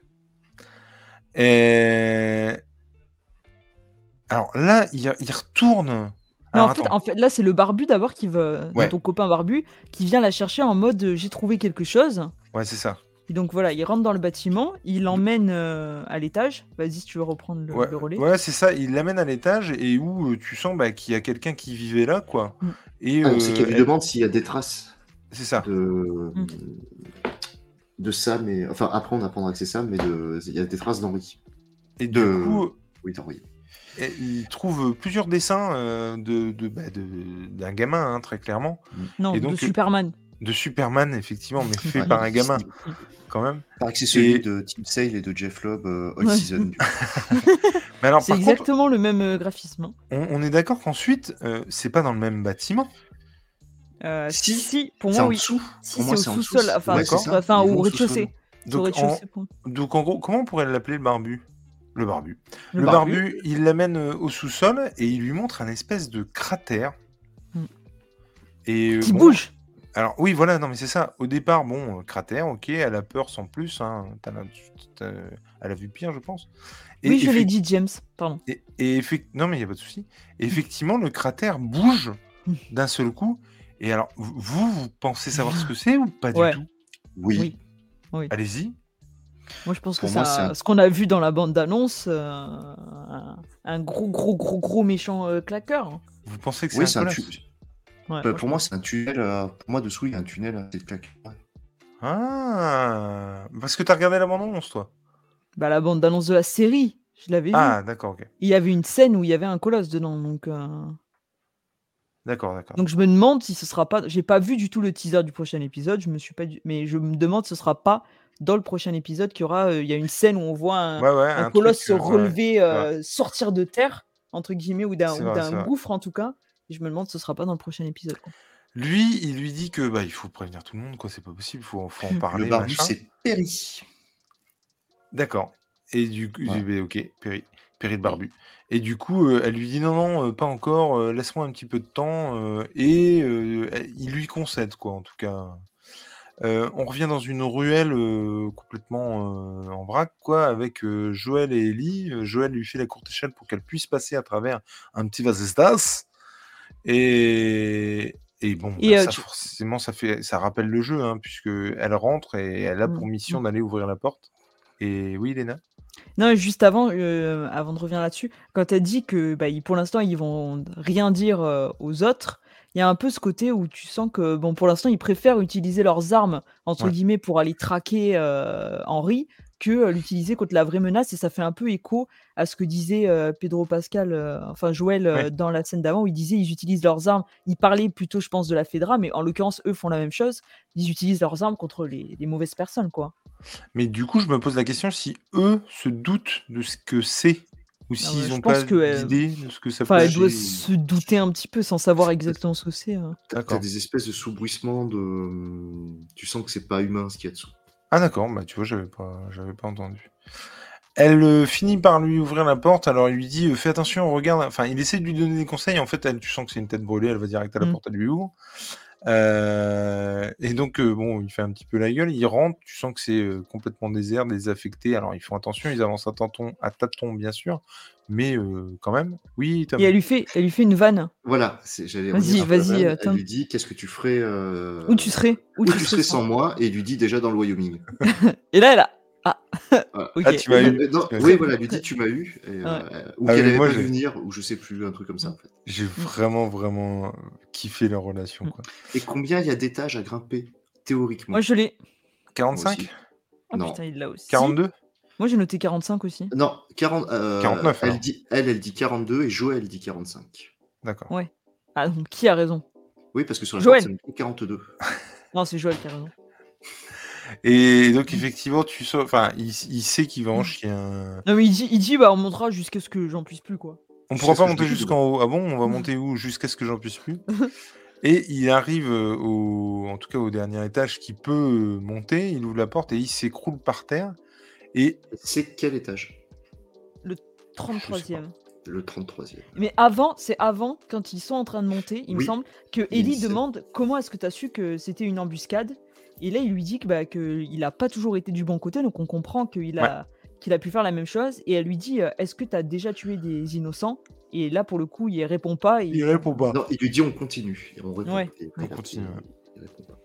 Et alors là, il il retourne. Non, en Alors fait attends. en fait, là, c'est le barbu d'abord qui veut Ouais, ton copain barbu, qui vient la chercher en mode, heu: «J'ai trouvé quelque chose». ouais, c'est ça. Et donc voilà, il rentre dans le bâtiment, il D l'emmène, heu, à l'étage. Vas-y, si tu veux reprendre le Ouais, le relais. ouais, c'est ça. Il l'amène à l'étage et où, heu, tu sens, bah, qu'il y a quelqu'un qui vivait là, quoi Mmh. et Ah, on sait heu, qu'elle lui elle demande s'il y a des traces c'est ça. de, Mmh. mmh, de Sam et enfin, après on apprendra que c'est Sam, mais de il y a des traces d'Henri. Et du De coup, oui, d'Henri. et il trouve plusieurs dessins, heu, de de, bah, de d'un gamin, hein, très clairement Mmh. Non, et de donc, heu, Superman. de Superman, effectivement, mais fait Ouais. par un gamin, Il quand même paraît que c'est celui et de Tim Sale et de Jeff Loeb, heu, All Ouais. Season, du coup. mais alors, C'est par contre, exactement le même, heu, graphisme, hein. on on est d'accord qu'ensuite, heu, c'est pas dans le même bâtiment? Heu, Si, si, pour c'est moi, en oui. dessous. Si, Pour c'est moi, au c'est en dessous. sous-sol, enfin Ouais, c'est s D'accord. ça. enfin Ils au vont au rez-de-chaussée. sous-sol. C'est au Donc en rez-de-chaussée pour donc en gros, comment on pourrait l'appeler le barbu? Le barbu. le Le barbu. barbu, il l'amène, heu, au sous-sol et il lui montre un espèce de cratère Mmh. et heu, Qui bon, bouge! alors oui, voilà, non, mais c'est ça. Au départ, bon, heu, cratère, OK, elle a peur sans plus, hein, tu as la tu as elle a vu pire, je pense Oui, et je l'ai effec dit, James, pardon. et et effec non, mais il y a pas de souci. Effectivement, le cratère bouge d'un seul coup et alors v vous, vous pensez savoir ce que c'est ou pas du Ouais, tout? oui, Oui, oui. Allez-y. Moi, je pense que pour moi, c'est ça un ce qu'on a vu dans la bande d'annonce, heu, un un gros, gros, gros, gros méchant, heu, claqueur. Vous pensez que c'est oui, un c'est un tu colosse? Ouais, bah, moi, je pour moi, pense. c'est un tunnel, heu, pour moi, dessous, il y a un tunnel à cette claque. Ouais. Ah! Parce que tu as regardé la bande annonce, toi? Bah, la bande d'annonce de la série, je l'avais vue. Ah d'accord, OK. Il y avait une scène où il y avait un colosse dedans, donc heu D'accord, d'accord. Donc je me demande si ce sera pas j'ai pas vu du tout le teaser du prochain épisode, je me suis pas du mais je me demande si ce sera pas dans le prochain épisode qu'il y aura, heu, il y a une scène où on voit un Ouais, ouais, un un truc, colosse se heu, ouais, ouais, relever, c'est vrai. heu, «sortir de terre» entre guillemets ou d'un C'est ou vrai, d'un c'est vrai. gouffre en tout cas et je me demande si ce sera pas dans le prochain épisode, quoi. Lui, il lui dit que, bah, il faut prévenir tout le monde, quoi, c'est pas possible, faut faut en Le parler, barbu, machin. c'est Perry. D'accord et du coup, Voilà. beh, OK, Perry, Perry le Mmh. barbu et du coup, heu, elle lui dit: «Non, non, heu, pas encore, heu, laisse-moi un petit peu de temps», heu et heu, elle il lui concède, quoi, en tout cas. Heu, on revient dans une ruelle, heu, complètement, heu, en vrac, quoi, avec, heu, Joël et Ellie. Heu, Joël lui fait la courte échelle pour qu'elle puisse passer à travers un petit vasistas et et bon, bah, Et heu, ça tu forcément, ça fait ça rappelle le jeu, hein, puisqu'elle rentre et elle a pour mmh, mission mmh. d'aller ouvrir la porte et oui, Léna? Non, juste avant, heu, avant de revenir là-dessus, quand tu as dit que, bah, ils pour l'instant, ils vont rien dire, heu, aux autres, il y a un peu ce côté où tu sens que, bon, pour l'instant, ils préfèrent utiliser leurs «armes» entre Ouais. guillemets pour aller traquer, heu, Henry que, heu, l'utiliser contre la vraie menace et ça fait un peu écho à ce que disait, heu, Pedro Pascal, heu, enfin Joël, Ouais. heu, dans la scène d'avant où il disait: «Ils utilisent leurs armes». Il parlait plutôt, je pense, de la Fedra, mais en l'occurrence, eux font la même chose. Ils utilisent leurs armes contre les les mauvaises personnes, quoi. Mais du coup, je me pose la question si eux se doutent de ce que c'est ou Ah ouais, s'ils je ont pas pense que, heu, d'idée de ce que ça enfin, peut elle être? doit J'ai se douter un petit peu sans savoir tu exactement ce que c'est, hein. as tu as D'accord. des espèces de sous-bruissements de, mmh, tu sens que c'est pas humain ce qu'il y a dessous. Ah d'accord, bah, tu vois, j'avais pas j'avais pas entendu. Elle, heu, finit par lui ouvrir la porte, alors il lui dit, heu: «Fais attention, regarde», enfin, il essaie de lui donner des conseils, en fait, elle, tu sens que c'est une tête brûlée, elle va direct à la Mmh. porte, elle lui ouvre. Heu et donc heu, bon, il fait un petit peu la gueule, il rentre, tu sens que c'est, heu, complètement désert, désaffecté. Alors ils font attention, ils avancent à tâtons à tâtons, bien sûr, mais heu, quand même. Oui, Et Tom? elle lui fait elle lui fait une vanne. Voilà, c'est j'allais revenir Vas-y, sur la vas-y, vanne. heu, Elle Tom. lui dit: «Qu'est-ce que tu ferais, Où tu heu, serais où où tu tu serais serais sans? sans moi?» et il lui dit: «Déjà dans le Wyoming». Et là, elle a ah, Voilà. OK. Ah, tu Oui, m'as mais eu, heu, non, tu m'as eu. oui, Très bien. voilà, elle lui dit: «Tu m'as eu» et heu, Ouais. ou Ah qu'elle mais avait moi pas vu j'ai venir ou je sais plus, un truc comme ça, Mmh. en fait. j'ai Mmh. vraiment, vraiment, heu, kiffé leur relation, Mmh. quoi. Et combien il y a d'étages à grimper, Moi, théoriquement? je l'ai. Moi quarante-cinq? aussi. Oh putain, Non. il l'a aussi? quarante-deux? Moi, j'ai noté quarante-cinq aussi. Non, quarante, heu, quarante-neuf elle alors? dit elle, elle dit quarante-deux et Joël dit quarante-cinq. D'accord. Ouais. Ah donc qui a raison? Oui, parce que sur la porte, Joël! c'est marqué quarante-deux. Non, c'est Joël qui a raison. Et donc effectivement, tu sens enfin, il s il sait qu'il va en chier un. Non, mais il dit il dit: «Bah, on montera jusqu'à ce que j'en puisse plus, quoi». On Jusqu'à pourra ce pas que je me monter vide. jusqu'en haut. Ah bon? On va monter où? Jusqu'à ce que j'en puisse plus? Et il arrive, heu, au en tout cas au dernier étage qui peut, heu, monter, il ouvre la porte et il s'écroule par terre et C'est quel étage? Le Je sais pas. trente-troisième. Le trente-troisième. Mais avant, c'est avant, quand ils sont en train de monter, il me Oui, semble, que il y a une Ellie scène. demande: «Comment est-ce que tu as su que c'était une embuscade?» et là, il lui dit que, bah, qu'il a pas toujours été du bon côté, donc on comprend qu'il ouais, a qu'il a pu faire la même chose et elle lui dit, heu: «Est-ce que tu as déjà tué des innocents?» et là, pour le coup, il répond pas il et répond pas. Non, il lui dit: «On continue» et on répond ouais, et On ouais. regarde, continue, il ouais. il répond pas.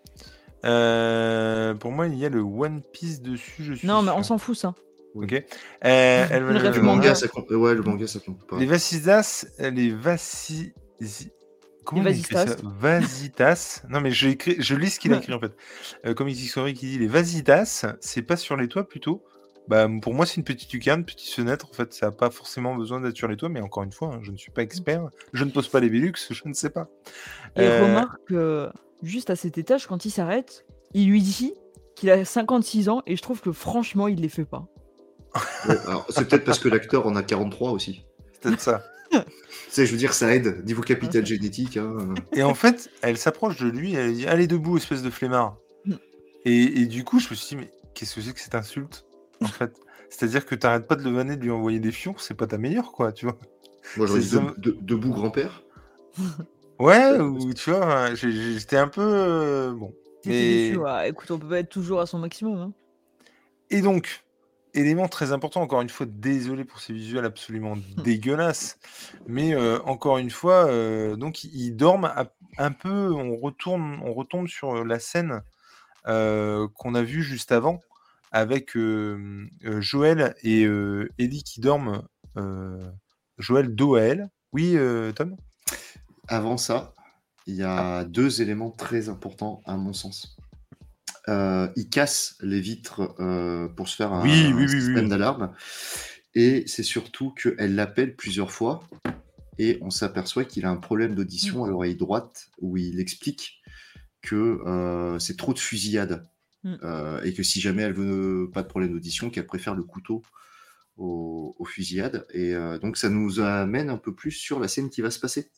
Heu, pour moi, il y a le One Piece dessus, je suis Non, mais on sûr. s'en fout ça. OK. Oui. Heu, elle Une ref Le manga, manga. ça compte, ouais, le Mmh. manga, ça compte les pas. Vasistas, les Vasi zi Et comment il vas-y, écrit ça? Stas. Vasitas. Non, mais j'ai écrit je lis ce qu'il a écrit, en fait. Heu, Comics Discovery qui dit: «Les Vasitas, c'est pas sur les toits plutôt?» Bah, pour moi, c'est une petite lucarne, petite fenêtre, en fait, ça a pas forcément besoin d'être sur les toits, mais encore une fois, hein, je ne suis pas expert, je ne pose pas les Velux, je ne sais pas. Et Heu, remarque, heu, juste à cet étage, quand il s'arrête, il lui dit qu'il a cinquante-six ans et je trouve que franchement, il les fait pas. Ouais, alors c'est peut-être parce que l'acteur en a quarante-trois aussi. c'est peut-être ça. Tu sais, je veux dire, ça aide, niveau capital génétique, hein, Et en fait, elle s'approche de lui, elle lui dit: «Allez debout, espèce de flemmard». Et et du coup, je me suis dit: «Mais qu'est-ce que c'est que cette insulte?» en fait? C'est-à-dire que tu arrêtes pas de le vanner, de lui envoyer des fions, c'est pas ta meilleure, quoi, tu vois? moi j'aurais C'est dit: ça «Deb me de debout grand-père». ouais, Ça ou tu vois, enfin, j'ai j'ai j'étais un peu, heu, bon, Tu étais déçu, mais ouais, écoute, on peut pas être toujours à son maximum, hein. et donc, élément très important, encore une fois, désolé pour ces visuels absolument dégueulasses, mais heu, encore une fois, heu, donc ils ils dorment à un peu, on retourne on retombe sur, la scène, heu, qu'on a vue juste avant avec, hem, heu, Joël et heu, Ellie qui dorment, heu, Joël dos à elle. Oui, heu, Tom? Avant ça, il y Ah. a deux éléments très importants à mon sens. Heu, il casse les vitres, heu, pour se faire Oui, un oui, un oui, oui, système oui. d'alarme et c'est surtout qu'elle l'appelle plusieurs fois et on s'aperçoit qu'il a un problème Mmh. d'audition à l'oreille droite, où il explique que, heu, c'est trop de fusillade, Mmh. heu, et que si jamais elle veut pas de problème d'audition, qu'elle préfère le couteau aux aux fusillades et heu, donc ça nous amène un peu plus sur la scène qui va se passer.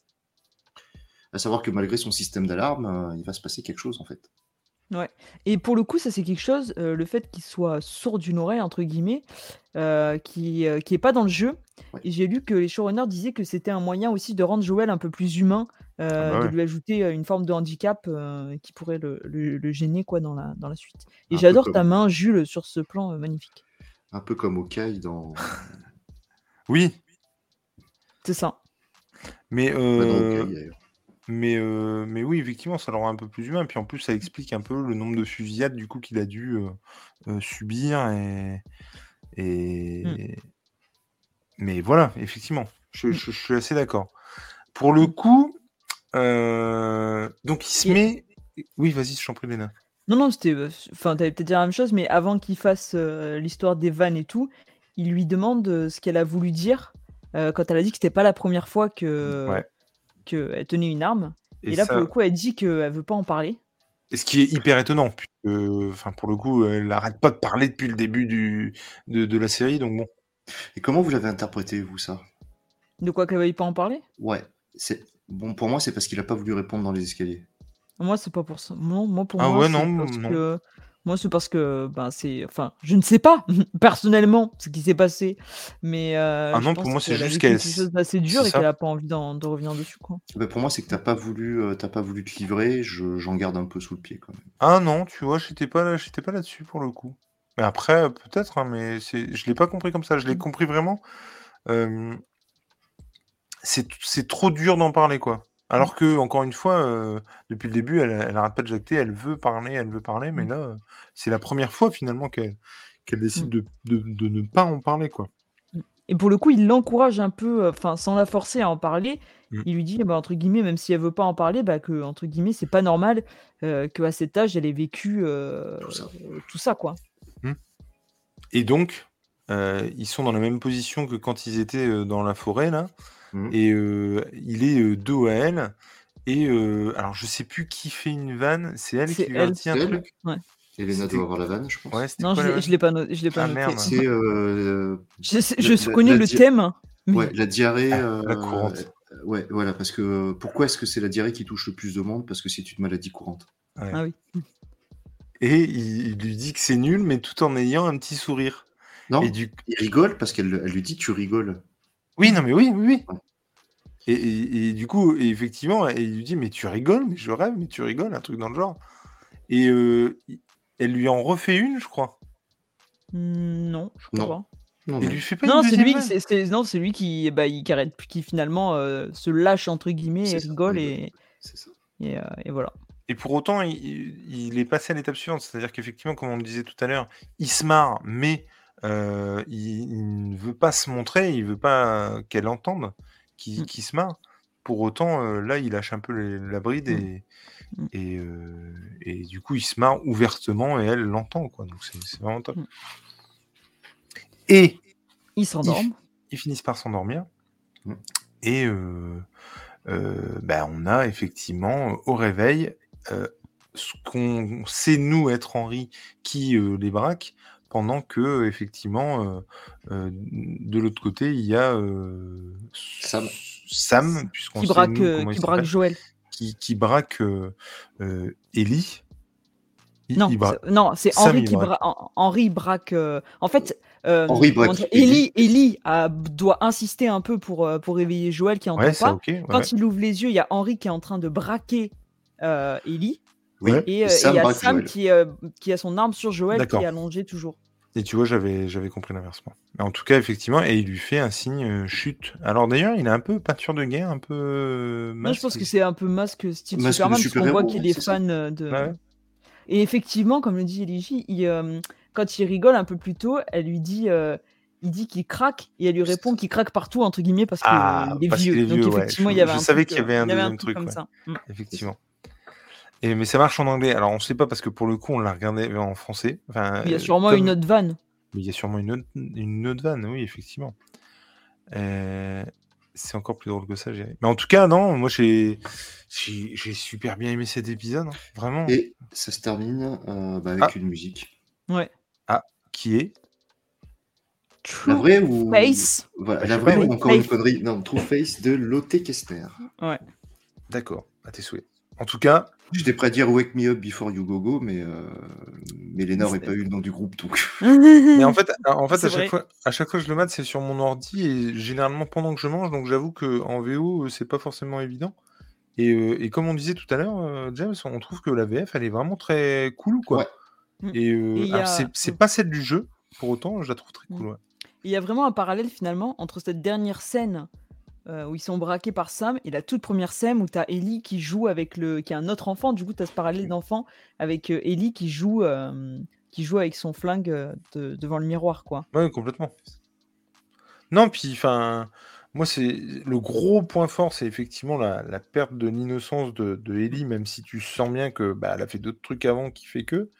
À savoir que malgré son système d'alarme, heu, il va se passer quelque chose, en fait. Ouais et pour le coup, ça c'est quelque chose, heu, le fait qu'il soit «sourd d'une oreille» entre guillemets, heu, qui, heu, qui est pas dans le jeu Ouais. et j'ai lu que les showrunners disaient que c'était un moyen aussi de rendre Joel un peu plus humain, Ah heu, bah de ouais. lui ajouter, heu, une forme de handicap, heu, qui pourrait le le le gêner quoi dans la dans la suite et Un peu j'adore ta comme main Jules sur ce plan, heu, magnifique. un peu comme Hawkeye dans Oui, C'est ça. mais bah, dans heu, Hawkeye d'ailleurs. mais heu, mais oui, effectivement, ça le rend un peu plus humain. Puis en plus, ça explique un peu le nombre de fusillades du coup qu'il a dû, heu heu, subir et Mmh. et mais voilà, effectivement, je Mmh. je je suis assez d'accord. Pour le Mmh. coup, heu, donc il se Et met oui, vas-y, je t'en prie, Léna. non, non, c'était, heu, s enfin, tu allais peut-être dire la même chose, mais avant qu'il fasse, heu, l'histoire des vannes et tout, il lui demande, heu, ce qu'elle a voulu dire, heu, quand elle a dit que c'était pas la première fois que Ouais qu'elle tenait une arme et et là, pour le ça coup, elle dit qu'elle veut pas en parler. et ce qui est hyper étonnant puisque, enfin, pour le coup, elle arrête pas de parler depuis le début du de de la série, donc bon. Et comment vous l'avez interprété, vous, ça? De quoi qu'elle veuille pas en parler? Ouais, c'est bon, pour moi, c'est parce qu'il a pas voulu répondre dans les escaliers. Moi, c'est pas pour ça. Non, moi, pour Ah moi, ouais, non, c'est parce non. que moi, c'est parce que, ben, c'est enfin, je ne sais pas personnellement ce qui s'est passé, mais Ah heu, je non, pour pense moi, c'est qu'elle a juste vécu qu'elle quelque chose s d'assez dur c'est et qu'elle ça. a pas envie d'en de revenir dessus, quoi. Bah, pour moi, c'est que tu Mmh. pas voulu, heu, tu pas voulu te livrer, je j'en garde un peu sous le pied quand même. Ah non, tu vois, j'étais pas là j'étais pas là-dessus pour le coup. Mais après, heu, peut-être, hein, mais c'est je l'ai pas compris comme ça. Je l'ai Mmh. compris vraiment, hem, c'est t c'est trop dur d'en parler, quoi. Mmh. Alors qu'encore une fois, heu, depuis le début, elle elle arrête pas de jacter, elle veut parler, elle veut parler, mais Mmh. là, heu, c'est la première fois finalement qu'elle qu'elle décide Mmh. de de de ne pas en parler, quoi. Mmh et pour le coup, il l'encourage un peu, heu, enfin, sans la forcer à en parler. Mmh. Il lui dit, bah, entre guillemets, même si elle veut pas en parler, bah, que entre guillemets, «c'est pas normal», heu, qu'à cet âge, elle ait vécu, heu, Tout ça. tout ça, quoi. Mmh et donc, heu, ils sont dans la même position que quand ils étaient, heu, dans la forêt là Mmh. et heu, il est, heu, dos à elle et heu, alors je sais plus qui fait une vanne, c'est elle qui C'est lui a elle. dit un C'est elle. truc? Ouais. Elena doit C'était avoir la vanne, je ouais, pense. c'était Non, quoi je la l'ai je vanne? l'ai pas no je l'ai pas Ah noté. merde, C'est, heu, Je sais la je la connais la le dia thème, ouais, mais la diarrhée, ah, heu, la courante. ouais, voilà, parce que pourquoi est-ce que c'est la diarrhée qui touche le plus de monde? Parce que c'est une maladie courante. Ouais ah oui. et il il lui dit que c'est nul, mais tout en ayant un petit sourire et Non, du il rigole parce qu'elle elle lui dit: «Tu rigoles». oui, non, mais oui, oui, oui Ouais. et et et du coup et effectivement et il lui dit: «Mais tu rigoles? Mais je rêve, mais tu rigoles», un truc dans le genre et heu, i elle lui en refait une, je crois. Mmh, non, je crois Non, pas. non, Il non. lui fait pas une Non, c'est deuxième lui, vanne? c'est c'est non, c'est lui qui, bah, il qui arrête qui finalement, heu, se «lâche» entre guillemets et C'est ça, on rigole rigole. et C'est ça. et heu et voilà. Et pour autant, il il il est passé à l'étape suivante. C'est-à-dire qu'effectivement, comme on le disait tout à l'heure, il se marre, mais heu, il il ne veut pas se montrer, il veut pas qu'elle entende qu'il Mmh. qu'il se marre. Pour autant, heu, là, il lâche un peu les la bride Mmh. et Mmh. et heu et du coup, il se marre ouvertement et elle l'entend, quoi. Donc c'est c'est vraiment top. Mmh. Et Ils ils f s'endorment. ils finissent par s'endormir Mmh. et heu heu, bah, on a effectivement, heu, au réveil, heu, ce qu'on sait nous être Henri qui, heu, les braque pendant qu'effectivement, heu heu, de l'autre côté, il y a, heu, Sam. Sam, puisqu'on Qui sait braque, nous heu, comment il qui braque s'appelle, Joël. qui qui braque, heu heu, Ellie. Il Non, il c'est braque non, c'est Sam, Henri il qui braque. bra Hen Henri braque, heu, en fait, Henri hem, comment dire? braque Ellie. Ellie Ellie a doit insister un peu pour, heu, pour réveiller Joël qui Ouais, entend ça pas. OK, ouais, ouais. Quand il ouvre les yeux, il y a Henri qui est en train de braquer, heu, Ellie Oui, Ouais. et et heu et il y Sam a braque Sam Joël. qui, heu, qui a son arme sur Joël qui est D'accord. allongé toujours. Et tu vois, j'avais j'avais compris l'inversement. Mais en tout cas, effectivement et il lui fait un signe, heu, chute. Alors d'ailleurs, il est un peu peinture de guerre, un peu, heu, Non, je pense masque. que c'est un peu masque, style Masque de Superman, parce qu'on voit super-héros, ouais, qu'il est c'est ça. fan, heu, Ouais, de ouais. et effectivement, comme le dit Elie, il, hem, quand il rigole un peu plus tôt, elle lui dit, heu, il dit qu'il craque et elle lui C'est répond ça. qu'il craque partout entre guillemets parce qu'il Ah! est Parce qu'il vieux. est Donc vieux, ouais. effectivement, il y Je avait je un savais truc, qu'il y heu, avait un il y avait un deuxième truc truc, comme ouais. ça. Mmh. C'est ça. Effectivement. Et mais ça marche en anglais. Alors on sait pas parce que pour le coup, on l'a regardé en français. Enfin, Il y a heu, sûrement une comme autre vanne. mais il y a sûrement une autre une autre vanne, oui, effectivement. Heu, c'est encore plus drôle que ça, Jerry. Mais en tout cas, non, moi j'ai, j'ai, j'ai super bien aimé cet épisode, hein, vraiment. Et ça se termine euh, bah, avec Ah. une musique. Ouais. Ah, qui est La True vraie ou Face. voilà, Bah, je la sais vraie pas, ou oui. encore une Face. connerie? Non, True Face de Lotte Kestner. Ouais. D'accord, à tes souhaits. En tout cas, J'étais prêt à dire Wake Me Up Before You Go Go, mais, euh, mais Léna n'aurait C'est- pas eu le nom du groupe, donc. mais en fait, en fait C'est à, chaque vrai. fois, à chaque fois que je le mate, c'est sur mon ordi et généralement pendant que je mange, donc j'avoue qu'en V O, euh, c'est pas forcément évident. Et, euh, et comme on disait tout à l'heure, euh, James, on trouve que la V F, elle est vraiment très cool, quoi. Ouais. Mm. Et, euh, Et il y alors, a- c'est, c'est Mm. pas celle du jeu, pour autant, je la trouve très cool, ouais. Il y a vraiment un parallèle finalement entre cette dernière scène euh, où ils sont braqués par Sam et la toute première scène où tu as Ellie qui joue avec le. qui est un autre enfant. Du coup, tu as ce parallèle d'enfant avec euh, Ellie qui joue, euh, qui joue avec son flingue euh, de- devant le miroir, quoi. Ouais, complètement. Non, puis, enfin, moi, c'est le gros point fort, c'est effectivement la, la perte de l'innocence de, de Ellie, même si tu sens bien que bah, elle a fait d'autres trucs avant qui fait que.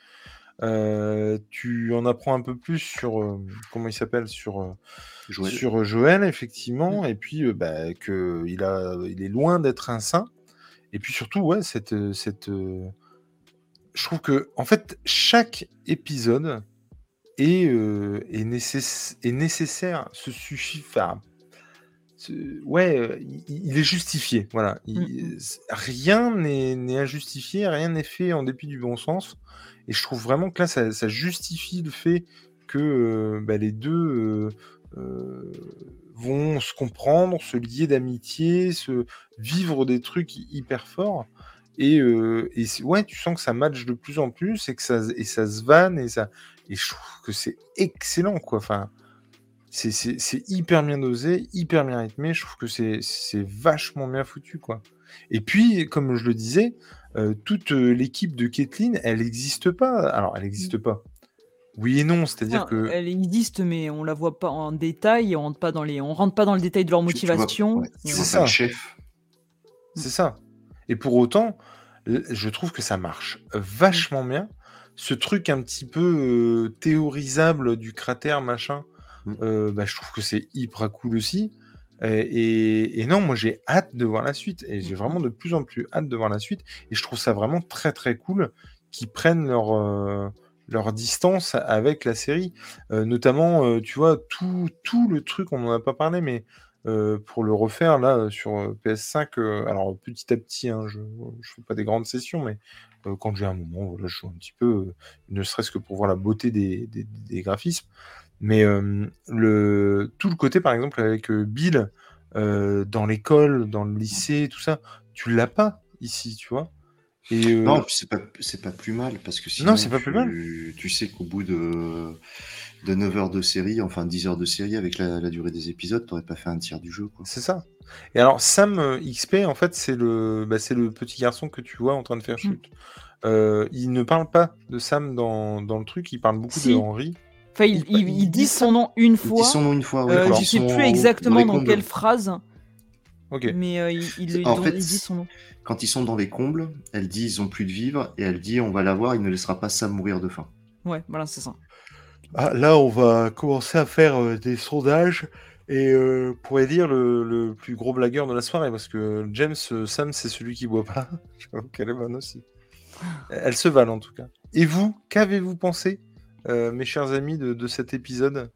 Euh, tu en apprends un peu plus sur euh, comment il s'appelle sur euh, Joël. sur Joël, effectivement, et puis euh, bah, que il a il est loin d'être un saint. Et puis surtout, ouais, cette euh, cette euh, je trouve que en fait chaque épisode est euh, est, nécess- est nécessaire, se suffit, enfin, ce- ouais, euh, il, il est justifié, voilà. Il- c'est- rien n'est n'est injustifié, rien n'est fait en dépit du bon sens. Et je trouve vraiment que là, ça, ça justifie le fait que euh, bah, les deux euh, euh, vont se comprendre, se lier d'amitié, se vivre des trucs hy- hyper forts. Et, euh, et c'est- ouais, tu sens que ça match de plus en plus et que ça, et ça se vanne et ça. Et je trouve que c'est excellent, quoi. Enfin, c'est, c'est, c'est hyper bien dosé, hyper bien rythmé. Je trouve que c'est, c'est vachement bien foutu, quoi. Et puis, comme je le disais, euh, toute euh, l'équipe de Caitlyn, elle n'existe pas. Alors, elle n'existe pas. Oui et non, c'est-à-dire Enfin, que Elle existe, mais on la voit pas en détail. On rentre pas dans les, on rentre pas dans le détail de leur Tu- tu vois- motivation. ouais, tu On- vois C'est pas le ça. chef. c'est ça. Et pour autant, l- je trouve que ça marche vachement bien. Ce truc un petit peu euh, théorisable du cratère, machin, Mm. euh, bah, je trouve que c'est hyper cool aussi. Et, et- et non, moi j'ai hâte de voir la suite. Et j'ai vraiment de plus en plus hâte de voir la suite. Et je trouve ça vraiment très très cool qu'ils prennent leur, euh, leur distance avec la série. Euh, notamment, euh, tu vois, tout, tout le truc, on n'en a pas parlé, mais euh, pour le refaire là euh, sur euh, P S cinq, euh, alors petit à petit, hein, je ne fais pas des grandes sessions, mais euh, quand j'ai un moment, voilà, je joue un petit peu, euh, ne serait-ce que pour voir la beauté des, des- des graphismes. Mais euh, le, tout le côté, par exemple, avec euh, Bill euh, dans l'école, dans le lycée, tout ça, tu l'as pas ici, tu vois. Et euh, Non, puis c'est pas, c'est pas plus mal, parce que sinon, non, c'est pas tu, plus mal. tu sais qu'au bout de, de neuf heures de série, enfin dix heures de série, avec la, la durée des épisodes, t'aurais pas fait un tiers du jeu, quoi. C'est ça. Et alors, Sam euh, X P, en fait, c'est le, bah, c'est le petit garçon que tu vois en train de faire chute. Euh, il ne parle pas de Sam dans, dans le truc, il parle beaucoup Si. de Henry. Enfin, il, Il- il- il il dit dit ça son nom une Il fois. dit son nom une fois, ouais, Euh, quand je ils sais sont plus en- exactement les dans combles. quelle phrase, Ok. mais euh, il, il, En dont fait, il dit son nom. Quand ils sont dans les combles, elle dit ils ont plus de vivre, et elle dit on va l'avoir, il ne laissera pas Sam mourir de faim. Ouais, voilà, c'est ça. Ah, là, on va commencer à faire euh, des sondages et euh, pour élire le, le plus gros blagueur de la soirée parce que James, euh, Sam, c'est celui qui boit pas. J'avoue qu'elle est bonne aussi. Elle se valent en tout cas. Et vous, qu'avez-vous pensé, euh, mes chers amis, de, de cet épisode?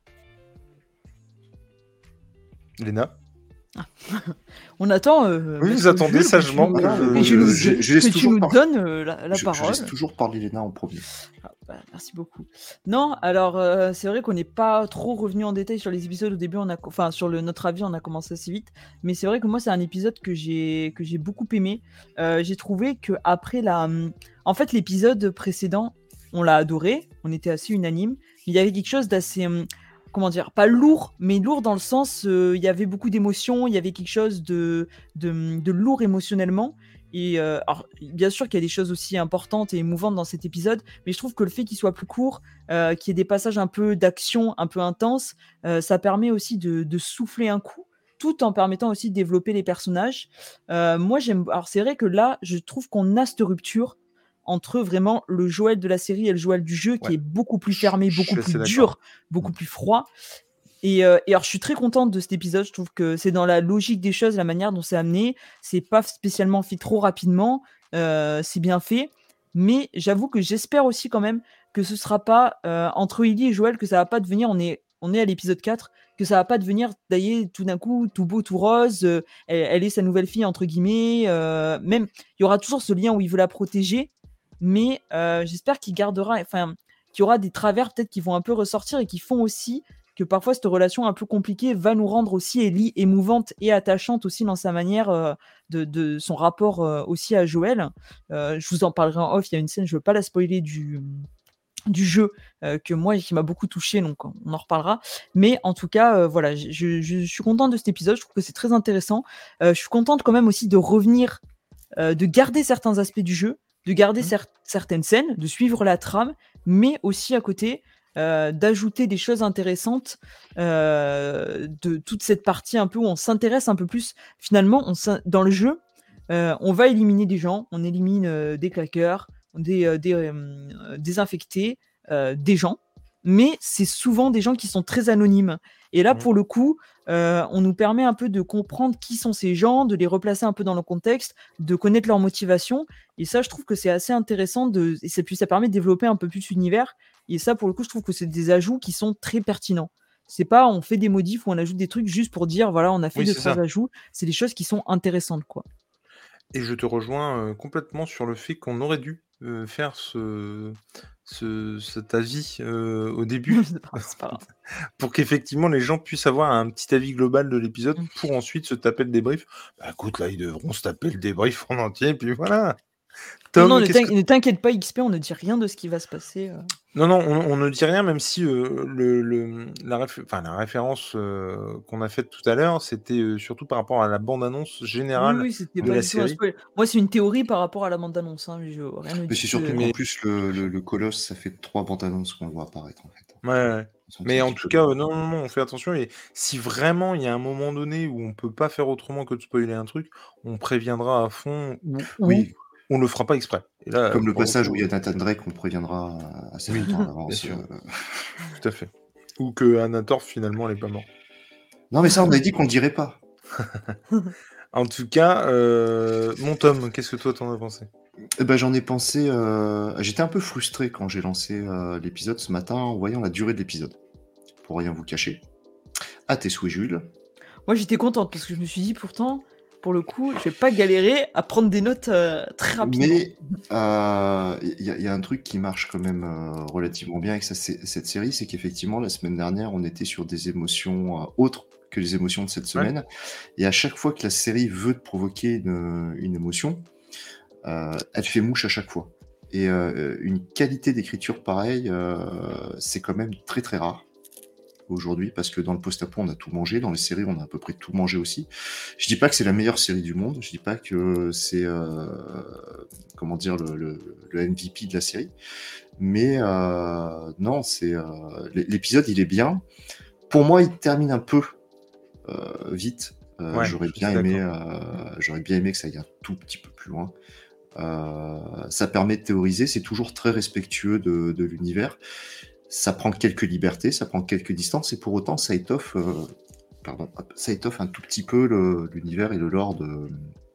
Léna? On attend. euh, Oui, vous Maître attendez Jules, sagement que tu, que nous- je- que tu nous, je- je laisse que tu toujours nous par- donnes euh, la, la je, je parole. laisse toujours parler Léna en premier. Ah, bah, merci beaucoup. Non, alors euh, c'est vrai qu'on n'est pas trop revenu en détail sur les épisodes au début. On a, enfin, sur le, notre avis, on a commencé assez vite. Mais c'est vrai que moi, c'est un épisode que j'ai que j'ai beaucoup aimé. Euh, j'ai trouvé que après la, en fait, l'épisode précédent, on l'a adoré. On était assez unanime. Il y avait quelque chose d'assez, hum, comment dire, pas lourd, mais lourd dans le sens, euh, il y avait beaucoup d'émotions. Il y avait quelque chose de de, de lourd émotionnellement. Et euh, alors, bien sûr qu'il y a des choses aussi importantes et émouvantes dans cet épisode, mais je trouve que le fait qu'il soit plus court, euh, qu'il y ait des passages un peu d'action, un peu intenses, euh, ça permet aussi de, de souffler un coup, tout en permettant aussi de développer les personnages. Euh, moi, j'aime. Alors, c'est vrai que là, je trouve qu'on a cette rupture entre vraiment le Joël de la série et le Joël du jeu, qui Ouais. est beaucoup plus Je- fermé, je beaucoup suis assez plus d'accord. dur, beaucoup plus froid. Et, euh, et alors, je suis très contente de cet épisode. Je trouve que c'est dans la logique des choses, la manière dont c'est amené. C'est pas spécialement fait trop rapidement. Euh, c'est bien fait. Mais j'avoue que j'espère aussi quand même que ce sera pas euh, entre Ellie et Joël, que ça va pas devenir. On est, on est à l'épisode quatre, que ça va pas devenir d'ailleurs tout d'un coup tout beau, tout rose. euh, elle, elle est sa nouvelle fille, entre guillemets. euh, même, il y aura toujours ce lien où il veut la protéger. Mais euh, j'espère qu'il gardera. Enfin, qu'il y aura des travers peut-être qui vont un peu ressortir et qui font aussi que parfois cette relation un peu compliquée va nous rendre aussi Ellie émouvante et attachante aussi dans sa manière euh, de, de son rapport euh, aussi à Joël. Euh, je vous en parlerai en off, il y a une scène, je veux pas la spoiler du, du jeu euh, que moi qui m'a beaucoup touché, donc on en reparlera. Mais en tout cas, euh, voilà, je, je, je suis contente de cet épisode, je trouve que c'est très intéressant. Euh, je suis contente quand même aussi de revenir, euh, de garder certains aspects du jeu, de garder Mmh. cer- certaines scènes, de suivre la trame, mais aussi à côté euh, d'ajouter des choses intéressantes euh, de toute cette partie un peu où on s'intéresse un peu plus. Finalement, on s'in- dans le jeu, euh, on va éliminer des gens, on élimine euh, des claqueurs, des, euh, des euh, désinfectés, euh, des gens, mais c'est souvent des gens qui sont très anonymes. Et là, Mmh. pour le coup, euh, on nous permet un peu de comprendre qui sont ces gens, de les replacer un peu dans le contexte, de connaître leur motivation. Et ça, je trouve que c'est assez intéressant. De... Et ça, puis ça permet de développer un peu plus l'univers. Et ça, pour le coup, je trouve que c'est des ajouts qui sont très pertinents. C'est pas on fait des modifs ou on ajoute des trucs juste pour dire voilà, on a fait Oui, deux, c'est trois ça. ajouts. C'est des choses qui sont intéressantes, quoi. Et je te rejoins euh, complètement sur le fait qu'on aurait dû euh, faire ce, ce, cet avis euh, au début c'est pas, c'est pas grave. pour qu'effectivement les gens puissent avoir un petit avis global de l'épisode Mm. pour ensuite se taper le débrief. Bah écoute, là, ils devront se taper le débrief en entier, et puis voilà. Non, non, Tom, ne qu'est-ce t'in- que... ne t'inquiète pas, X P, on ne dit rien de ce qui va se passer. euh. Non, non, on, on ne dit rien, même si euh, le, le- la, réf- enfin, la référence euh, qu'on a faite tout à l'heure, c'était euh, surtout par rapport à la bande-annonce Oui, générale oui, c'était de pas la du tout un série. spoil. Moi, c'est une théorie par rapport à la bande-annonce. Hein. Je, rien ne Mais dit c'est que. surtout qu'en Mais plus, le, le, le colosse, ça fait trois bandes annonces qu'on le voit apparaître, en fait. ouais, ouais. Donc c'est Mais un en petit tout peu cas, long. euh, non, non, non, on fait attention. Et si vraiment il y a un moment donné où on peut pas faire autrement que de spoiler un truc, on préviendra à fond ou, ou Oui, on le fera pas exprès. Et là, comme le pour le passage où coup, il y a Nathan Drake, on préviendra assez oui, longtemps à bien l'avance. sûr, euh. tout à fait. Ou que Anator finalement elle est pas mort. Non, mais ça, on a dit qu'on le dirait pas. En tout cas, euh, mon Tom, qu'est-ce que toi t'en as pensé? Eh ben, j'en ai pensé. euh, J'étais un peu frustré quand j'ai lancé euh, l'épisode ce matin en voyant la durée de l'épisode. Pour rien vous cacher. À tes souhaits, Jules. Moi, j'étais contente parce que je me suis dit, pourtant, pour le coup, je vais pas galérer à prendre des notes euh, très rapidement. Mais euh, il y, a- il y a un truc qui marche quand même euh, relativement bien avec sa- cette série, c'est qu'effectivement, la semaine dernière, on était sur des émotions euh, autres que les émotions de cette Ouais. semaine. Et à chaque fois que la série veut te provoquer une, une émotion, euh, elle fait mouche à chaque fois. Et euh, une qualité d'écriture pareille, euh, c'est quand même très très rare aujourd'hui, parce que dans le post-apo, on a tout mangé, dans les séries, on a à peu près tout mangé aussi. Je dis pas que c'est la meilleure série du monde, je dis pas que c'est, euh, comment dire, le, le- le M V P de la série, mais euh, non, c'est euh, l'é- l'épisode, il est bien. Pour moi, il termine un peu euh, vite. Euh, Ouais, j'aurais je suis bien aimé, d'accord. euh, j'aurais bien aimé que ça aille un tout petit peu plus loin. Euh, ça permet de théoriser, c'est toujours très respectueux de, de l'univers. Ça prend quelques libertés, ça prend quelques distances, et pour autant, ça étoffe, euh, pardon, hop, ça étoffe un tout petit peu le- l'univers et le lore de,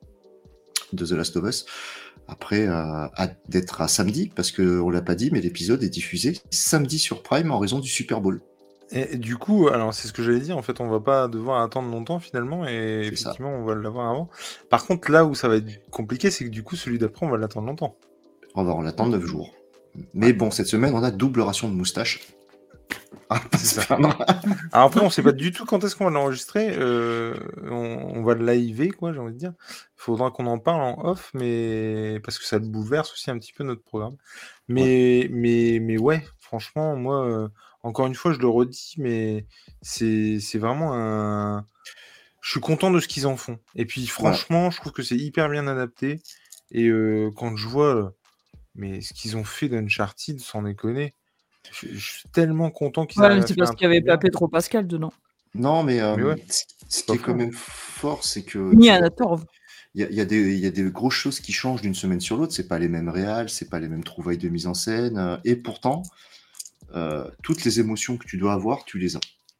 de The Last of Us. Après, euh, hâte d'être à samedi, parce qu'on l'a pas dit, mais l'épisode est diffusé samedi sur Prime en raison du Super Bowl. Et, et du coup, alors c'est ce que j'allais dire, en fait, on va pas devoir attendre longtemps finalement, et C'est ça. effectivement, on va l'avoir avant. Par contre, là où ça va être compliqué, c'est que du coup, celui d'après, on va l'attendre longtemps. On va en attendre neuf jours. Mais Ouais. bon, cette semaine, on a double ration de moustache. Ah, pas C'est se ça. plaindre. Alors après, on sait pas du tout quand est-ce qu'on va l'enregistrer. euh, on, on va le liver, quoi, j'ai envie de dire. Il faudra qu'on en parle en off, mais parce que ça bouleverse aussi un petit peu notre programme. Mais, mais, mais ouais, franchement, moi, euh, encore une fois, je le redis, mais c'est, c'est vraiment un. Je suis content de ce qu'ils en font. Et puis, Voilà. franchement, je trouve que c'est hyper bien adapté. Et euh, quand je vois, euh, mais ce qu'ils ont fait d'Uncharted, sans déconner, je, je suis tellement content qu'ils Ouais, mais arrivent à c'est faire parce un qu'il n'y truc avait pas bien. Pedro Pascal dedans. Non, mais euh, Mais ouais, ce ce pas qui est quand faux. même fort, c'est que Ni tu à vois, la torve. il y a, il y a des, il y a des grosses choses qui changent d'une semaine sur l'autre. C'est pas les mêmes réals, c'est pas les mêmes trouvailles de mise en scène. euh, Et pourtant, euh, toutes les émotions que tu dois avoir, tu les as.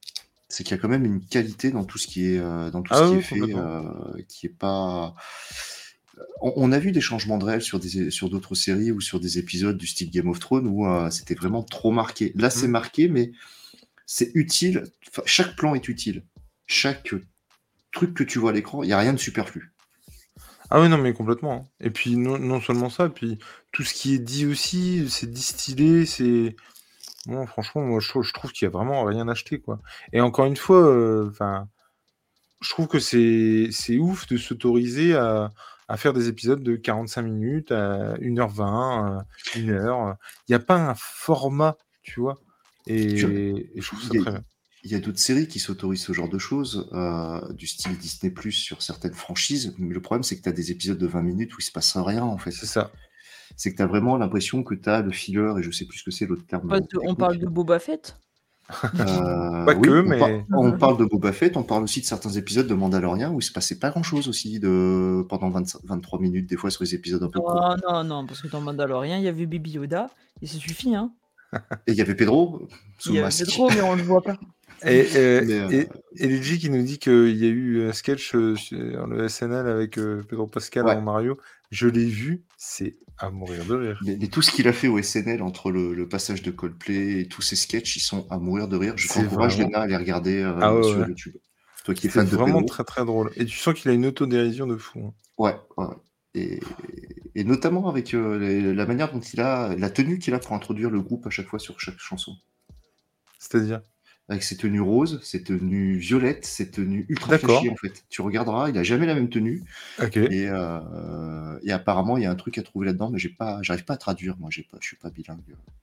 C'est qu'il y a quand même une qualité dans tout ce qui est, heu, dans tout ce Ah qui oui, est fait, complètement. heu, qui est pas on on a vu des changements de réel sur des sur d'autres séries ou sur des épisodes du style Game of Thrones où, heu, c'était vraiment trop marqué. Là, c'est Mmh. marqué, mais c'est utile. Enfin, chaque plan est utile. Chaque, heu, truc que tu vois à l'écran, il y a rien de superflu. Ah oui, non, mais complètement, hein. Et puis non non seulement ça, puis tout ce qui est dit aussi, c'est distillé, c'est non, franchement, moi, je trouve je trouve qu'il y a vraiment rien acheté, quoi. Et encore une fois, heu, enfin, je trouve que c'est c'est ouf de s'autoriser à à faire des épisodes de quarante-cinq minutes, à une heure vingt, heu, une heure, heu. Il y a pas un format, tu vois? Tu vois? Et et je trouve Il ça y a très bien. il y a d'autres séries qui s'autorisent ce genre de choses, heu, du style Disney+ sur certaines franchises, mais le problème, c'est que tu as des épisodes de vingt minutes où il se passe rien, en C'est fait. ça. C'est que tu as vraiment l'impression que tu as le filler et je sais plus ce que c'est l'autre terme, Parce heu, qu'on parle technique. de Boba Fett? Heu, Quoique, oui, on par mais on parle de Boba Fett, on parle aussi de certains épisodes de Mandalorian où il se passait pas grand-chose aussi de pendant vingt-cinq vingt-trois minutes, des fois sur les épisodes un peu courts. Oh non, non, parce que dans Mandalorian, il y avait Baby Yoda et ça suffit, hein. Et il y avait Pedro, Il sous y le avait masque. Pedro, mais on le voit pas. Et heu, Mais, heu, et et Luigi qui nous dit qu'il y a eu un sketch, heu, sur le S N L avec, heu, Pedro Pascal en ouais, Mario. Je l'ai vu, c'est à mourir de rire. mais mais tout ce qu'il a fait au S N L entre le le passage de Coldplay et tous ses sketchs, ils sont à mourir de rire. Je C'est t'encourage, vraiment Léna, à les regarder, ah heu, ouais, sur ouais. YouTube. Toi qui es C'était fan de vraiment Pedro. très, très drôle. Et tu sens qu'il a une autodérision de fou, hein. Ouais, ouais, ouais. Et et notamment avec, heu, les la manière dont il a la tenue qu'il a pour introduire le groupe à chaque fois sur chaque chanson. C'est-à-dire? Avec ses tenues roses, ses tenues violettes, ses tenues ultra flashy, D'accord, en fait. Tu regarderas, il a jamais la même tenue OK. et heu et apparemment, il y a un truc à trouver là-dedans, mais j'ai pas j'arrive pas à traduire, moi, j'ai pas je suis pas bilingue.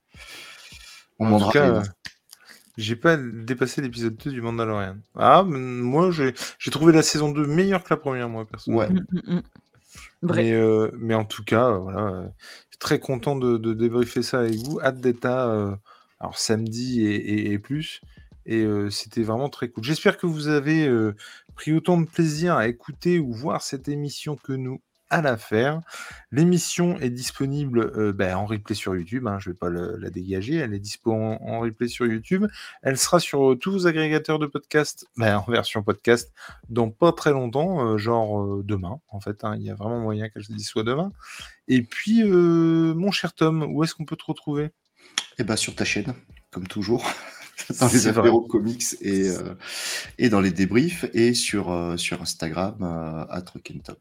On En tout demandera à cas, Léna. heu, j'ai pas dépassé l'épisode deux du Mandalorian. Ah, mmh, moi, j'ai j'ai trouvé la saison deux meilleure que la première, moi, Ouais, Mmh, personnellement. mmh mh. Vrai. Mais heu, mais en tout cas, heu, voilà, heu, très content de de débriefer ça avec vous. Hâte d'être là, heu, alors samedi et et et plus. Et heu, c'était vraiment très cool. J'espère que vous avez, heu, pris autant de plaisir à écouter ou voir cette émission que nous à la faire. L'émission est disponible, heu, bah, en replay sur YouTube, hein, je vais pas le la dégager. Elle est dispo en en replay sur YouTube. Elle sera sur, heu, tous vos agrégateurs de podcasts, bah, en version podcast dans pas très longtemps, heu, genre, heu, demain, en fait, hein. Il y a vraiment moyen qu'elle se dise soit demain. Et puis, heu, mon cher Tom, où est-ce qu'on peut te retrouver? et bah, sur ta chaîne, comme toujours, dans les C'est vrai. apéros comics et heu et dans les débriefs et sur, heu, sur Instagram, heu, arobase rock'n'top.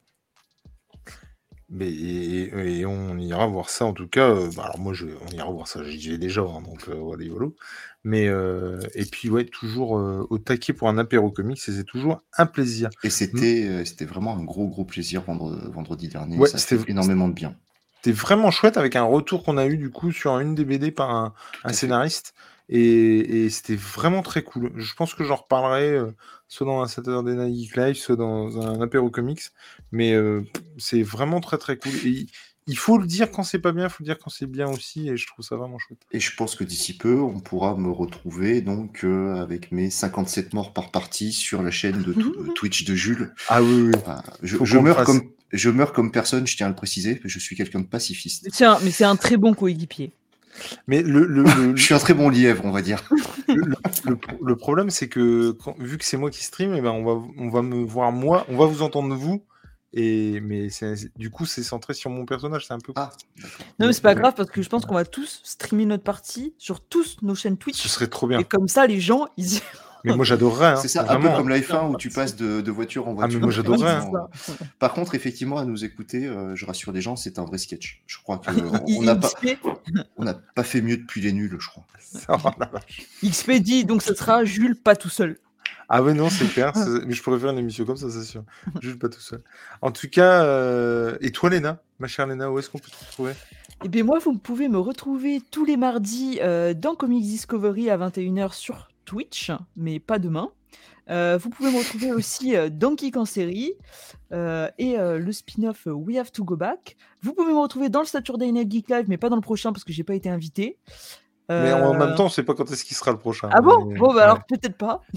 Mais et et on ira voir ça en tout cas, heu, bah, alors moi je on ira voir ça, j'y vais déjà, hein, donc heu, voilà YOLO. Mais heu et puis ouais, toujours, heu, au taquet pour un apéro comics et c'est toujours un plaisir. Et Mmh, c'était, heu, c'était vraiment un gros, gros plaisir vendre vendredi dernier, ouais, ça a c'était fait énormément de bien. C'était vraiment chouette avec un retour qu'on a eu du coup sur une des B D par un Tout un à fait. scénariste et et c'était vraiment très cool. Je pense que j'en reparlerai, heu, soit dans un Saturday Night Geek Live, soit dans un apéro comics, mais heu, c'est vraiment très, très cool et il il faut le dire quand c'est pas bien, il faut le dire quand c'est bien aussi et je trouve ça vraiment chouette. Et je pense que d'ici peu, on pourra me retrouver donc, heu, avec mes cinquante-sept morts par partie sur la chaîne de Tw Twitch de Jules. Ah oui, oui, Enfin, je faut je qu'on le meurs fasse. comme je meurs comme personne, je tiens à le préciser, je suis quelqu'un de pacifiste. C'est un mais c'est un très bon coéquipier. Mais le le Je le suis un très bon lièvre, on va dire. le le le pro le problème, c'est que quand vu que c'est moi qui stream et ben, on va on va me voir moi, on va vous entendre vous et mais c'est c'est du coup, c'est centré sur mon personnage, c'est un peu con. Ah, d'accord. Non, mais Mais c'est pas mais grave parce que je pense qu'on va tous streamer notre partie sur tous nos chaînes ce Twitch serait trop et bien. comme ça les gens ils Mais moi, j'adorerais, C'est hein, ça, un peu vraiment, hein. comme la F un où tu partie. passes de de voiture en Ah mais voiture, moi, Ouais, j'adorerais, c'est hein. effectivement, ça. heu. Par contre, effectivement, à nous écouter, heu, je rassure les gens, c'est un vrai sketch. Je crois I qu'on on I n'a pas X P on n'a pas fait mieux depuis les nuls, je crois. Ça oh la vache. X P dit donc ce sera Jules pas tout seul. Ah ouais, non, c'est clair, c'est mais je pourrais faire une émission comme ça, c'est sûr. Juste pas tout seul. En tout cas, heu et toi, Léna, ma chère Léna, où est-ce qu'on peut te retrouver? Et bien moi, vous pouvez me retrouver tous les mardis, heu, dans Comics Discovery à vingt et une heures sur Twitch, mais pas demain. Heu, vous pouvez me retrouver aussi, heu, dans Geek en série, heu et heu, le spin-off, heu, We Have to Go Back. Vous pouvez me retrouver dans le Saturday Night Geek Live, mais pas dans le prochain parce que j'ai pas été invitée. Mais en même Heu temps, on sait pas quand est-ce qu'il sera le prochain, ah mais bon? Bon, bah, ouais, alors peut-être pas.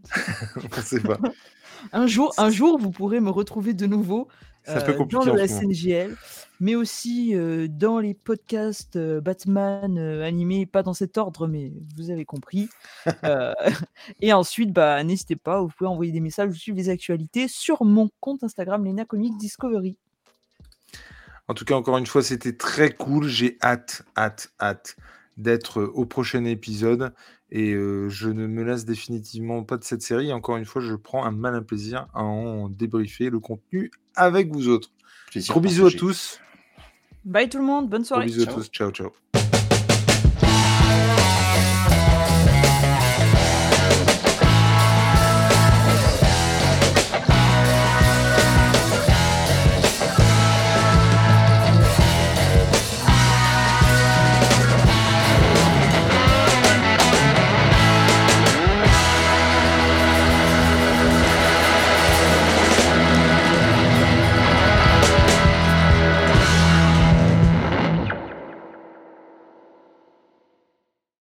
on sait pas. Un jour un jour, vous pourrez me retrouver de nouveau, C'est un peu heu, dans compliqué le en ce moment. S N G L. mais aussi euh, dans les podcasts euh, Batman euh, animés, pas dans cet ordre, mais vous avez compris. Euh, et ensuite, bah, n'hésitez pas, vous pouvez envoyer des messages ou suivre les actualités sur mon compte Instagram, Lena Comics Discovery. En tout cas, encore une fois, c'était très cool. J'ai hâte, hâte, hâte d'être au prochain épisode. Et euh, je ne me lasse définitivement pas de cette série. Et encore une fois, je prends un malin plaisir à en débriefer le contenu avec vous autres. Plaisir Gros bisous à partagé. tous. Bye tout le monde, bonne Gros soirée. bisous à Ciao. tous. Ciao, ciao.